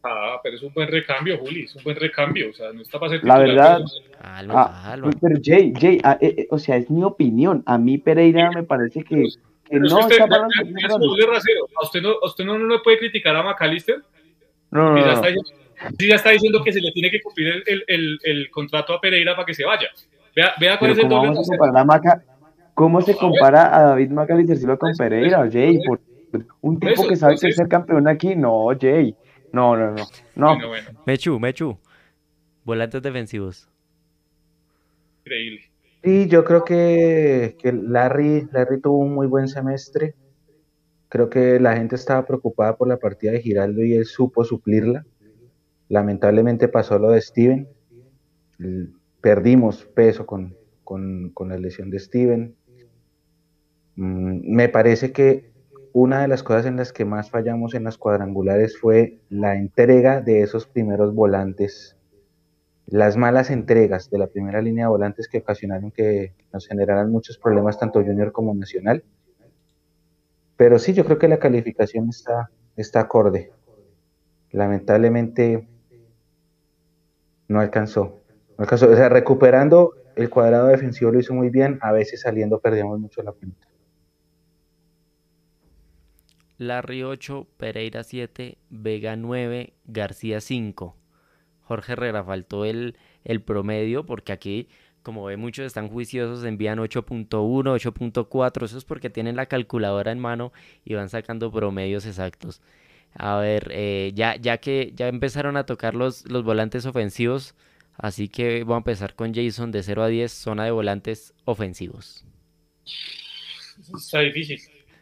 Speaker 3: Pero es un buen recambio, Juli, es un buen recambio, o sea, no está para ser
Speaker 4: La
Speaker 3: titular,
Speaker 4: verdad,
Speaker 1: Calma.
Speaker 4: pero Jay, o sea, es mi opinión. A mí Pereira me parece que
Speaker 3: pero es que
Speaker 4: no
Speaker 3: usted,
Speaker 4: está para los
Speaker 3: vea su
Speaker 4: goles.
Speaker 3: doble rasero. A usted no le puede criticar a McAllister,
Speaker 4: No,
Speaker 3: porque
Speaker 4: no, no.
Speaker 3: ya está diciendo que se le tiene que cumplir el contrato a Pereira para que se vaya. Vea cuál
Speaker 4: Pero
Speaker 3: es el
Speaker 4: ¿cómo
Speaker 3: doble
Speaker 4: vamos a
Speaker 3: rasero.
Speaker 4: comparar a Maca? ¿Cómo se
Speaker 3: A ver,
Speaker 4: compara a David McAllister Silva con
Speaker 3: por
Speaker 4: Pereira, Jay? Un
Speaker 3: por
Speaker 4: tipo
Speaker 3: eso,
Speaker 4: que sabe que es
Speaker 3: entonces,
Speaker 4: ser campeón aquí, no, Jay. No.
Speaker 3: bueno,
Speaker 1: Mechu, volantes defensivos.
Speaker 3: increíble.
Speaker 2: Sí, yo creo que Larry tuvo un muy buen semestre. Creo que la gente estaba preocupada por la partida de Giraldo y él supo suplirla. Lamentablemente pasó lo de Steven. Perdimos peso con la lesión de Steven. Me parece que una de las cosas en las que más fallamos en las cuadrangulares fue la entrega de esos primeros volantes, las malas entregas de la primera línea de volantes que ocasionaron que nos generaran muchos problemas tanto Junior como Nacional. Pero sí, yo creo que la calificación está acorde. Lamentablemente no alcanzó. No alcanzó. O sea, recuperando el cuadrado defensivo lo hizo muy bien, a veces saliendo perdíamos mucho la pelota.
Speaker 1: Larry 8, Pereira 7, Vega 9, García 5. Jorge Herrera faltó el promedio porque aquí, como ve, muchos están juiciosos, envían 8.1, 8.4. Eso es porque tienen la calculadora en mano y van sacando promedios exactos. A ver, ya que ya empezaron a tocar los volantes ofensivos, así que voy a empezar con Jason de 0 a 10, zona de volantes ofensivos.
Speaker 3: Está difícil.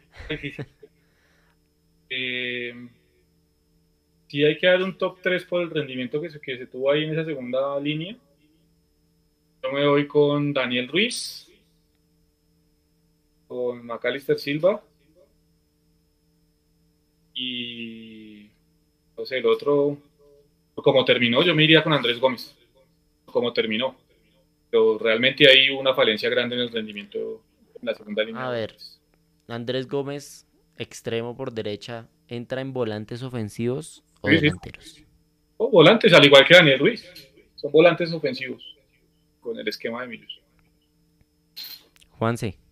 Speaker 3: Sí hay que dar un top 3 por el rendimiento que se tuvo ahí en esa segunda línea. Yo me voy con Daniel Ruiz, con McAllister Silva y no sé, el otro, como terminó, yo me iría con Andrés Gómez, como terminó. Pero realmente hay una falencia grande en el rendimiento en la segunda línea.
Speaker 1: A ver, Andrés Gómez, extremo por derecha, ¿entra en volantes ofensivos o
Speaker 3: Sí, sí.
Speaker 1: delanteros?
Speaker 3: O volantes, al igual que Daniel Ruiz. Son volantes ofensivos con el esquema de Millos.
Speaker 1: Juanse,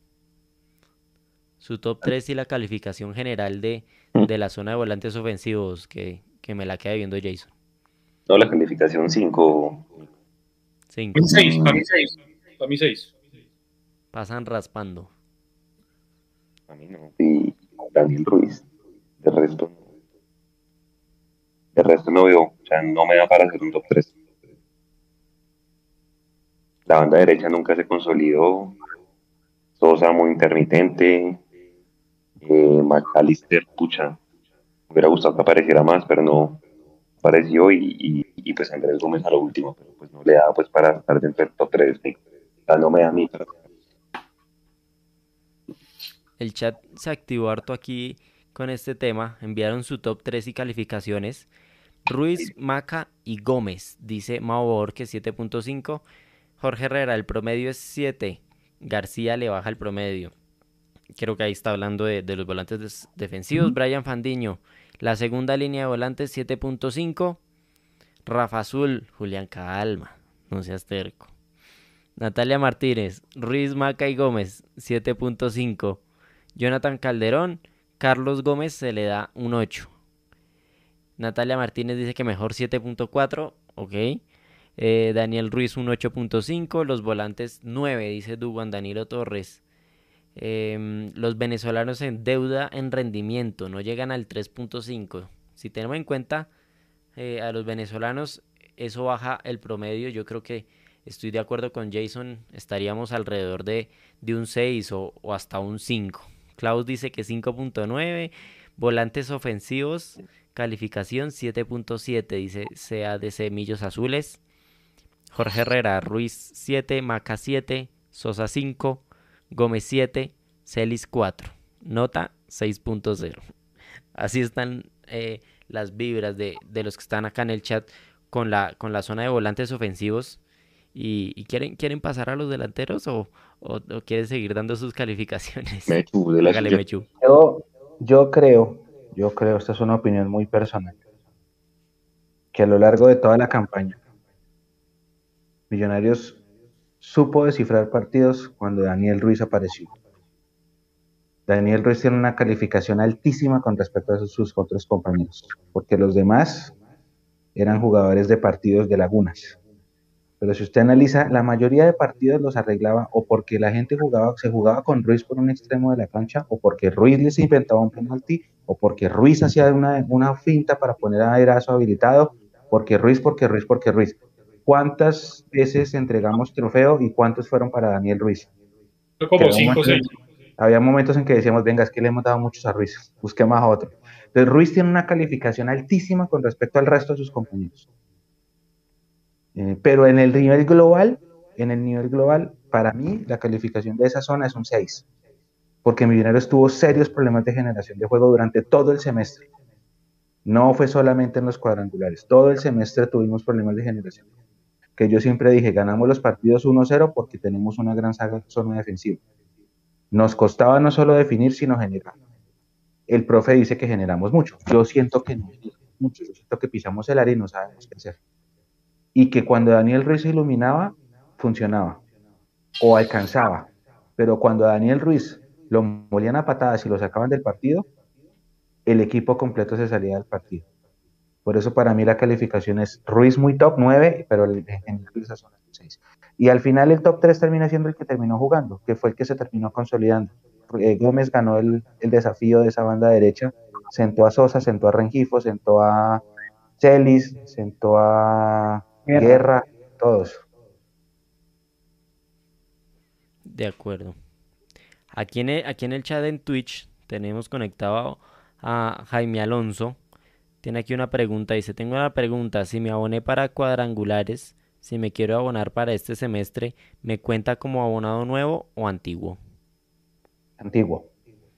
Speaker 1: su top 3 y la calificación general de la zona de volantes ofensivos que me la queda viendo Jason.
Speaker 6: No, la calificación 5.
Speaker 1: 5.
Speaker 3: 6, para mí 6. Para mí 6.
Speaker 1: Pasan raspando.
Speaker 6: A mí no. Y Daniel Ruiz. De resto no veo. O sea, no me da para hacer un top 3. La banda derecha nunca se consolidó. Sosa muy intermitente. McAllister, pucha. Me hubiera gustado que apareciera más, pero no apareció. Y pues Andrés Gómez a lo último. Pero pues no le da pues para estar dentro del top 3. O sea, no me da a mí.
Speaker 1: El chat se activó harto aquí con este tema. Enviaron su top 3 y calificaciones. Ruiz, Maca y Gómez. Dice Mau Borges 7.5. Jorge Herrera, el promedio es 7. García le baja el promedio. Creo que ahí está hablando de los volantes defensivos. Brian Fandiño, la segunda línea de volantes 7.5. Rafa Azul, Julián, calma, no seas terco. Natalia Martínez, Ruiz, Maca y Gómez 7.5. Jonathan Calderón, Carlos Gómez se le da un 8. Natalia Martínez dice que mejor 7.4, ok. Daniel Ruiz un 8.5. Los volantes 9, dice Dugan Danilo Torres. Los venezolanos en deuda en rendimiento no llegan al 3.5. Si tenemos en cuenta a los venezolanos, eso baja el promedio. Yo creo que estoy de acuerdo con Jason, estaríamos alrededor de un 6 o hasta un 5. Klaus dice que 5.9. Volantes ofensivos, calificación 7.7, dice CADC Millos Azules. Jorge Herrera, Ruiz 7, Maca 7, Sosa 5, Gómez 7, Celis 4, nota 6.0. Así están las vibras de los que están acá en el chat con la zona de volantes ofensivos. ¿Y quieren pasar a los delanteros o quieren seguir dando sus calificaciones?
Speaker 6: Mechu, de la
Speaker 1: Hágale,
Speaker 6: suya.
Speaker 1: Mechu.
Speaker 2: Yo creo, esta es una opinión muy personal. que a lo largo de toda la campaña, Millonarios supo descifrar partidos cuando Daniel Ruiz apareció. Daniel Ruiz tiene una calificación altísima con respecto a sus otros compañeros, porque los demás eran jugadores de partidos de lagunas. Pero si usted analiza, la mayoría de partidos los arreglaba o porque la gente se jugaba con Ruiz por un extremo de la cancha, o porque Ruiz les inventaba un penalti, o porque Ruiz hacía una finta para poner a Erazo habilitado, porque Ruiz. ¿Cuántas veces entregamos trofeo y cuántos fueron para Daniel Ruiz?
Speaker 3: Como 5 o 6.
Speaker 2: Había momentos en que decíamos, venga, es que le hemos dado muchos a Ruiz, busquemos a otro. Entonces Ruiz tiene una calificación altísima con respecto al resto de sus compañeros. Pero en el nivel global, para mí, la calificación de esa zona es un 6, porque Millonarios tuvo serios problemas de generación de juego durante todo el semestre. No fue solamente en los cuadrangulares, todo el semestre tuvimos problemas de generación. Que yo siempre dije, ganamos los partidos 1-0 porque tenemos una gran zona defensiva. Nos costaba no solo definir, sino generar. El profe dice que generamos mucho. Yo siento que no generamos mucho. Yo siento que pisamos el área y no sabemos qué hacer. Y que cuando Daniel Ruiz se iluminaba, funcionaba o alcanzaba. Pero cuando a Daniel Ruiz lo molían a patadas y lo sacaban del partido, el equipo completo se salía del partido. Por eso para mí la calificación es Ruiz muy top 9, pero en general esa zona es 6. Y al final el top 3 termina siendo el que terminó jugando, que fue el que se terminó consolidando. Gómez ganó el desafío de esa banda derecha, sentó a Sosa, sentó a Rengifo, sentó a Celis, sentó a Guerra, todos.
Speaker 1: De acuerdo. Aquí en el chat en Twitch tenemos conectado a Jaime Alonso. Tiene aquí una pregunta, dice, tengo una pregunta, si me aboné para cuadrangulares, si me quiero abonar para este semestre, ¿me cuenta como abonado nuevo o antiguo?
Speaker 2: Antiguo.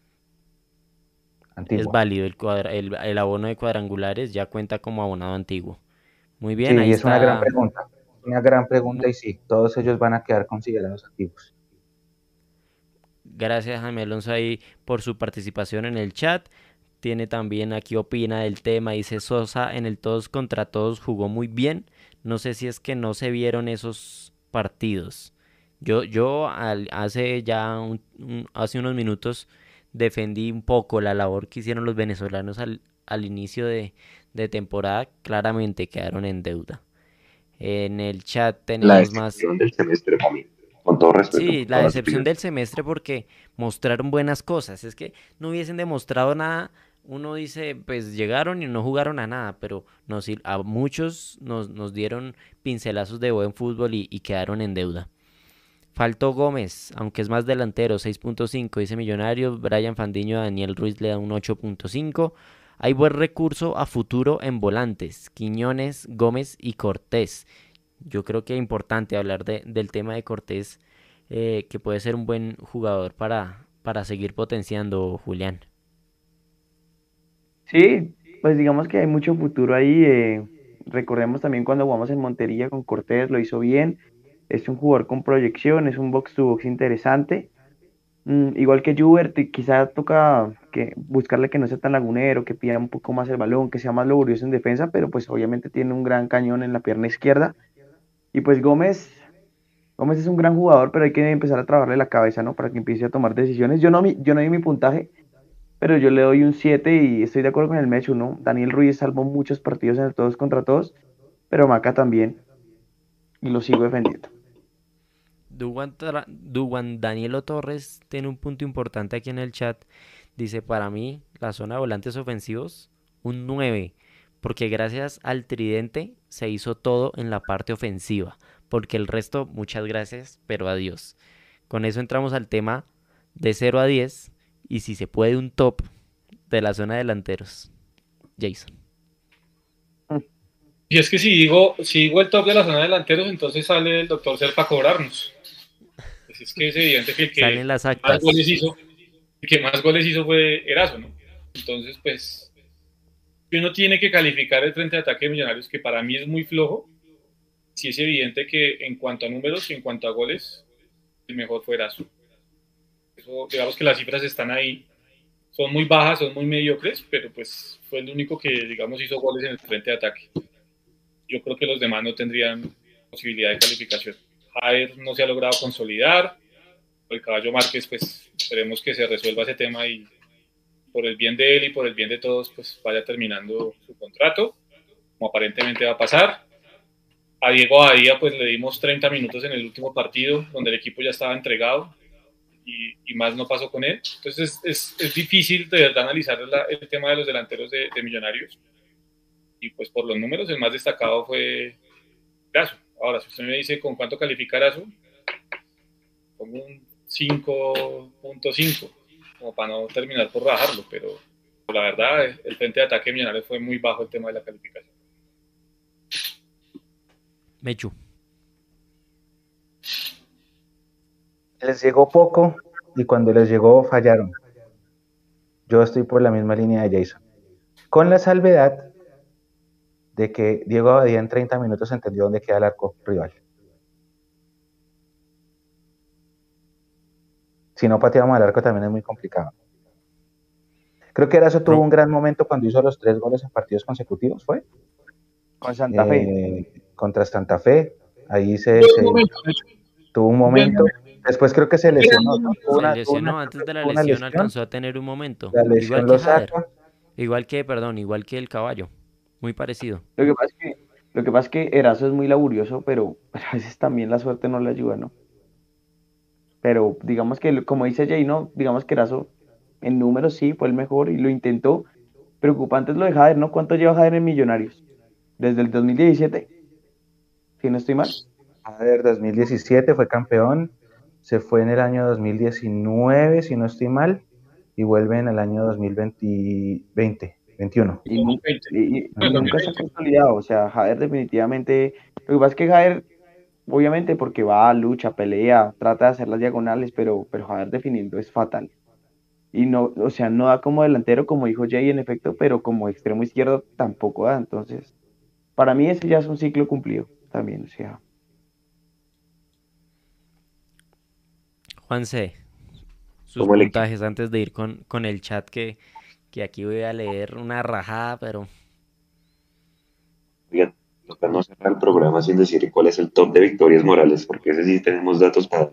Speaker 1: Es válido el abono de cuadrangulares, ya cuenta como abonado antiguo. Muy bien,
Speaker 2: sí,
Speaker 1: ahí
Speaker 2: es
Speaker 1: está.
Speaker 2: Una gran pregunta y sí, todos ellos van a quedar considerados antiguos.
Speaker 1: Gracias Jaime Alonso ahí por su participación en el chat. Tiene también aquí opina del tema, dice Sosa en el todos contra todos jugó muy bien. No sé si es que no se vieron esos partidos. Hace ya hace unos minutos defendí un poco la labor que hicieron los venezolanos al inicio de temporada. Claramente quedaron en deuda. En el chat tenemos
Speaker 6: la
Speaker 1: más.
Speaker 6: Del semestre para mí, con todo respeto.
Speaker 1: Sí, la decepción del semestre porque mostraron buenas cosas. Es que no hubiesen demostrado nada. Uno dice, pues llegaron y no jugaron a nada, pero a muchos nos dieron pincelazos de buen fútbol y quedaron en deuda. Faltó Gómez, aunque es más delantero, 6.5, dice Millonarios. Brian Fandiño a Daniel Ruiz le da un 8.5. Hay buen recurso a futuro en volantes, Quiñones, Gómez y Cortés. Yo creo que es importante hablar del tema de Cortés, que puede ser un buen jugador para seguir potenciando, Julián.
Speaker 4: Sí, pues digamos que hay mucho futuro ahí. Recordemos también cuando jugamos en Montería con Cortés, lo hizo bien. Es un jugador con proyección, es un box to box interesante. Igual que Jubert, quizá toca buscarle que no sea tan lagunero, que pida un poco más el balón, que sea más laborioso en defensa, pero pues obviamente tiene un gran cañón en la pierna izquierda. Y pues Gómez es un gran jugador, pero hay que empezar a trabajarle la cabeza, ¿no? Para que empiece a tomar decisiones. Yo no di mi puntaje, pero yo le doy un 7 y estoy de acuerdo con el Mechu, ¿no? Daniel Ruiz salvó muchos partidos en el todos contra todos, pero Maca también, y lo sigo defendiendo.
Speaker 1: Duwan Danielo Torres tiene un punto importante aquí en el chat. Dice, para mí, la zona de volantes ofensivos, un 9, porque gracias al tridente se hizo todo en la parte ofensiva, porque el resto, muchas gracias, pero adiós. Con eso entramos al tema de 0 a 10 y si se puede un top de la zona de delanteros. Jason.
Speaker 3: Y es que si digo el top de la zona de delanteros, entonces sale el doctor Ser para cobrarnos. Pues es que es evidente que
Speaker 1: Salen las actas.
Speaker 3: El que más goles hizo fue Erazo, ¿no? Entonces, pues, uno tiene que calificar el frente de ataque de Millonarios, que para mí es muy flojo. Sí es evidente que en cuanto a números y en cuanto a goles, el mejor fue Erazo. Eso, digamos que las cifras están ahí. Son muy bajas, son muy mediocres, pero pues fue el único que, digamos, hizo goles en el frente de ataque. yo creo que los demás no tendrían posibilidad de calificación. Jair no se ha logrado consolidar, el Caballo Márquez, pues esperemos que se resuelva ese tema y por el bien de él y por el bien de todos, pues vaya terminando su contrato, como aparentemente va a pasar. A Diego Abadía pues le dimos 30 minutos en el último partido, donde el equipo ya estaba entregado y más no pasó con él. Entonces es difícil de verdad analizar el tema de los delanteros de Millonarios. Y pues por los números el más destacado fue Eraso. Ahora, si usted me dice con cuánto califica Eraso, como un 5.5, como para no terminar por bajarlo, pero la verdad el frente de ataque de Millonarios fue muy bajo el tema de la calificación.
Speaker 1: Mechu.
Speaker 2: Les llegó poco y cuando les llegó fallaron. Yo estoy por la misma línea de Jason. Con la salvedad de que Diego Abadía en 30 minutos entendió dónde queda el arco rival. Si no pateamos al arco también es muy complicado. Creo que Eraso tuvo un gran momento cuando hizo los 3 goles en partidos consecutivos, ¿fue?
Speaker 4: Con Santa Fe.
Speaker 2: Contra Santa Fe. Ahí tuvo un momento. Después creo que se lesionó.
Speaker 1: Antes de la lesión alcanzó a tener un momento.
Speaker 2: La lesión lo saca.
Speaker 1: Igual que el Caballo. Muy parecido.
Speaker 4: Lo que pasa es que Eraso es muy laborioso, pero a veces también la suerte no le ayuda, ¿no? Pero digamos que, como dice Jay, ¿no? Digamos que Eraso en números sí fue el mejor y lo intentó. Preocupante es lo de Jader, ¿no? ¿Cuánto lleva Jader en Millonarios? ¿Desde el 2017? Si no estoy mal.
Speaker 2: Jader 2017 fue campeón. Se fue en el año 2019, si no estoy mal, y vuelve en el año 2021.
Speaker 4: Y nunca se ha consolidado. O sea, Jader definitivamente... Lo que pasa es que Jader, obviamente, porque va, lucha, pelea, trata de hacer las diagonales, pero Jader definiendo es fatal. Y no, o sea, no da como delantero, como dijo Jay en efecto, pero como extremo izquierdo tampoco da. Entonces, para mí ese ya es un ciclo cumplido también, o sea.
Speaker 1: Juanse, sus puntajes antes de ir con el chat que aquí voy a leer una rajada, pero...
Speaker 6: Oigan, toca no cerrar el programa sin decir cuál es el top de victorias morales, porque ese sí tenemos datos para...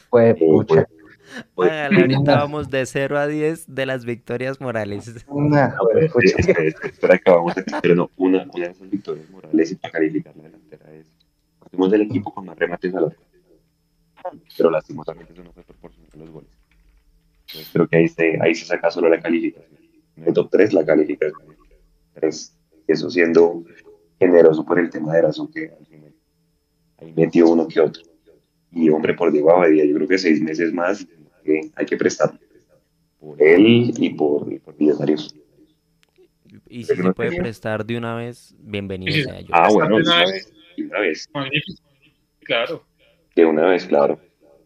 Speaker 1: Ahorita vamos de 0 a 10 de las victorias morales.
Speaker 6: Espera, acabamos de pero una de esas victorias morales y para calificar la delantera es... Partimos del equipo con más remates al arco, pero lastimosamente eso no fue proporcional a los goles. Entonces creo que ahí se saca solo la calificación. En el top 3 la calificación 3, eso siendo generoso por el tema de Eraso, que al final ahí metió uno que otro. Y hombre, por Diego Abadía, yo creo que 6 meses más hay que prestar por él y por Millonarios.
Speaker 1: Y si se puede prestar de una vez, bienvenido sea yo.
Speaker 6: Bueno, de una vez.
Speaker 3: Claro.
Speaker 6: De una vez, claro.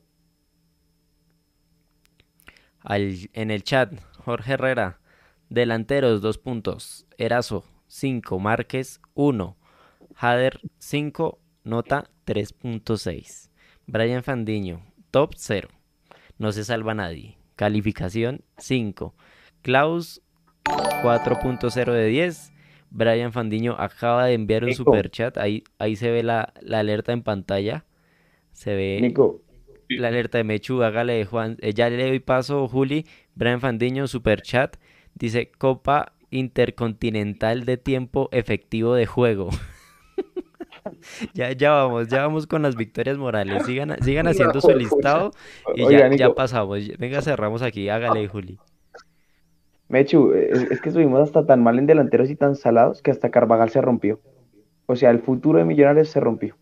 Speaker 1: En el chat, Jorge Herrera, delanteros 2 puntos, Eraso 5, Márquez 1, Jader 5, nota 3.6, Brian Fandiño, top 0, no se salva nadie, calificación 5, Klaus 4.0 de 10, Brian Fandiño acaba de enviar un superchat, ahí se ve la alerta en pantalla, se ve...
Speaker 4: Nico.
Speaker 1: La alerta de Mechu, hágale Juan, ya le doy paso, Juli, Brian Fandiño, superchat, dice Copa Intercontinental de tiempo efectivo de juego. ya vamos con las victorias morales, sigan haciendo su listado y ya pasamos, venga cerramos aquí, hágale Juli.
Speaker 4: Mechu, es que estuvimos hasta tan mal en delanteros y tan salados que hasta Carvajal se rompió, o sea, el futuro de Millonarios se rompió.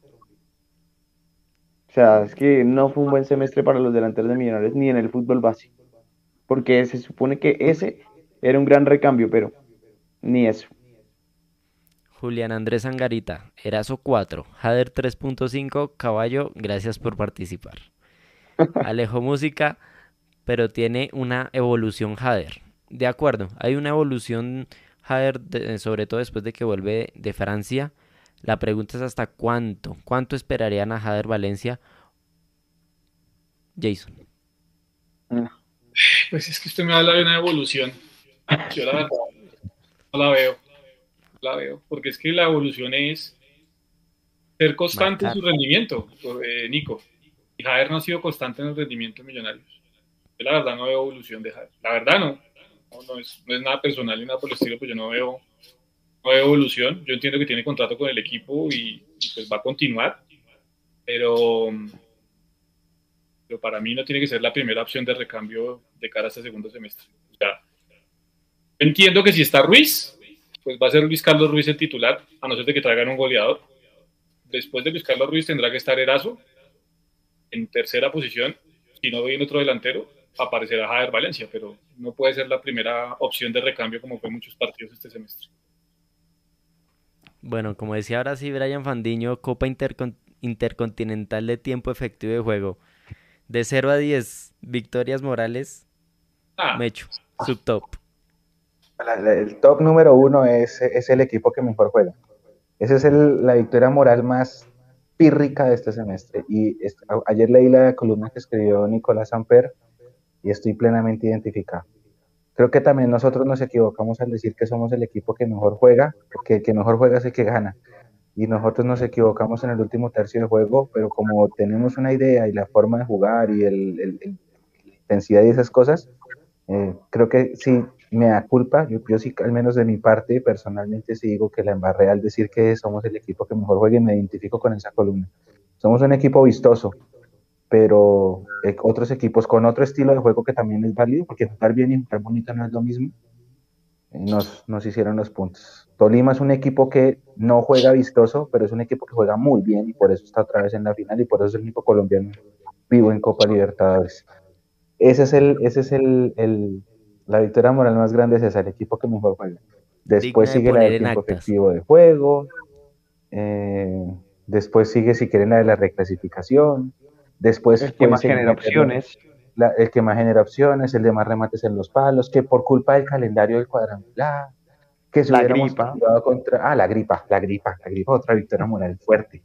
Speaker 4: O sea, es que no fue un buen semestre para los delanteros de Millonarios ni en el fútbol base. Porque se supone que ese era un gran recambio, pero ni eso.
Speaker 1: Julián Andrés Angarita, Eraso 4, Jader 3.5, Caballo, gracias por participar. Alejo Música, pero tiene una evolución Jader. De acuerdo, hay una evolución Jader, sobre todo después de que vuelve de Francia. La pregunta es hasta cuánto esperarían a Jader Valencia. Jason.
Speaker 3: Pues es que usted me habla de una evolución. Yo la verdad no la veo, porque es que la evolución es ser constante en
Speaker 1: marcar.
Speaker 3: su rendimiento, Nico. Y Jader no ha sido constante en los rendimientos millonarios. Yo la verdad no veo evolución de Jader. La verdad no. No es nada personal ni nada por el estilo, pues yo no veo evolución. Yo entiendo que tiene contrato con el equipo y pues va a continuar, pero para mí no tiene que ser la primera opción de recambio de cara a este segundo semestre. O sea, entiendo que si está Ruiz, pues va a ser Luis Carlos Ruiz el titular, a no ser de que traigan un goleador. Después de Luis Carlos Ruiz tendrá que estar Erazo en tercera posición. Si no viene otro delantero, aparecerá Jader Valencia, pero no puede ser la primera opción de recambio como fue en muchos partidos este semestre.
Speaker 1: Bueno, como decía ahora sí Brian Fandiño, Copa Intercontinental de tiempo efectivo de juego. De 0 a 10, victorias morales,
Speaker 3: Ah,
Speaker 1: Mecho, subtop.
Speaker 2: El top número 1 es el equipo que mejor juega. Esa es la victoria moral más pírrica de este semestre. Y ayer leí la columna que escribió Nicolás Samper y estoy plenamente identificado. Creo que también nosotros nos equivocamos al decir que somos el equipo que mejor juega, porque el que mejor juega es el que gana. Y nosotros nos equivocamos en el último tercio de juego, pero como tenemos una idea y la forma de jugar y la intensidad y esas cosas, creo que sí me da culpa. Yo sí, al menos de mi parte, personalmente sí digo que la embarré al decir que somos el equipo que mejor juega y me identifico con esa columna. Somos un equipo vistoso, pero otros equipos con otro estilo de juego que también es válido, porque jugar bien y jugar bonito no es lo mismo, nos hicieron los puntos. Tolima es un equipo que no juega vistoso, pero es un equipo que juega muy bien y por eso está otra vez en la final y por eso es el único colombiano vivo en Copa Libertadores. Ese es la victoria moral más grande, es el equipo que mejor juega. Después
Speaker 1: Digna de
Speaker 2: sigue la
Speaker 1: poner
Speaker 2: del
Speaker 1: en
Speaker 2: tiempo
Speaker 1: actas.
Speaker 2: efectivo de juego, después sigue, si quieren, la de la reclasificación, después
Speaker 4: El que
Speaker 2: pueden
Speaker 4: más
Speaker 2: seguir
Speaker 4: genera
Speaker 2: meterlo,
Speaker 4: opciones.
Speaker 2: el que más genera opciones, el de más remates en los palos, que por culpa del calendario del cuadrangular, que si
Speaker 4: La
Speaker 2: hubiéramos
Speaker 4: gripa.
Speaker 2: jugado contra, la gripa, otra victoria moral fuerte.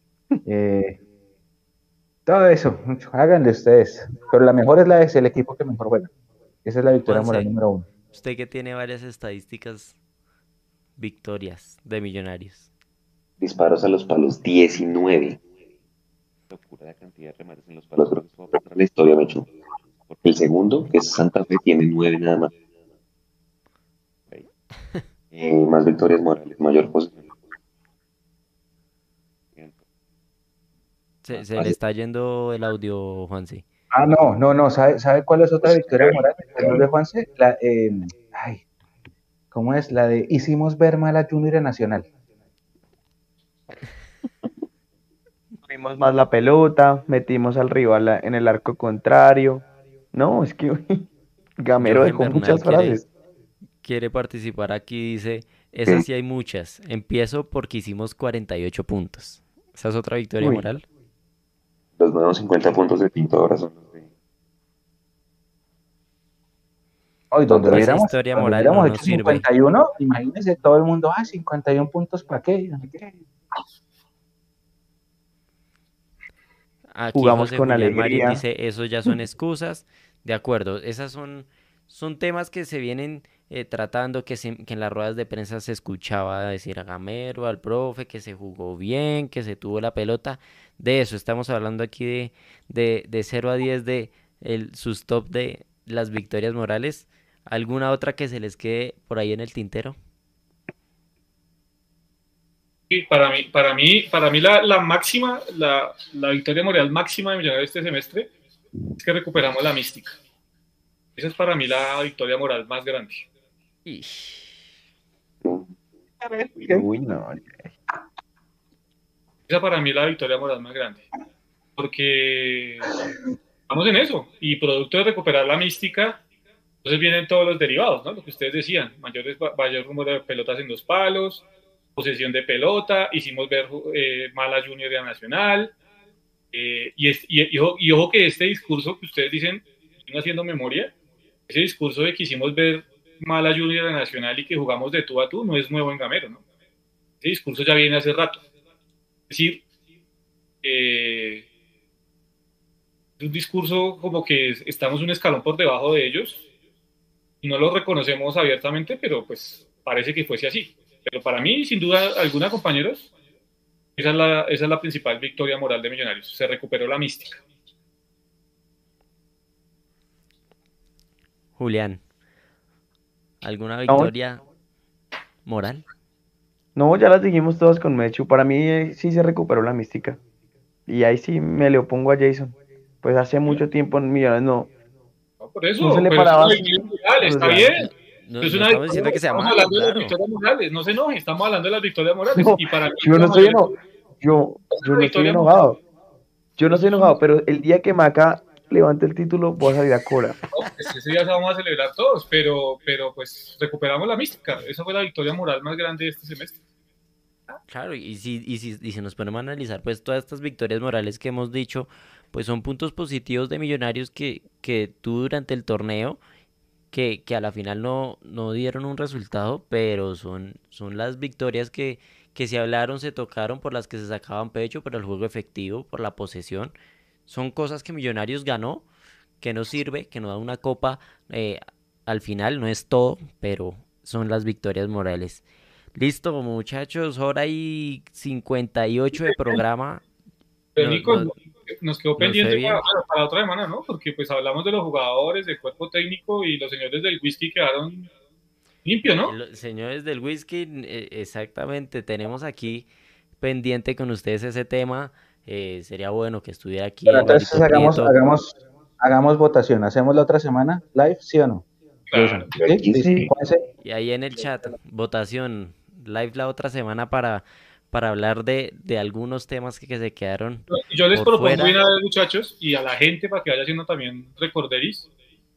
Speaker 2: Todo eso, háganle ustedes, pero la mejor es el equipo que mejor juega. Esa es la victoria moral
Speaker 1: Juanse,
Speaker 2: número 1.
Speaker 1: usted que tiene varias estadísticas, victorias de Millonarios.
Speaker 6: Disparos a los palos, 19. Locura la cantidad de remates en los palos. Creo que esto va a pasar la historia, Mecho. Porque el segundo, que es Santa Fe, tiene 9 nada más. Okay. Más victorias morales, mayor posesión.
Speaker 1: Se le está yendo el audio, Juanse.
Speaker 2: No, ¿sabe cuál es otra victoria moral? Después de Juanse, ¿cómo es? La de hicimos ver mal a Junior Nacional.
Speaker 4: Tuvimos más la pelota, metimos al rival en el arco contrario. No, es que Gamero
Speaker 1: Johan
Speaker 4: dejó
Speaker 1: Bernal
Speaker 4: muchas frases.
Speaker 1: quiere participar aquí, dice, esas sí hay muchas. Empiezo porque hicimos 48 puntos. ¿Esa es otra victoria
Speaker 4: Uy,
Speaker 1: moral?
Speaker 6: Los nuevos 50 puntos de Pinto ahora son los de
Speaker 2: Hoy, donde
Speaker 6: otra.
Speaker 1: Esa
Speaker 2: hubiéramos,
Speaker 1: historia
Speaker 2: donde
Speaker 1: moral no
Speaker 2: hubiéramos
Speaker 1: nos
Speaker 2: hecho
Speaker 1: sirve.
Speaker 2: 51, imagínense todo el mundo, 51 puntos, ¿para qué?
Speaker 1: Aquí
Speaker 4: jugamos
Speaker 1: José
Speaker 4: con
Speaker 1: Julián Marín
Speaker 4: alegría.
Speaker 1: dice, eso ya son excusas. De acuerdo, esas son temas que se vienen tratando, que en las ruedas de prensa se escuchaba decir a Gamero, al profe, que se jugó bien, que se tuvo la pelota. De eso estamos hablando aquí de 0 a 10 sus top de las victorias morales. ¿Alguna otra que se les quede por ahí en el tintero?
Speaker 3: Sí, para mí la máxima, la victoria moral máxima de Millonarios este semestre es que recuperamos la mística. Esa es para mí la victoria moral más grande.
Speaker 1: Ish.
Speaker 4: Uy, no.
Speaker 3: Esa para mí es la victoria moral más grande. Porque estamos en eso. Y producto de recuperar la mística, entonces vienen todos los derivados, ¿no? Lo que ustedes decían, mayor número de pelotas en los palos, posesión de pelota, hicimos ver mal a Junior y a Nacional. Y ojo que este discurso que ustedes dicen, estoy haciendo memoria, ese discurso de que hicimos ver mal a Junior y a Nacional y que jugamos de tú a tú, no es nuevo en Gamero, ¿no? Ese discurso ya viene hace rato. Es decir, es un discurso como que estamos un escalón por debajo de ellos y no lo reconocemos abiertamente, pero pues parece que fuese así. Pero para mí, sin duda alguna, compañeros, Esa es la principal victoria moral de Millonarios. Se recuperó la mística.
Speaker 1: Julián, ¿alguna
Speaker 4: No,
Speaker 1: victoria moral?
Speaker 4: no, ya las dijimos todas con Mechu. Para mí sí se recuperó la mística. Y ahí sí me le opongo a Jason. Pues hace mucho tiempo en Millonarios
Speaker 3: No, por
Speaker 4: no se
Speaker 3: eso,
Speaker 4: le
Speaker 3: pero es
Speaker 4: paraba
Speaker 3: una
Speaker 4: así
Speaker 3: victoria moral,
Speaker 4: a los
Speaker 3: está
Speaker 4: grandes.
Speaker 3: bien.
Speaker 1: No,
Speaker 3: Es
Speaker 1: no
Speaker 3: una
Speaker 1: estamos
Speaker 3: victoria,
Speaker 1: diciendo que sea
Speaker 3: estamos
Speaker 1: malo,
Speaker 3: hablando de las
Speaker 1: claro.
Speaker 3: victorias morales. No se enoje, estamos hablando de las victorias morales.
Speaker 4: No,
Speaker 3: Y para mí,
Speaker 4: yo no
Speaker 3: la
Speaker 4: estoy
Speaker 3: mayoría
Speaker 4: enojado. Yo
Speaker 3: de
Speaker 4: no estoy
Speaker 3: victorias morales,
Speaker 4: enojado. Yo no
Speaker 3: eso
Speaker 4: estoy
Speaker 3: es una.
Speaker 4: enojado, pero el día que Maca levante el título, voy a salir a cobrar.
Speaker 3: No, pues ese día vamos a celebrar todos, pero pues recuperamos la mística. Esa fue la victoria moral más grande de este semestre.
Speaker 1: Claro, y si nos ponemos a analizar, pues todas estas victorias morales que hemos dicho, pues son puntos positivos de Millonarios que tú durante el torneo, que a la final no dieron un resultado, pero son las victorias que se hablaron, se tocaron, por las que se sacaban pecho, por el juego efectivo, por la posesión. Son cosas que Millonarios ganó, que no sirve, que no da una copa al final, no es todo, pero son las victorias morales. Listo, muchachos, hora y 58 de programa.
Speaker 3: Pero
Speaker 1: No,
Speaker 3: Nico,
Speaker 1: no,
Speaker 3: nos quedó
Speaker 1: nos fue
Speaker 3: pendiente
Speaker 1: bien.
Speaker 3: para la otra semana, ¿no? Porque pues hablamos de los jugadores, del cuerpo técnico y los señores del whisky quedaron limpios, ¿no?
Speaker 1: Señores del whisky, exactamente, tenemos aquí pendiente con ustedes ese tema. Sería bueno que estuviera aquí
Speaker 2: Pero entonces
Speaker 1: Eduardito Prieto.
Speaker 2: hagamos votación. ¿Hacemos la otra semana live, sí o no?
Speaker 3: Claro.
Speaker 2: Jason, ¿sí?
Speaker 6: Aquí
Speaker 2: ¿Listo?
Speaker 6: sí.
Speaker 2: Juanse,
Speaker 1: Y ahí en el chat, votación, live la otra semana para hablar de algunos temas que se quedaron
Speaker 3: Yo les
Speaker 1: por
Speaker 3: propongo
Speaker 1: fuera.
Speaker 3: una vez, muchachos, y a la gente para que vaya haciendo también recorderis,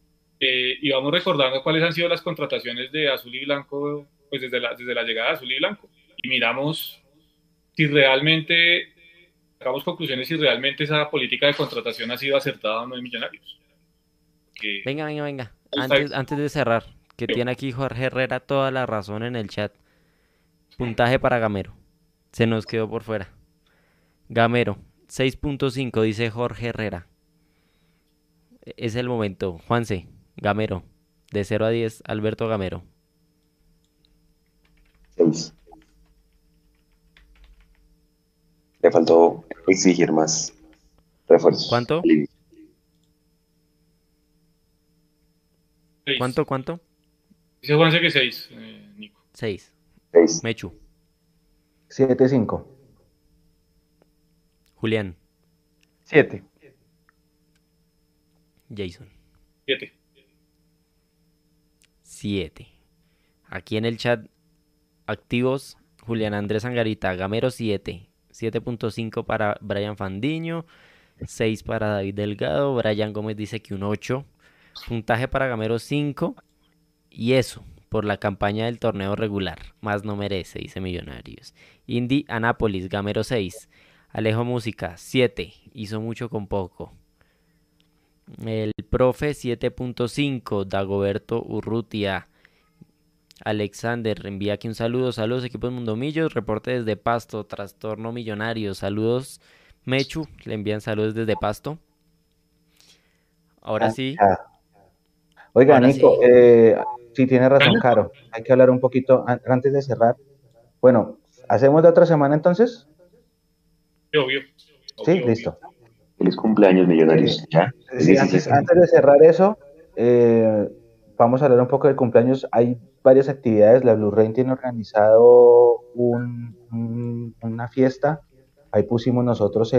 Speaker 3: y vamos recordando cuáles han sido las contrataciones de Azul y Blanco, pues desde la llegada de Azul y Blanco. Y miramos si realmente, sacamos conclusiones si realmente esa política de contratación ha sido acertada o no en Millonarios. Que
Speaker 1: Venga, venga, venga.
Speaker 3: está
Speaker 1: Antes de cerrar, que tiene aquí Jorge Herrera toda la razón en el chat. Puntaje para Gamero. Se nos quedó por fuera. Gamero, 6.5, dice Jorge Herrera. Es el momento. Juanse, Gamero. De 0 a 10, Alberto Gamero.
Speaker 6: 6. Le faltó exigir más refuerzos
Speaker 1: ¿Cuánto?
Speaker 6: al inicio.
Speaker 3: seis.
Speaker 1: ¿Cuánto?
Speaker 3: Dice Juanse que 6, Nico.
Speaker 1: 6.
Speaker 6: 6.
Speaker 1: Mechu.
Speaker 2: 7-5.
Speaker 1: Julián.
Speaker 4: 7.
Speaker 1: Jason.
Speaker 3: 7.
Speaker 1: 7. Aquí en el chat activos, Julián Andrés Angarita, Gamero 7. 7.5 para Brian Fandiño. 6 para David Delgado. Brian Gómez dice que un 8. Puntaje para Gamero 5. Y eso, por la campaña del torneo regular. Más no merece, dice Millonarios. Indy Anápolis, Gamero 6. Alejo Música, 7. Hizo mucho con poco. El profe 7.5. Dagoberto Urrutia. Alexander envía aquí un saludo. Saludos, equipos Mundomillos. Reporte desde Pasto. Trastorno Millonario. Saludos, Mechu. Le envían saludos desde Pasto. Ahora sí.
Speaker 2: Oiga,
Speaker 1: Ahora
Speaker 2: Nico,
Speaker 1: sí.
Speaker 2: sí tiene razón, Caro. Hay que hablar un poquito antes de cerrar. Bueno, ¿hacemos la otra semana entonces?
Speaker 3: Obvio.
Speaker 2: Sí, listo.
Speaker 6: Feliz cumpleaños, Millonarios. ¿Ya? El
Speaker 2: Sí,
Speaker 6: 17.
Speaker 2: antes de cerrar eso, vamos a hablar un poco de cumpleaños. Hay varias actividades. La Blue Rain tiene organizado una fiesta. Ahí pusimos nosotros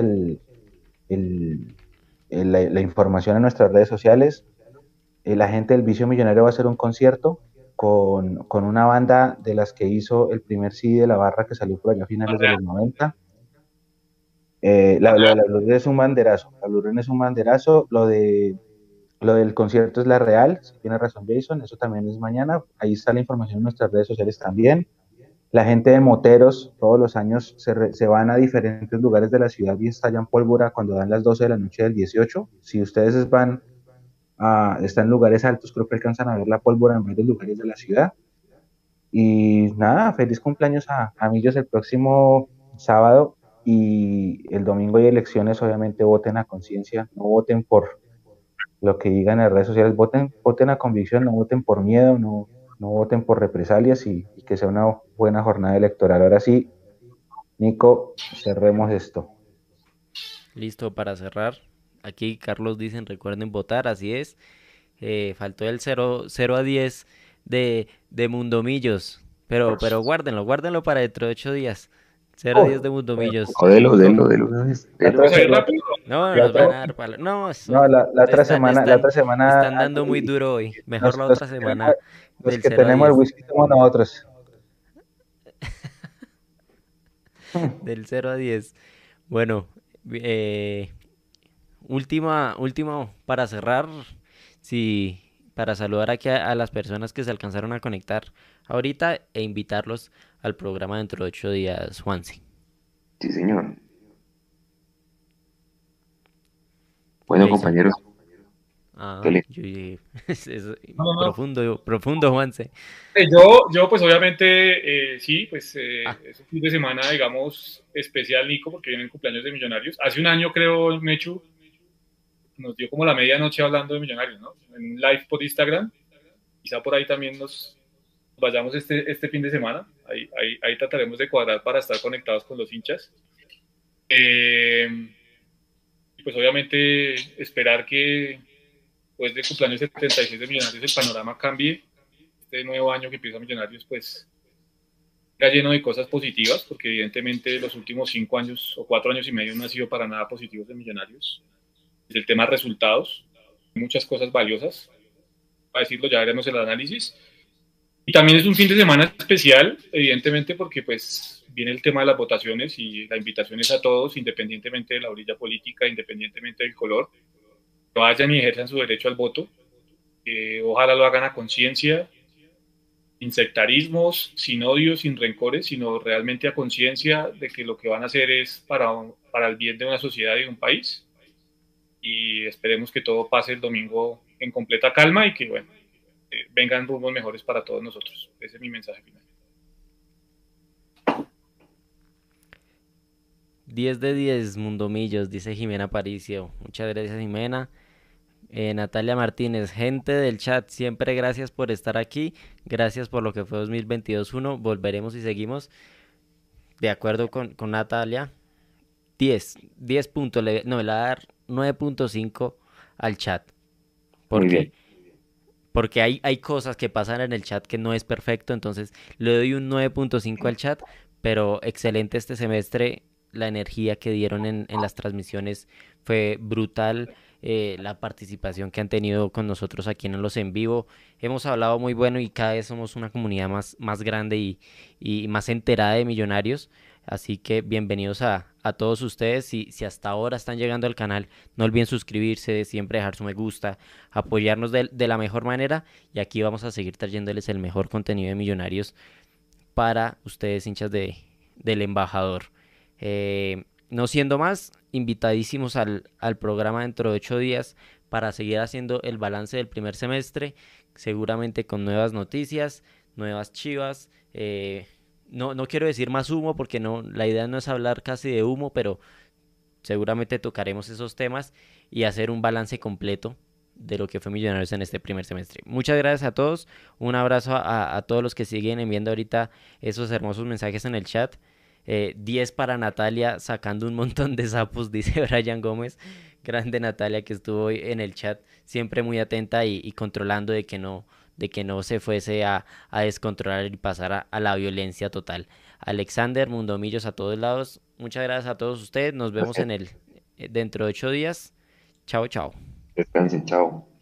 Speaker 2: la información en nuestras redes sociales. La gente del Vicio Millonario va a hacer un concierto con una banda de las que hizo el primer CD de la barra que salió por allá a finales de los 90. Lo de la Blue Ray es un banderazo. La Blue Ray es un banderazo. Lo del concierto es la real. Si tiene razón Jason, eso también es mañana. Ahí está la información en nuestras redes sociales también. La gente de moteros todos los años se van a diferentes lugares de la ciudad y estallan pólvora cuando dan las 12 de la noche del 18. Si ustedes están en lugares altos, creo que alcanzan a ver la pólvora en varios lugares de la ciudad. Y nada, feliz cumpleaños a Millos el próximo sábado, y el domingo hay elecciones. Obviamente voten a conciencia, no voten por lo que digan en las redes sociales, voten a convicción, no voten por miedo, no voten por represalias, y que sea una buena jornada electoral. Ahora sí, Nico, cerremos esto.
Speaker 1: Listo para cerrar. Aquí Carlos dicen, recuerden votar, así es. Faltó el 0 a 10 de Mundomillos. Pero guárdenlo para dentro de 8 días. 0 a 10 de Mundomillos.
Speaker 6: Delo una vez.
Speaker 2: La
Speaker 6: Delo.
Speaker 2: otra,
Speaker 3: Vamos a ir
Speaker 2: la,
Speaker 3: rápido.
Speaker 1: No,
Speaker 2: la
Speaker 1: nos van
Speaker 2: otra-
Speaker 1: a dar palo. No, eso.
Speaker 2: no, la otra semana,
Speaker 1: Están dando muy
Speaker 2: aquí,
Speaker 1: duro hoy. Mejor la
Speaker 2: los
Speaker 1: otra
Speaker 2: que tenemos,
Speaker 1: semana
Speaker 2: los
Speaker 1: del
Speaker 2: que
Speaker 1: 0 a
Speaker 2: tenemos el
Speaker 1: 10.
Speaker 2: whisky somos nosotros.
Speaker 1: Del 0 a 10. Bueno, eh, última para cerrar. Sí, para saludar aquí a las personas que se alcanzaron a conectar ahorita e invitarlos al programa dentro de 8 días, Juanse.
Speaker 6: Sí, señor. Bueno,
Speaker 1: Jason.
Speaker 6: compañeros,
Speaker 1: Ah,
Speaker 6: Feliz.
Speaker 3: No.
Speaker 1: Profundo, Juanse.
Speaker 3: Yo pues obviamente, sí, pues
Speaker 1: Ah,
Speaker 3: es un fin de semana, digamos, especial, Nico, porque viene el cumpleaños de Millonarios. Hace un año, creo, Mechu nos dio como la medianoche hablando de Millonarios, ¿no? En un live por Instagram. Quizá por ahí también nos vayamos este fin de semana. Ahí trataremos de cuadrar para estar conectados con los hinchas. Y pues obviamente esperar que después del cumpleaños 76 de Millonarios el panorama cambie. Este nuevo año que empieza Millonarios pues está lleno de cosas positivas, porque evidentemente los últimos 5 años o 4 años y medio no han sido para nada positivos de Millonarios. Desde el tema de resultados, muchas cosas valiosas. Para decirlo, ya veremos el análisis. Y también es un fin de semana especial, evidentemente, porque pues viene el tema de las votaciones y la invitación es a todos, independientemente de la orilla política, independientemente del color, que vayan y ejerzan su derecho al voto. Ojalá lo hagan a conciencia, sin sectarismos, sin odios, sin rencores, sino realmente a conciencia de que lo que van a hacer es para el bien de una sociedad y de un país. Y esperemos que todo pase el domingo en completa calma y que, bueno, vengan rumbos mejores para todos nosotros. Ese es mi mensaje final.
Speaker 1: 10 de 10, Mundomillos, dice Jimena Paricio. Muchas gracias, Jimena. Natalia Martínez, gente del chat, siempre gracias por estar aquí. Gracias por lo que fue 2022-1. Volveremos y seguimos. De acuerdo con Natalia. 10 puntos. No, le voy a dar 9.5 al chat. ¿Por
Speaker 6: Muy
Speaker 1: qué?
Speaker 6: bien.
Speaker 1: Porque hay cosas que pasan en el chat que no es perfecto, entonces le doy un 9.5 al chat, pero excelente este semestre, la energía que dieron en las transmisiones fue brutal, la participación que han tenido con nosotros aquí en los en vivo, hemos hablado muy bueno y cada vez somos una comunidad más grande y más enterada de Millonarios, así que bienvenidos a todos ustedes, si hasta ahora están llegando al canal, no olviden suscribirse, siempre dejar su me gusta, apoyarnos de la mejor manera y aquí vamos a seguir trayéndoles el mejor contenido de Millonarios para ustedes hinchas del embajador. No siendo más, invitadísimos al programa dentro de 8 días para seguir haciendo el balance del primer semestre, seguramente con nuevas noticias, nuevas chivas. No quiero decir más humo porque no, la idea no es hablar casi de humo, pero seguramente tocaremos esos temas y hacer un balance completo de lo que fue Millonarios en este primer semestre. Muchas gracias a todos, un abrazo a todos los que siguen enviando ahorita esos hermosos mensajes en el chat. 10 para Natalia sacando un montón de sapos, dice Brian Gómez. Grande Natalia que estuvo hoy en el chat, siempre muy atenta y controlando de que no se fuese a descontrolar y pasar a la violencia total. Alexander, Mundomillos a todos lados. Muchas gracias a todos ustedes. Nos vemos
Speaker 6: Gracias.
Speaker 1: dentro de 8 días. Chao, chao.
Speaker 6: Descansen, chao.